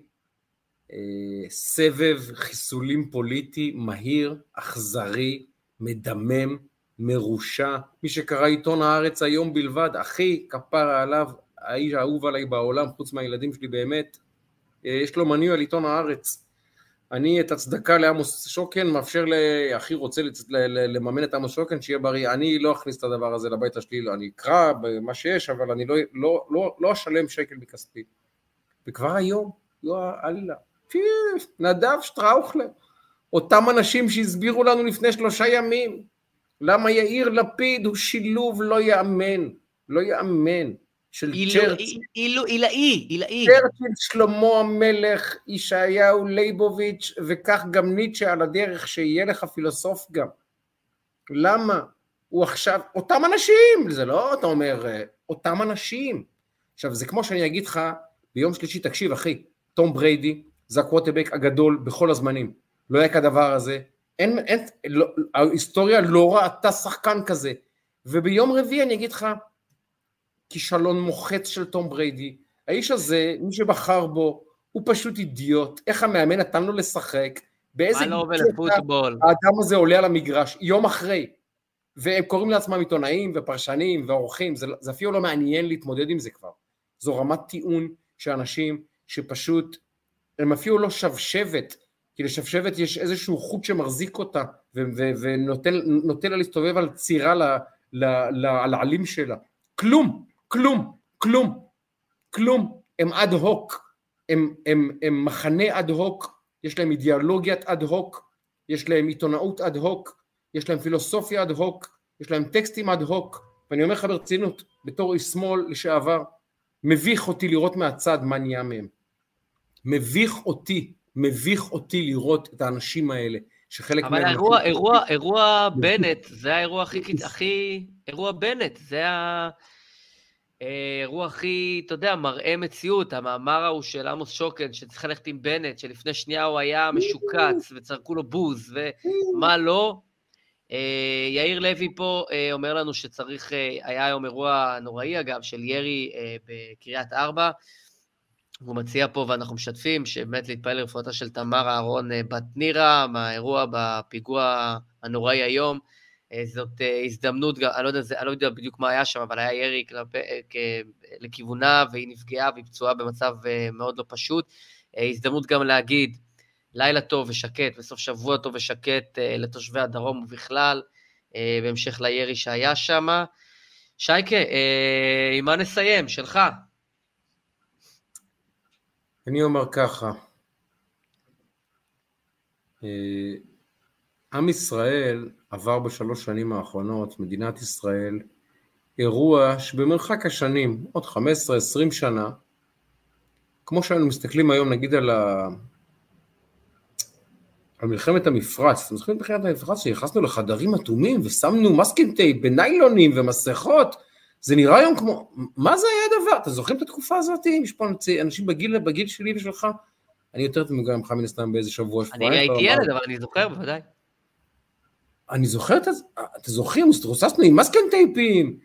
סבב חיסולים פוליטי, מהיר, אכזרי, מדמם, מרושע. מי שקרא עיתון הארץ היום בלבד, אחי, כפרה עליו, האיש האהוב עליי בעולם, חוץ מהילדים שלי באמת, יש לו מניוע על עיתון הארץ. אני את הצדקה לעמוס שוקן, מאפשר לאחי רוצה לממן את עמוס שוקן, שיהיה בריא. אני לא אכניס את הדבר הזה לבית השלי, לא, אני אקרא במה שיש, אבל אני לא, לא, לא, לא אשלם שקל מכספי. וכבר היום, לא עלילה. נדב שטראוכלר, אותם אנשים שהסבירו לנו לפני שלושה ימים, למה יאיר לפיד הוא שילוב לא יאמן, לא יאמן. של צ'רצ'יל, עילאי, עילאי. צ'רצ'יל, שלמה המלך, ישעיהו ליבוביץ', וכך גם ניטשה על הדרך, שיהיה לך פילוסוף גם. למה? הוא עכשיו, אותם אנשים, זה לא, אתה אומר, אותם אנשים. עכשיו, זה כמו שאני אגיד לך, ביום שלישי, תקשיב, אחי, תום בריידי, זה הקווטרבק הגדול בכל הזמנים. לא היה כדבר הזה. אין, אין, לא, ההיסטוריה לא ראתה שחקן כזה. וביום רביעי אני אגיד לך, כישלון מוחץ של תום בריידי, האיש הזה, מי שבחר בו, הוא פשוט אידיוט, איך המאמן נתן לו לשחק, באיזה האדם הזה עולה על המגרש, יום אחרי, והם קוראים לעצמם עיתונאים ופרשנים ועורכים, זה, זה אפילו לא מעניין להתמודד עם זה כבר, זו רמת טיעון שאנשים שפשוט, הם אפילו לא שבשבת כי לשבשבת יש איזשהו חוט שמחזיק אותה, ונותן לה להסתובב על צירה על העלים שלה. כלום, כלום, כלום, כלום. הם אד הוק, הם, הם, הם מחנה אד הוק, יש להם אידיאולוגיית אד הוק, יש להם עיתונאות אד הוק, יש להם פילוסופיה אד הוק, יש להם טקסטים אד הוק, ואני אומר לך ברצינות, בתור איש שמאל לשעבר, מביך אותי לראות מהצד מה נהיה מהם. מביך אותי, מביך אותי לראות את האנשים האלה, שחלק אבל מהם... האירוע, אירוע, אירוע בנט, זה האירוע הכי, הכי, אירוע בנט, זה האירוע הכי, אתה יודע, מראה מציאות, המאמר ההוא של עמוס שוקן, שצריך ללכת עם בנט, שלפני שנייה הוא היה משוקץ, וצרקו לו בוז, ומה לא, יאיר לוי פה אומר לנו שצריך, היה היום אירוע נוראי אגב, של ירי בקריית ארבע, הוא מציע פה ואנחנו משתפים, שבאמת להתפעל לרפואתה של תמר אהרון בת נירה, מהאירוע בפיגוע הנוראי היום, זאת הזדמנות, אני לא יודע, אני לא יודע בדיוק מה היה שם, אבל היה ירי לכיוונה, והיא נפגעה והיא פצועה במצב מאוד לא פשוט, הזדמנות גם להגיד, לילה טוב ושקט, בסוף שבוע טוב ושקט לתושבי הדרום ובכלל, בהמשך לירי שהיה שם. שייקה, עם מה נסיים? שלך. אני אומר ככה, עם ישראל עבר בשלוש שנים האחרונות, מדינת ישראל, אירוע שבמרחק השנים, עוד חמש עשרה עשרים שנה, כמו שאנו מסתכלים היום נגיד על ה... על מלחמת המפרץ, אתם זוכרים את מלחמת המפרץ שנכנסנו לחדרים אטומים ושמנו מסקינג טייפ בניילונים ומסכות, זה נראה היום כמו, מה זה היה הדבר? אתם זוכרים את התקופה הזאת? יש פה אנשים בגיל, בגיל שלי ושלך, אני יותר תמוגע ממך מן הסתם באיזה שבוע, שבועיים. אני הייתי ילד, אבל אני זוכר בוודאי. אני זוכר, אתם זוכרים, רוססנו עם מסקינג טייפים,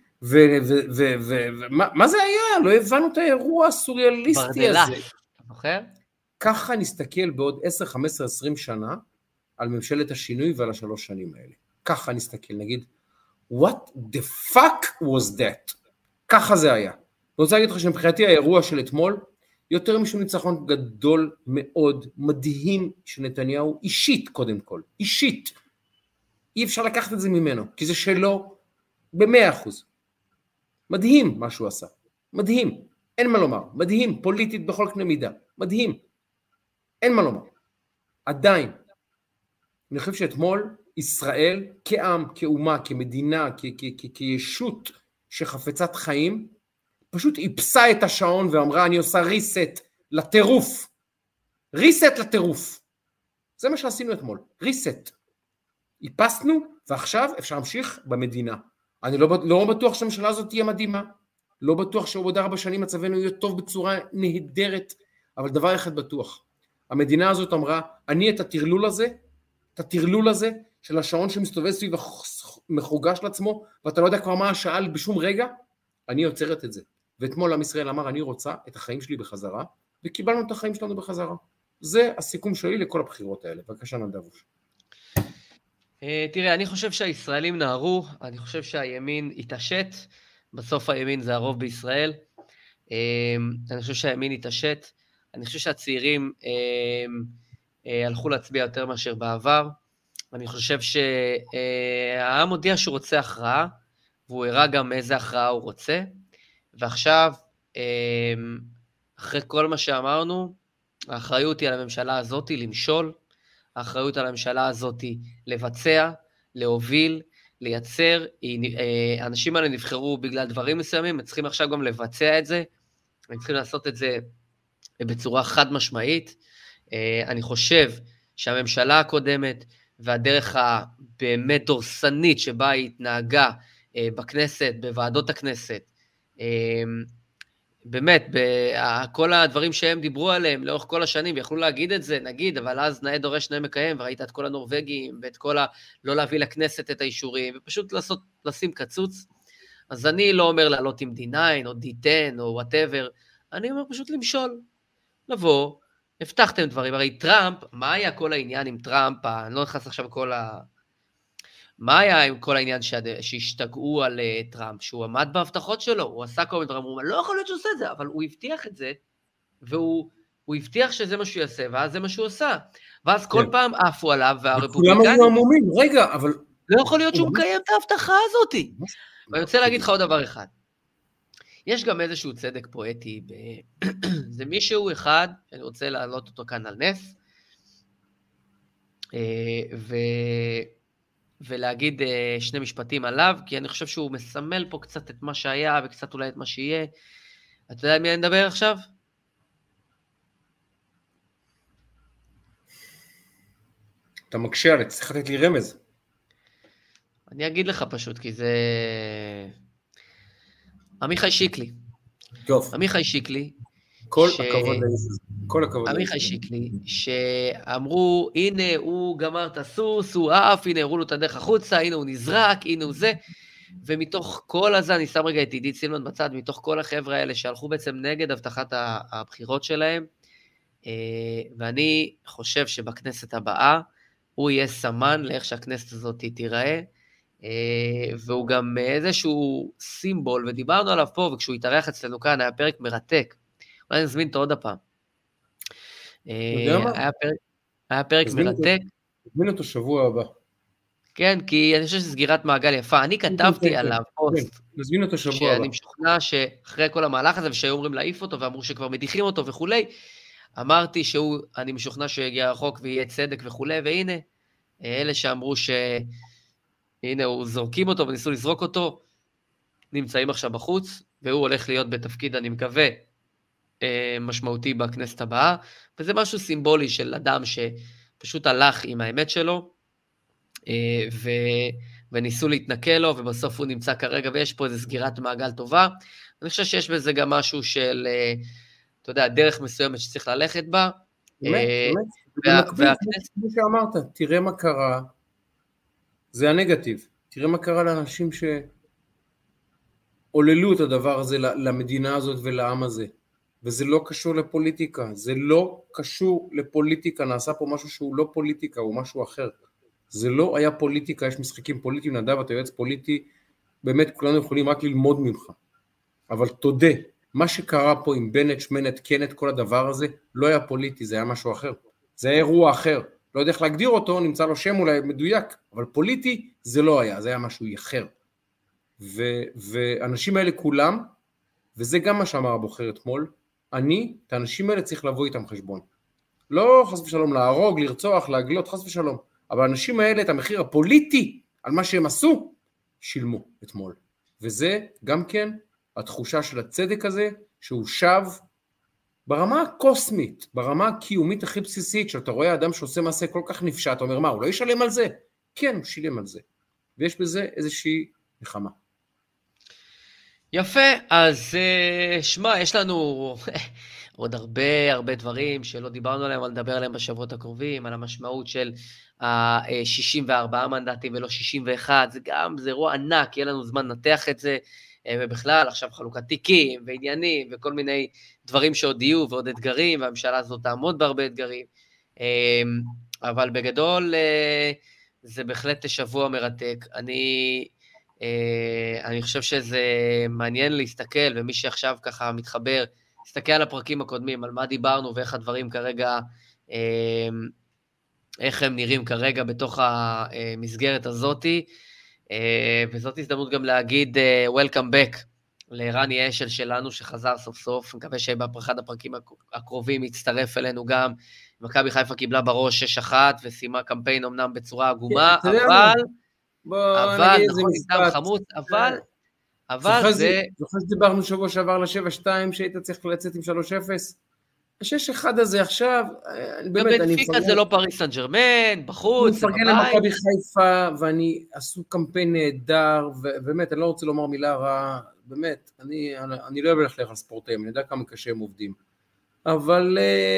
ומה זה היה? לא הבנו את האירוע הסוריאליסטי הזה. ברדלס, אתה זוכר? ככה נסתכל בעוד עשר, חמש עשרה, עשרים שנה על ממשלת השינוי ועל השלוש שנים האלה. ככה נסתכל, נגיד, what the fuck was that? ככה זה היה. אני רוצה להגיד לך שמבחינתי האירוע של אתמול, יותר משום ניצחון גדול מאוד, מדהים של נתניהו, אישית קודם כל, אישית. אי אפשר לקחת את זה ממנו, כי זה שלו במאה אחוז. מדהים מה שהוא עשה, מדהים, אין מה לומר, מדהים, פוליטית בכל קנה מידה, מדהים. אין מה לומר. עדיין, אני חושב שאתמול ישראל כעם, כאומה, כמדינה, כישות שחפצת חיים, פשוט איפסה את השעון ואמרה, אני עושה ריסט לטירוף. ריסט לטירוף. זה מה שעשינו אתמול, ריסט. איפסנו, ועכשיו אפשר להמשיך במדינה. אני לא, לא בטוח שהממשלה הזאת תהיה מדהימה, לא בטוח שעוד ארבע שנים מצבנו יהיה טוב בצורה נהדרת, אבל דבר אחד בטוח. המדינה הזאת אמרה, אני את התרלול הזה, את התרלול הזה, של השעון שמסתובב סביב מחוגש לעצמו, ואתה לא יודע כבר מה השעה בשום רגע, אני יוצרת את זה. ואתמול עם ישראל אמר, אני רוצה את החיים שלי בחזרה, וקיבלנו את החיים שלנו בחזרה. זה הסיכום שלי לכל הבחירות האלה. בבקשה נדבוש. תראה, אני חושב שהישראלים נערו, אני חושב שהימין התעשת, בסוף הימין זה הרוב בישראל, אני חושב שהימין התעשת, אני חושב שהצעירים הלכו להצביע יותר מאשר בעבר, אני חושב שהעם הודיע שהוא רוצה הכרעה, והוא הראה גם איזה הכרעה הוא רוצה, ועכשיו, אחרי כל מה שאמרנו, האחריות היא על הממשלה הזאת למשול, האחריות על הממשלה הזאת לבצע, להוביל, לייצר, האנשים האלה נבחרו בגלל דברים מסוימים, הם צריכים עכשיו גם לבצע את זה, הם צריכים לעשות את זה בצורה חד משמעית, אני חושב שהממשלה הקודמת, והדרך הבאמת דורסנית שבה היא התנהגה בכנסת, בוועדות הכנסת, באמת, כל הדברים שהם דיברו עליהם לאורך כל השנים, ויכולו להגיד את זה, נגיד, אבל אז נאה דורש נאה מקיים, וראית את כל הנורווגים, ואת כל ה... לא להביא לכנסת את האישורים, ופשוט לעשות, לשים קצוץ. אז אני לא אומר לעלות עם די ניין, או די עשר, או whatever, אני אומר פשוט למשול, לבוא, הבטחתם דברים, הרי טראמפ, מה היה כל העניין עם טראמפ, אני לא נכנס עכשיו כל ה... מה היה עם כל העניין שהשתגעו על טראמפ, שהוא עמד בהבטחות שלו, הוא עשה כל מיני דברים, הוא אומר, לא יכול להיות שהוא עושה את זה, אבל הוא הבטיח את זה, והוא הוא הבטיח שזה מה שהוא יעשה, ואז זה מה שהוא עושה. ואז כל פעם עפו עליו, והרפובליקנים... וכולם היו עמומים, רגע, אבל... לא יכול להיות שהוא מקיים את ההבטחה הזאת. ואני רוצה להגיד לך עוד דבר אחד. יש גם איזשהו צדק פואטי, זה מישהו אחד, שאני רוצה להעלות אותו כאן על נס, ו... ולהגיד שני משפטים עליו, כי אני חושב שהוא מסמל פה קצת את מה שהיה, וקצת אולי את מה שיהיה. אתה יודע מי אני מדבר עכשיו? אתה מקשה עלי, צריך לתת לי רמז. אני אגיד לך פשוט, כי זה... עמיחי שיקלי. טוב. עמיחי שיקלי. כל ש... הכבוד לאיזה. כל הכבוד לאיזה. עמיחי שיקלי, שאמרו, הנה הוא גמר את הסוס, הוא עף, הנה הראו לו את הדרך החוצה, הנה הוא נזרק, הנה הוא זה. ומתוך כל הזה, אני שם רגע את עידית סילמן בצד, מתוך כל החבר'ה האלה שהלכו בעצם נגד הבטחת הבחירות שלהם, ואני חושב שבכנסת הבאה, הוא יהיה סמן לאיך שהכנסת הזאת תיראה, והוא גם איזשהו סימבול, ודיברנו עליו פה, וכשהוא התארח אצלנו כאן, היה פרק מרתק, אולי נזמין אותו עוד הפעם. היה פרק מרתק. נזמין אותו שבוע הבא. כן, כי אני חושב שזה סגירת מעגל יפה. אני כתבתי עליו פוסט, נזמין אותו שבוע הבא. שאני משוכנע שאחרי כל המהלך הזה, ושהיו אומרים להעיף אותו, ואמרו שכבר מדיחים אותו וכולי, אמרתי שהוא, אני משוכנע שהוא יגיע רחוק ויהיה צדק וכולי, והנה, אלה שאמרו ש... הנה, הוא זורקים אותו וניסו לזרוק אותו, נמצאים עכשיו בחוץ, והוא הולך להיות בתפקיד, אני מקווה, משמעותי בכנסת הבאה, וזה משהו סימבולי של אדם שפשוט הלך עם האמת שלו, ו... וניסו להתנקל לו, ובסוף הוא נמצא כרגע, ויש פה איזו סגירת מעגל טובה. אני חושב שיש בזה גם משהו של, אתה יודע, דרך מסוימת שצריך ללכת בה. באמת, באמת. כמו שאמרת, תראה מה קרה, זה הנגטיב. תראה מה קרה לאנשים שעוללו את הדבר הזה למדינה הזאת ולעם הזה. וזה לא קשור לפוליטיקה, זה לא קשור לפוליטיקה, נעשה פה משהו שהוא לא פוליטיקה, הוא משהו אחר. זה לא היה פוליטיקה, יש משחקים פוליטיים, נדב, אתה יועץ פוליטי, באמת כולנו יכולים רק ללמוד ממך. אבל תודה, מה שקרה פה עם בנט, שמנט, קנט, כל הדבר הזה, לא היה פוליטי, זה היה משהו אחר. זה היה אירוע אחר. לא יודע איך להגדיר אותו, נמצא לו שם אולי מדויק, אבל פוליטי זה לא היה, זה היה משהו אחר. ו- ואנשים האלה כולם, וזה גם מה שאמר הבוחר אתמול, אני, את האנשים האלה צריך לבוא איתם חשבון. לא חס ושלום להרוג, לרצוח, להגלות, חס ושלום. אבל האנשים האלה, את המחיר הפוליטי על מה שהם עשו, שילמו אתמול. וזה גם כן התחושה של הצדק הזה, שהוא שב ברמה הקוסמית, ברמה הקיומית הכי בסיסית, שאתה רואה אדם שעושה מעשה כל כך נפשע, אתה אומר, מה, הוא לא ישלם על זה? כן, הוא שילם על זה. ויש בזה איזושהי נחמה. יפה, אז שמע, יש לנו עוד הרבה הרבה דברים שלא דיברנו עליהם, אבל נדבר עליהם בשבועות הקרובים, על המשמעות של ה-שישים וארבעה מנדטים ולא שישים ואחד, זה גם, זה אירוע ענק, יהיה לנו זמן לנתח את זה, ובכלל עכשיו חלוקת תיקים ועניינים וכל מיני דברים שעוד יהיו ועוד אתגרים, והממשלה הזאת תעמוד בהרבה אתגרים, אבל בגדול זה בהחלט שבוע מרתק. אני... אני חושב שזה מעניין להסתכל, ומי שעכשיו ככה מתחבר, להסתכל על הפרקים הקודמים, על מה דיברנו ואיך הדברים כרגע, איך הם נראים כרגע בתוך המסגרת הזאת, וזאת הזדמנות גם להגיד Welcome back לרני אשל שלנו שחזר סוף סוף, מקווה שבאחד הפרקים הקרובים יצטרף אלינו גם, מכבי חיפה קיבלה בראש שש אחת וסיימה קמפיין אמנם בצורה עגומה, אבל... אבל, נכון, איתם חמוץ, אבל, אבל זה... זוכר שדיברנו שבוע שעבר ל-שבע שתיים, שהיית צריך לצאת עם שלוש אפס? ה-שש אחד הזה עכשיו, באמת, אני מפרגן... זה לא פריס סן ז'רמן, בחוץ, זה בבית. אני מפרגן למכבי חיפה, ואני עשו קמפיין נהדר, ובאמת, אני לא רוצה לומר מילה רעה, באמת, אני, אני לא אוהב ללכת על ספורטאים, אני יודע כמה קשה הם עובדים, אבל...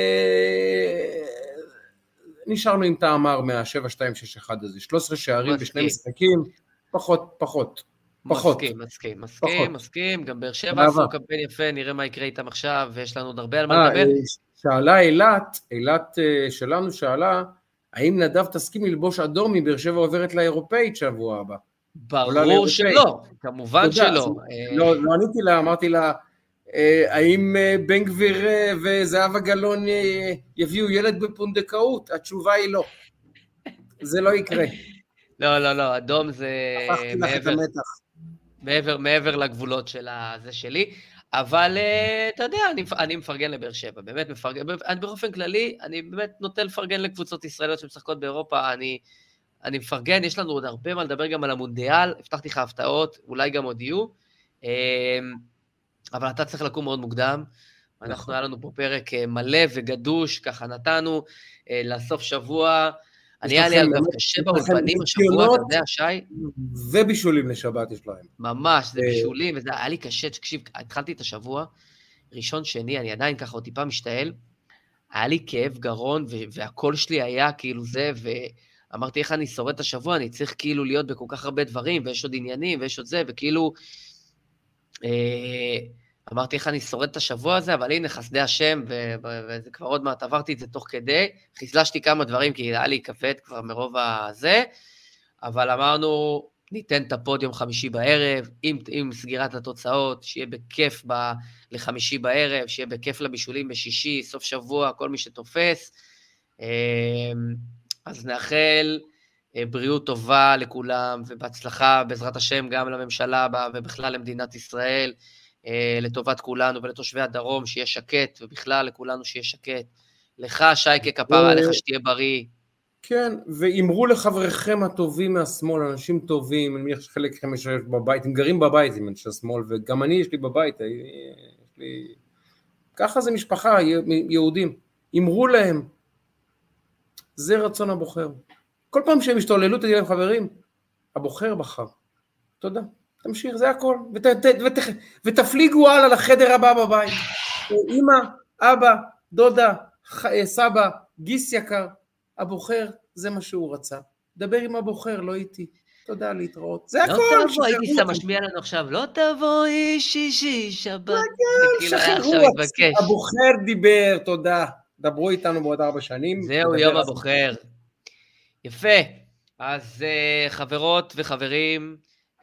נשארנו עם תאמר מה-שבע שתיים שש אחת הזה, שלושה עשר שערים בשני משחקים, פחות, פחות, פחות. מסכים, מסכים, מסכים, מסכים, גם באר שבע עשו קמפיין יפה, נראה מה יקרה איתם עכשיו, ויש לנו עוד הרבה על מה לדבר. שאלה אילת, אילת שלנו שאלה, האם נדב תסכים ללבוש אדום מבאר שבע עוברת לאירופאית שבוע הבא? ברור שלא, כמובן שלא. לא עניתי לה, אמרתי לה, האם בן גביר וזהבה גלאון יביאו ילד בפונדקאות? התשובה היא לא. זה לא יקרה. לא, לא, לא, אדום זה הפכתי לך את המתח. מעבר, מעבר לגבולות של זה שלי, אבל אתה יודע, אני, אני מפרגן לבאר שבע, באמת מפרגן, אני באופן כללי, אני באמת נוטה לפרגן לקבוצות ישראליות שמשחקות באירופה, אני, אני מפרגן, יש לנו עוד הרבה מה לדבר גם על המונדיאל, הבטחתי לך הפתעות, אולי גם עוד יהיו, אבל אתה צריך לקום מאוד מוקדם, אנחנו, היה לנו פה פרק מלא וגדוש, ככה נתנו, לסוף שבוע, אני היה לי אגב קשה באולפנים השבוע, אתה יודע, שי? ובישולים לשבת יש להם. ממש, זה בישולים, וזה היה לי קשה, תקשיב, התחלתי את השבוע, ראשון שני, אני עדיין ככה עוד טיפה משתעל, היה לי כאב גרון, והקול שלי היה כאילו זה, ואמרתי איך אני שורד את השבוע, אני צריך כאילו להיות בכל כך הרבה דברים, ויש עוד עניינים, ויש עוד זה, וכאילו, אמרתי איך אני שורד את השבוע הזה, אבל הנה חסדי השם, וזה כבר עוד מעט עברתי את זה תוך כדי, חיסלשתי כמה דברים, כי היה לי כבד כבר מרוב הזה, אבל אמרנו, ניתן את הפוד יום חמישי בערב, עם, עם סגירת התוצאות, שיהיה בכיף ב, לחמישי בערב, שיהיה בכיף לבישולים בשישי, סוף שבוע, כל מי שתופס, אז נאחל בריאות טובה לכולם, ובהצלחה בעזרת השם גם לממשלה, ובכלל למדינת ישראל, לטובת כולנו ולתושבי הדרום, שיהיה שקט, ובכלל לכולנו שיהיה שקט. לך, שייקה, כפרה עליך שתהיה בריא. כן, ואמרו לחבריכם הטובים מהשמאל, אנשים טובים, אני מניח שחלק מכם יש בבית, הם גרים בבית עם אנשי השמאל, וגם אני יש לי בבית, יש לי... ככה זה משפחה, יהודים. אמרו להם, זה רצון הבוחר. כל פעם שהם השתוללו, תגיד להם חברים, הבוחר בחר. תודה. תמשיך, זה הכל, ות, ות, ות, ותפליגו הלאה לחדר הבא בבית. אמא, אבא, דודה, סבא, גיס יקר, הבוחר, זה מה שהוא רצה. דבר עם הבוחר, לא איתי. תודה, להתראות. זה הכל. לא תבוא, הייתי שם משמיע לנו עכשיו, לא תבוא איש שישי שבת. שחררו, הבוחר דיבר, תודה. דברו איתנו בעוד ארבע שנים. זהו יום הבוחר. יפה. אז חברות וחברים,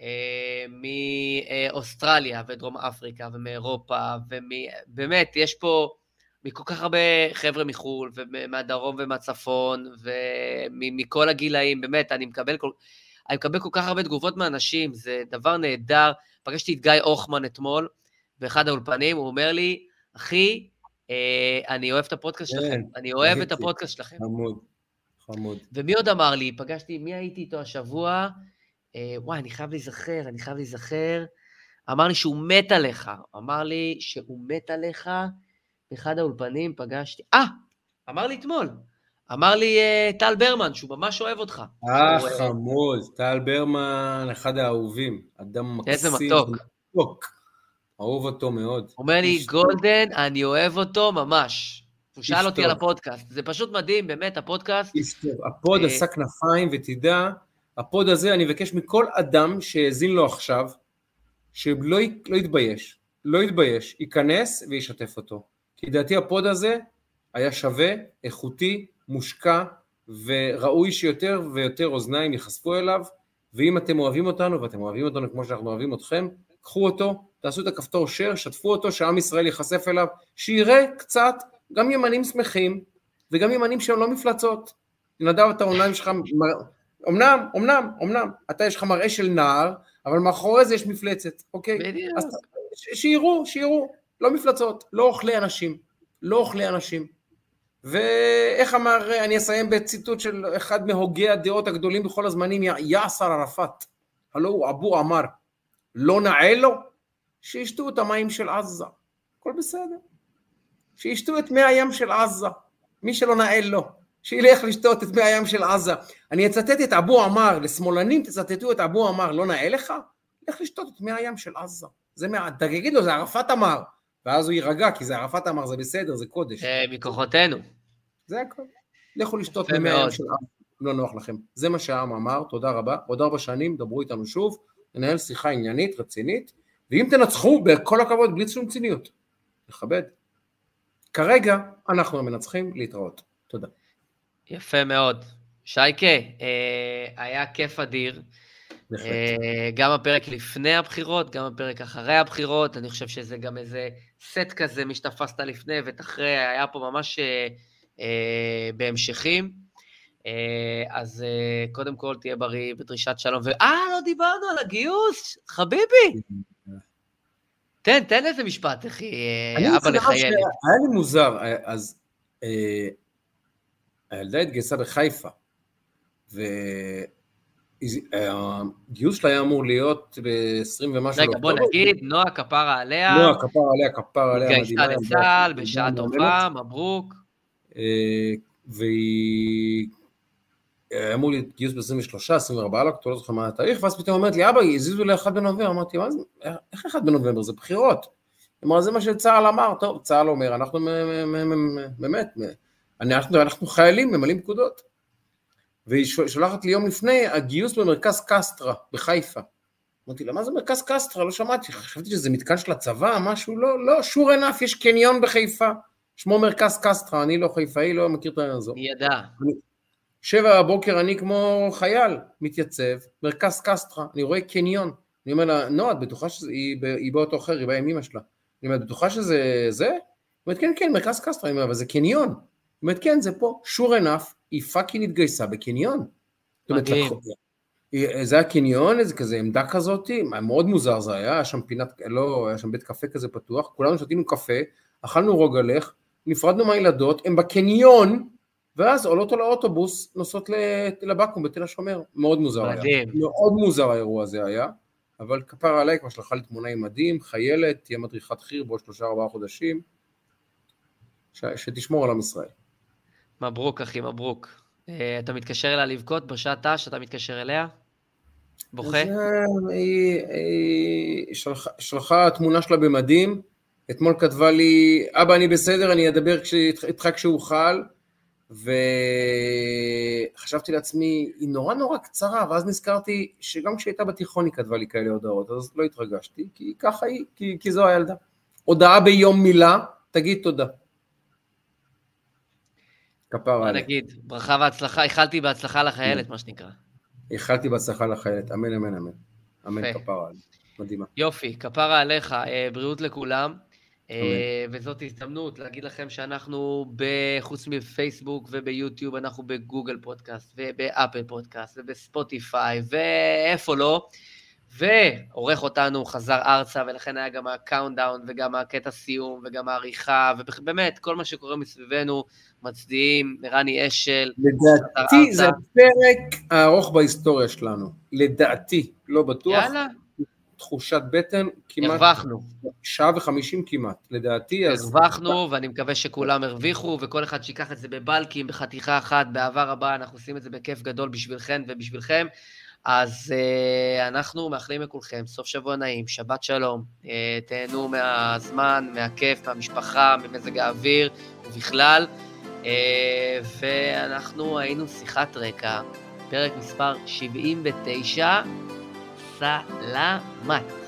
מאוסטרליה ודרום אפריקה ומאירופה, ובאמת יש פה מכל כך הרבה חבר'ה מחול, ומהדרום ומהצפון, ומכל הגילאים, באמת, אני מקבל כל, אני מקבל כל כך הרבה תגובות מאנשים, זה דבר נהדר. פגשתי את גיא אוחמן אתמול, באחד האולפנים, הוא אומר לי, אחי, אני אוהב את הפודקאסט שלכם, אני אוהב את הפודקאסט שלכם. חמוד, חמוד. ומי עוד אמר לי, פגשתי, מי הייתי איתו השבוע, וואי, אני חייב להיזכר, אני חייב להיזכר, אמר לי שהוא מת עליך, אמר לי שהוא מת עליך, באחד האולפנים פגשתי, אה, אמר לי אתמול, אמר לי טל ברמן, שהוא ממש אוהב אותך. אה, חמוד, טל ברמן, אחד האהובים, אדם מקסים. איזה מתוק. מתוק. אהוב אותו מאוד. אומר לי, גולדן, אני אוהב אותו ממש. הוא שאל אותי על הפודקאסט, זה פשוט מדהים, באמת, הפודקאסט. הפוד עשה כנפיים, ותדע, הפוד הזה, אני מבקש מכל אדם שהאזין לו עכשיו, שלא לא יתבייש, לא יתבייש, ייכנס וישתף אותו. כי דעתי הפוד הזה היה שווה, איכותי, מושקע, וראוי שיותר ויותר אוזניים יחשפו אליו, ואם אתם אוהבים אותנו, ואתם אוהבים אותנו כמו שאנחנו אוהבים אתכם, קחו אותו, תעשו את הכפתור share, שתפו אותו, שעם ישראל יחשף אליו, שיראה קצת, גם ימנים שמחים, וגם ימנים שהם לא מפלצות. נדב, אתה עוניים שלך, אמנם, אמנם, אמנם, אתה יש לך מראה של נער, אבל מאחורי זה יש מפלצת, אוקיי? בדיוק. אז שיראו, שיראו, לא מפלצות, לא אוכלי אנשים, לא אוכלי אנשים. ואיך אמר, אני אסיים בציטוט של אחד מהוגי הדעות הגדולים בכל הזמנים, יאסר ערפאת, הלא הוא אבו אמר, לא נעה לו, שישתו את המים של עזה, הכל בסדר. שישתו את מי הים של עזה, מי שלא נעה לו, שילך לשתות את מי הים של עזה. אני אצטט את אבו אמר, לשמאלנים תצטטו את אבו אמר, לא נעה לך? לך לשתות את מי הים של עזה. זה מה, תגיד לו, זה ערפאת אמר. ואז הוא יירגע, כי זה ערפאת אמר, זה בסדר, זה קודש. מכוחותינו. זה הכל. לכו לשתות ממי הים של עזה, לא נוח לכם. זה מה שהעם אמר, תודה רבה. עוד ארבע שנים, דברו איתנו שוב, ננהל שיחה עניינית, רצינית, ואם תנצחו, בכל הכבוד, בלי שום ציניות. לכבד. כרגע, אנחנו המנצחים להתראות. תודה. יפה מאוד. שייקה, היה כיף אדיר, גם הפרק לפני הבחירות, גם הפרק אחרי הבחירות, אני חושב שזה גם איזה סט כזה, מי שתפסת לפני ותחרי, היה פה ממש בהמשכים. אז קודם כל תהיה בריא בדרישת שלום, ואה, לא דיברנו על הגיוס, חביבי. תן, תן איזה משפט, אחי, אבא לחיילת. היה לי מוזר, אז הילדה התגייסה בחיפה, והגיוס שלה היה אמור להיות ב-עשרים ומשהו. רגע, בוא נגיד, נועה כפרה עליה. נועה כפרה עליה, כפרה עליה. התגייסה לצה"ל, בשעה טובה, מברוק. והיא אמור להיות גיוס ב-עשרים ושלושה, עשרים וארבעה לא זוכר מה התאריך, ואז פתאום אומרת לי, אבא, הזיזו ל-אחד בנובמבר, אמרתי, מה זה, איך אחד בנובמבר? זה בחירות. אמרה, זה מה שצה"ל אמר, טוב, צה"ל אומר, אנחנו באמת, אנחנו חיילים, ממלאים פקודות. והיא שולחת לי יום לפני, הגיוס במרכז קסטרה, בחיפה. אמרתי לה, מה זה מרכז קסטרה? לא שמעתי, חשבתי שזה מתקן של הצבא, משהו, לא, לא, שור ענף, יש קניון בחיפה, שמו מרכז קסטרה, אני לא חיפאי, לא מכיר את העניין הזה. ידע. שבע בבוקר אני כמו חייל מתייצב, מרכז קסטרה, אני רואה קניון, אני אומר לה, נו, את בטוחה שהיא באותו אחר, היא באה עם אמא שלה, אני אומר, בטוחה שזה זה? היא אומרת, כן, כן, מרכז קסטרה, אני אומר, אבל זה קניון, היא אומרת, כן, זה פה, שור ענף, היא פאקינג התגייסה בקניון. מדהים. זה היה קניון, איזה כזה עמדה כזאת, מאוד מוזר זה היה, היה שם פינת, לא, היה שם בית קפה כזה פתוח, כולנו שתינו קפה, אכלנו רוגלך, נפרדנו מהילדות, הם בקניון, ואז עולות על האוטובוס, נוסעות לבקו"ם בתל השומר, מאוד מוזר היה. מאוד מוזר האירוע הזה היה, אבל כפר עליי, כבר שלחה לי תמונה עם מדים, חיילת, תהיה מדריכת חיר, בעוד שלושה ארבעה חודשים, ש... שתשמור על עם ישראל. מברוק אחי, מברוק. אתה מתקשר אליה לבכות בשעת תש, אתה מתקשר אליה? בוכה? היא, היא שלחה, שלחה תמונה שלה במדים, אתמול כתבה לי, אבא אני בסדר, אני אדבר איתך כשאוכל, וחשבתי לעצמי, היא נורא נורא קצרה, ואז נזכרתי שגם כשהייתה בתיכון היא כתבה לי כאלה הודעות, אז לא התרגשתי, כי ככה היא, כי, כי זו הילדה. הודעה ביום מילה, תגיד תודה. כפרה עליה. נגיד, ברכה והצלחה, איחלתי בהצלחה לחיילת, מה שנקרא. איחלתי בהצלחה לחיילת, אמן, אמן, אמן. אמן, כפרה עליה. מדהימה. יופי, כפרה עליך, בריאות לכולם. וזאת הזדמנות להגיד לכם שאנחנו בחוץ מפייסבוק וביוטיוב, אנחנו בגוגל פודקאסט ובאפל פודקאסט ובספוטיפיי ואיפה לא, ועורך אותנו חזר ארצה, ולכן היה גם הקאונטדאון וגם הקטע סיום וגם העריכה, ובאמת כל מה שקורה מסביבנו, מצדיעים, מרני אשל, לדעתי זה הפרק הארוך בהיסטוריה שלנו, לדעתי, לא בטוח. יאללה. תחושת בטן, כמעט, הרווחנו. שעה וחמישים כמעט, לדעתי. הרווחנו, אז... ואני מקווה שכולם הרוויחו, וכל אחד שיקח את זה בבלקים, בחתיכה אחת, בעבר הבא, אנחנו עושים את זה בכיף גדול בשבילכם ובשבילכם, אז uh, אנחנו מאחלים לכולכם, סוף שבוע נעים, שבת שלום, uh, תהנו מהזמן, מהכיף, מהמשפחה, ממזג האוויר, ובכלל, uh, ואנחנו היינו שיחת רקע, פרק מספר שבעים ותשע, סלמת.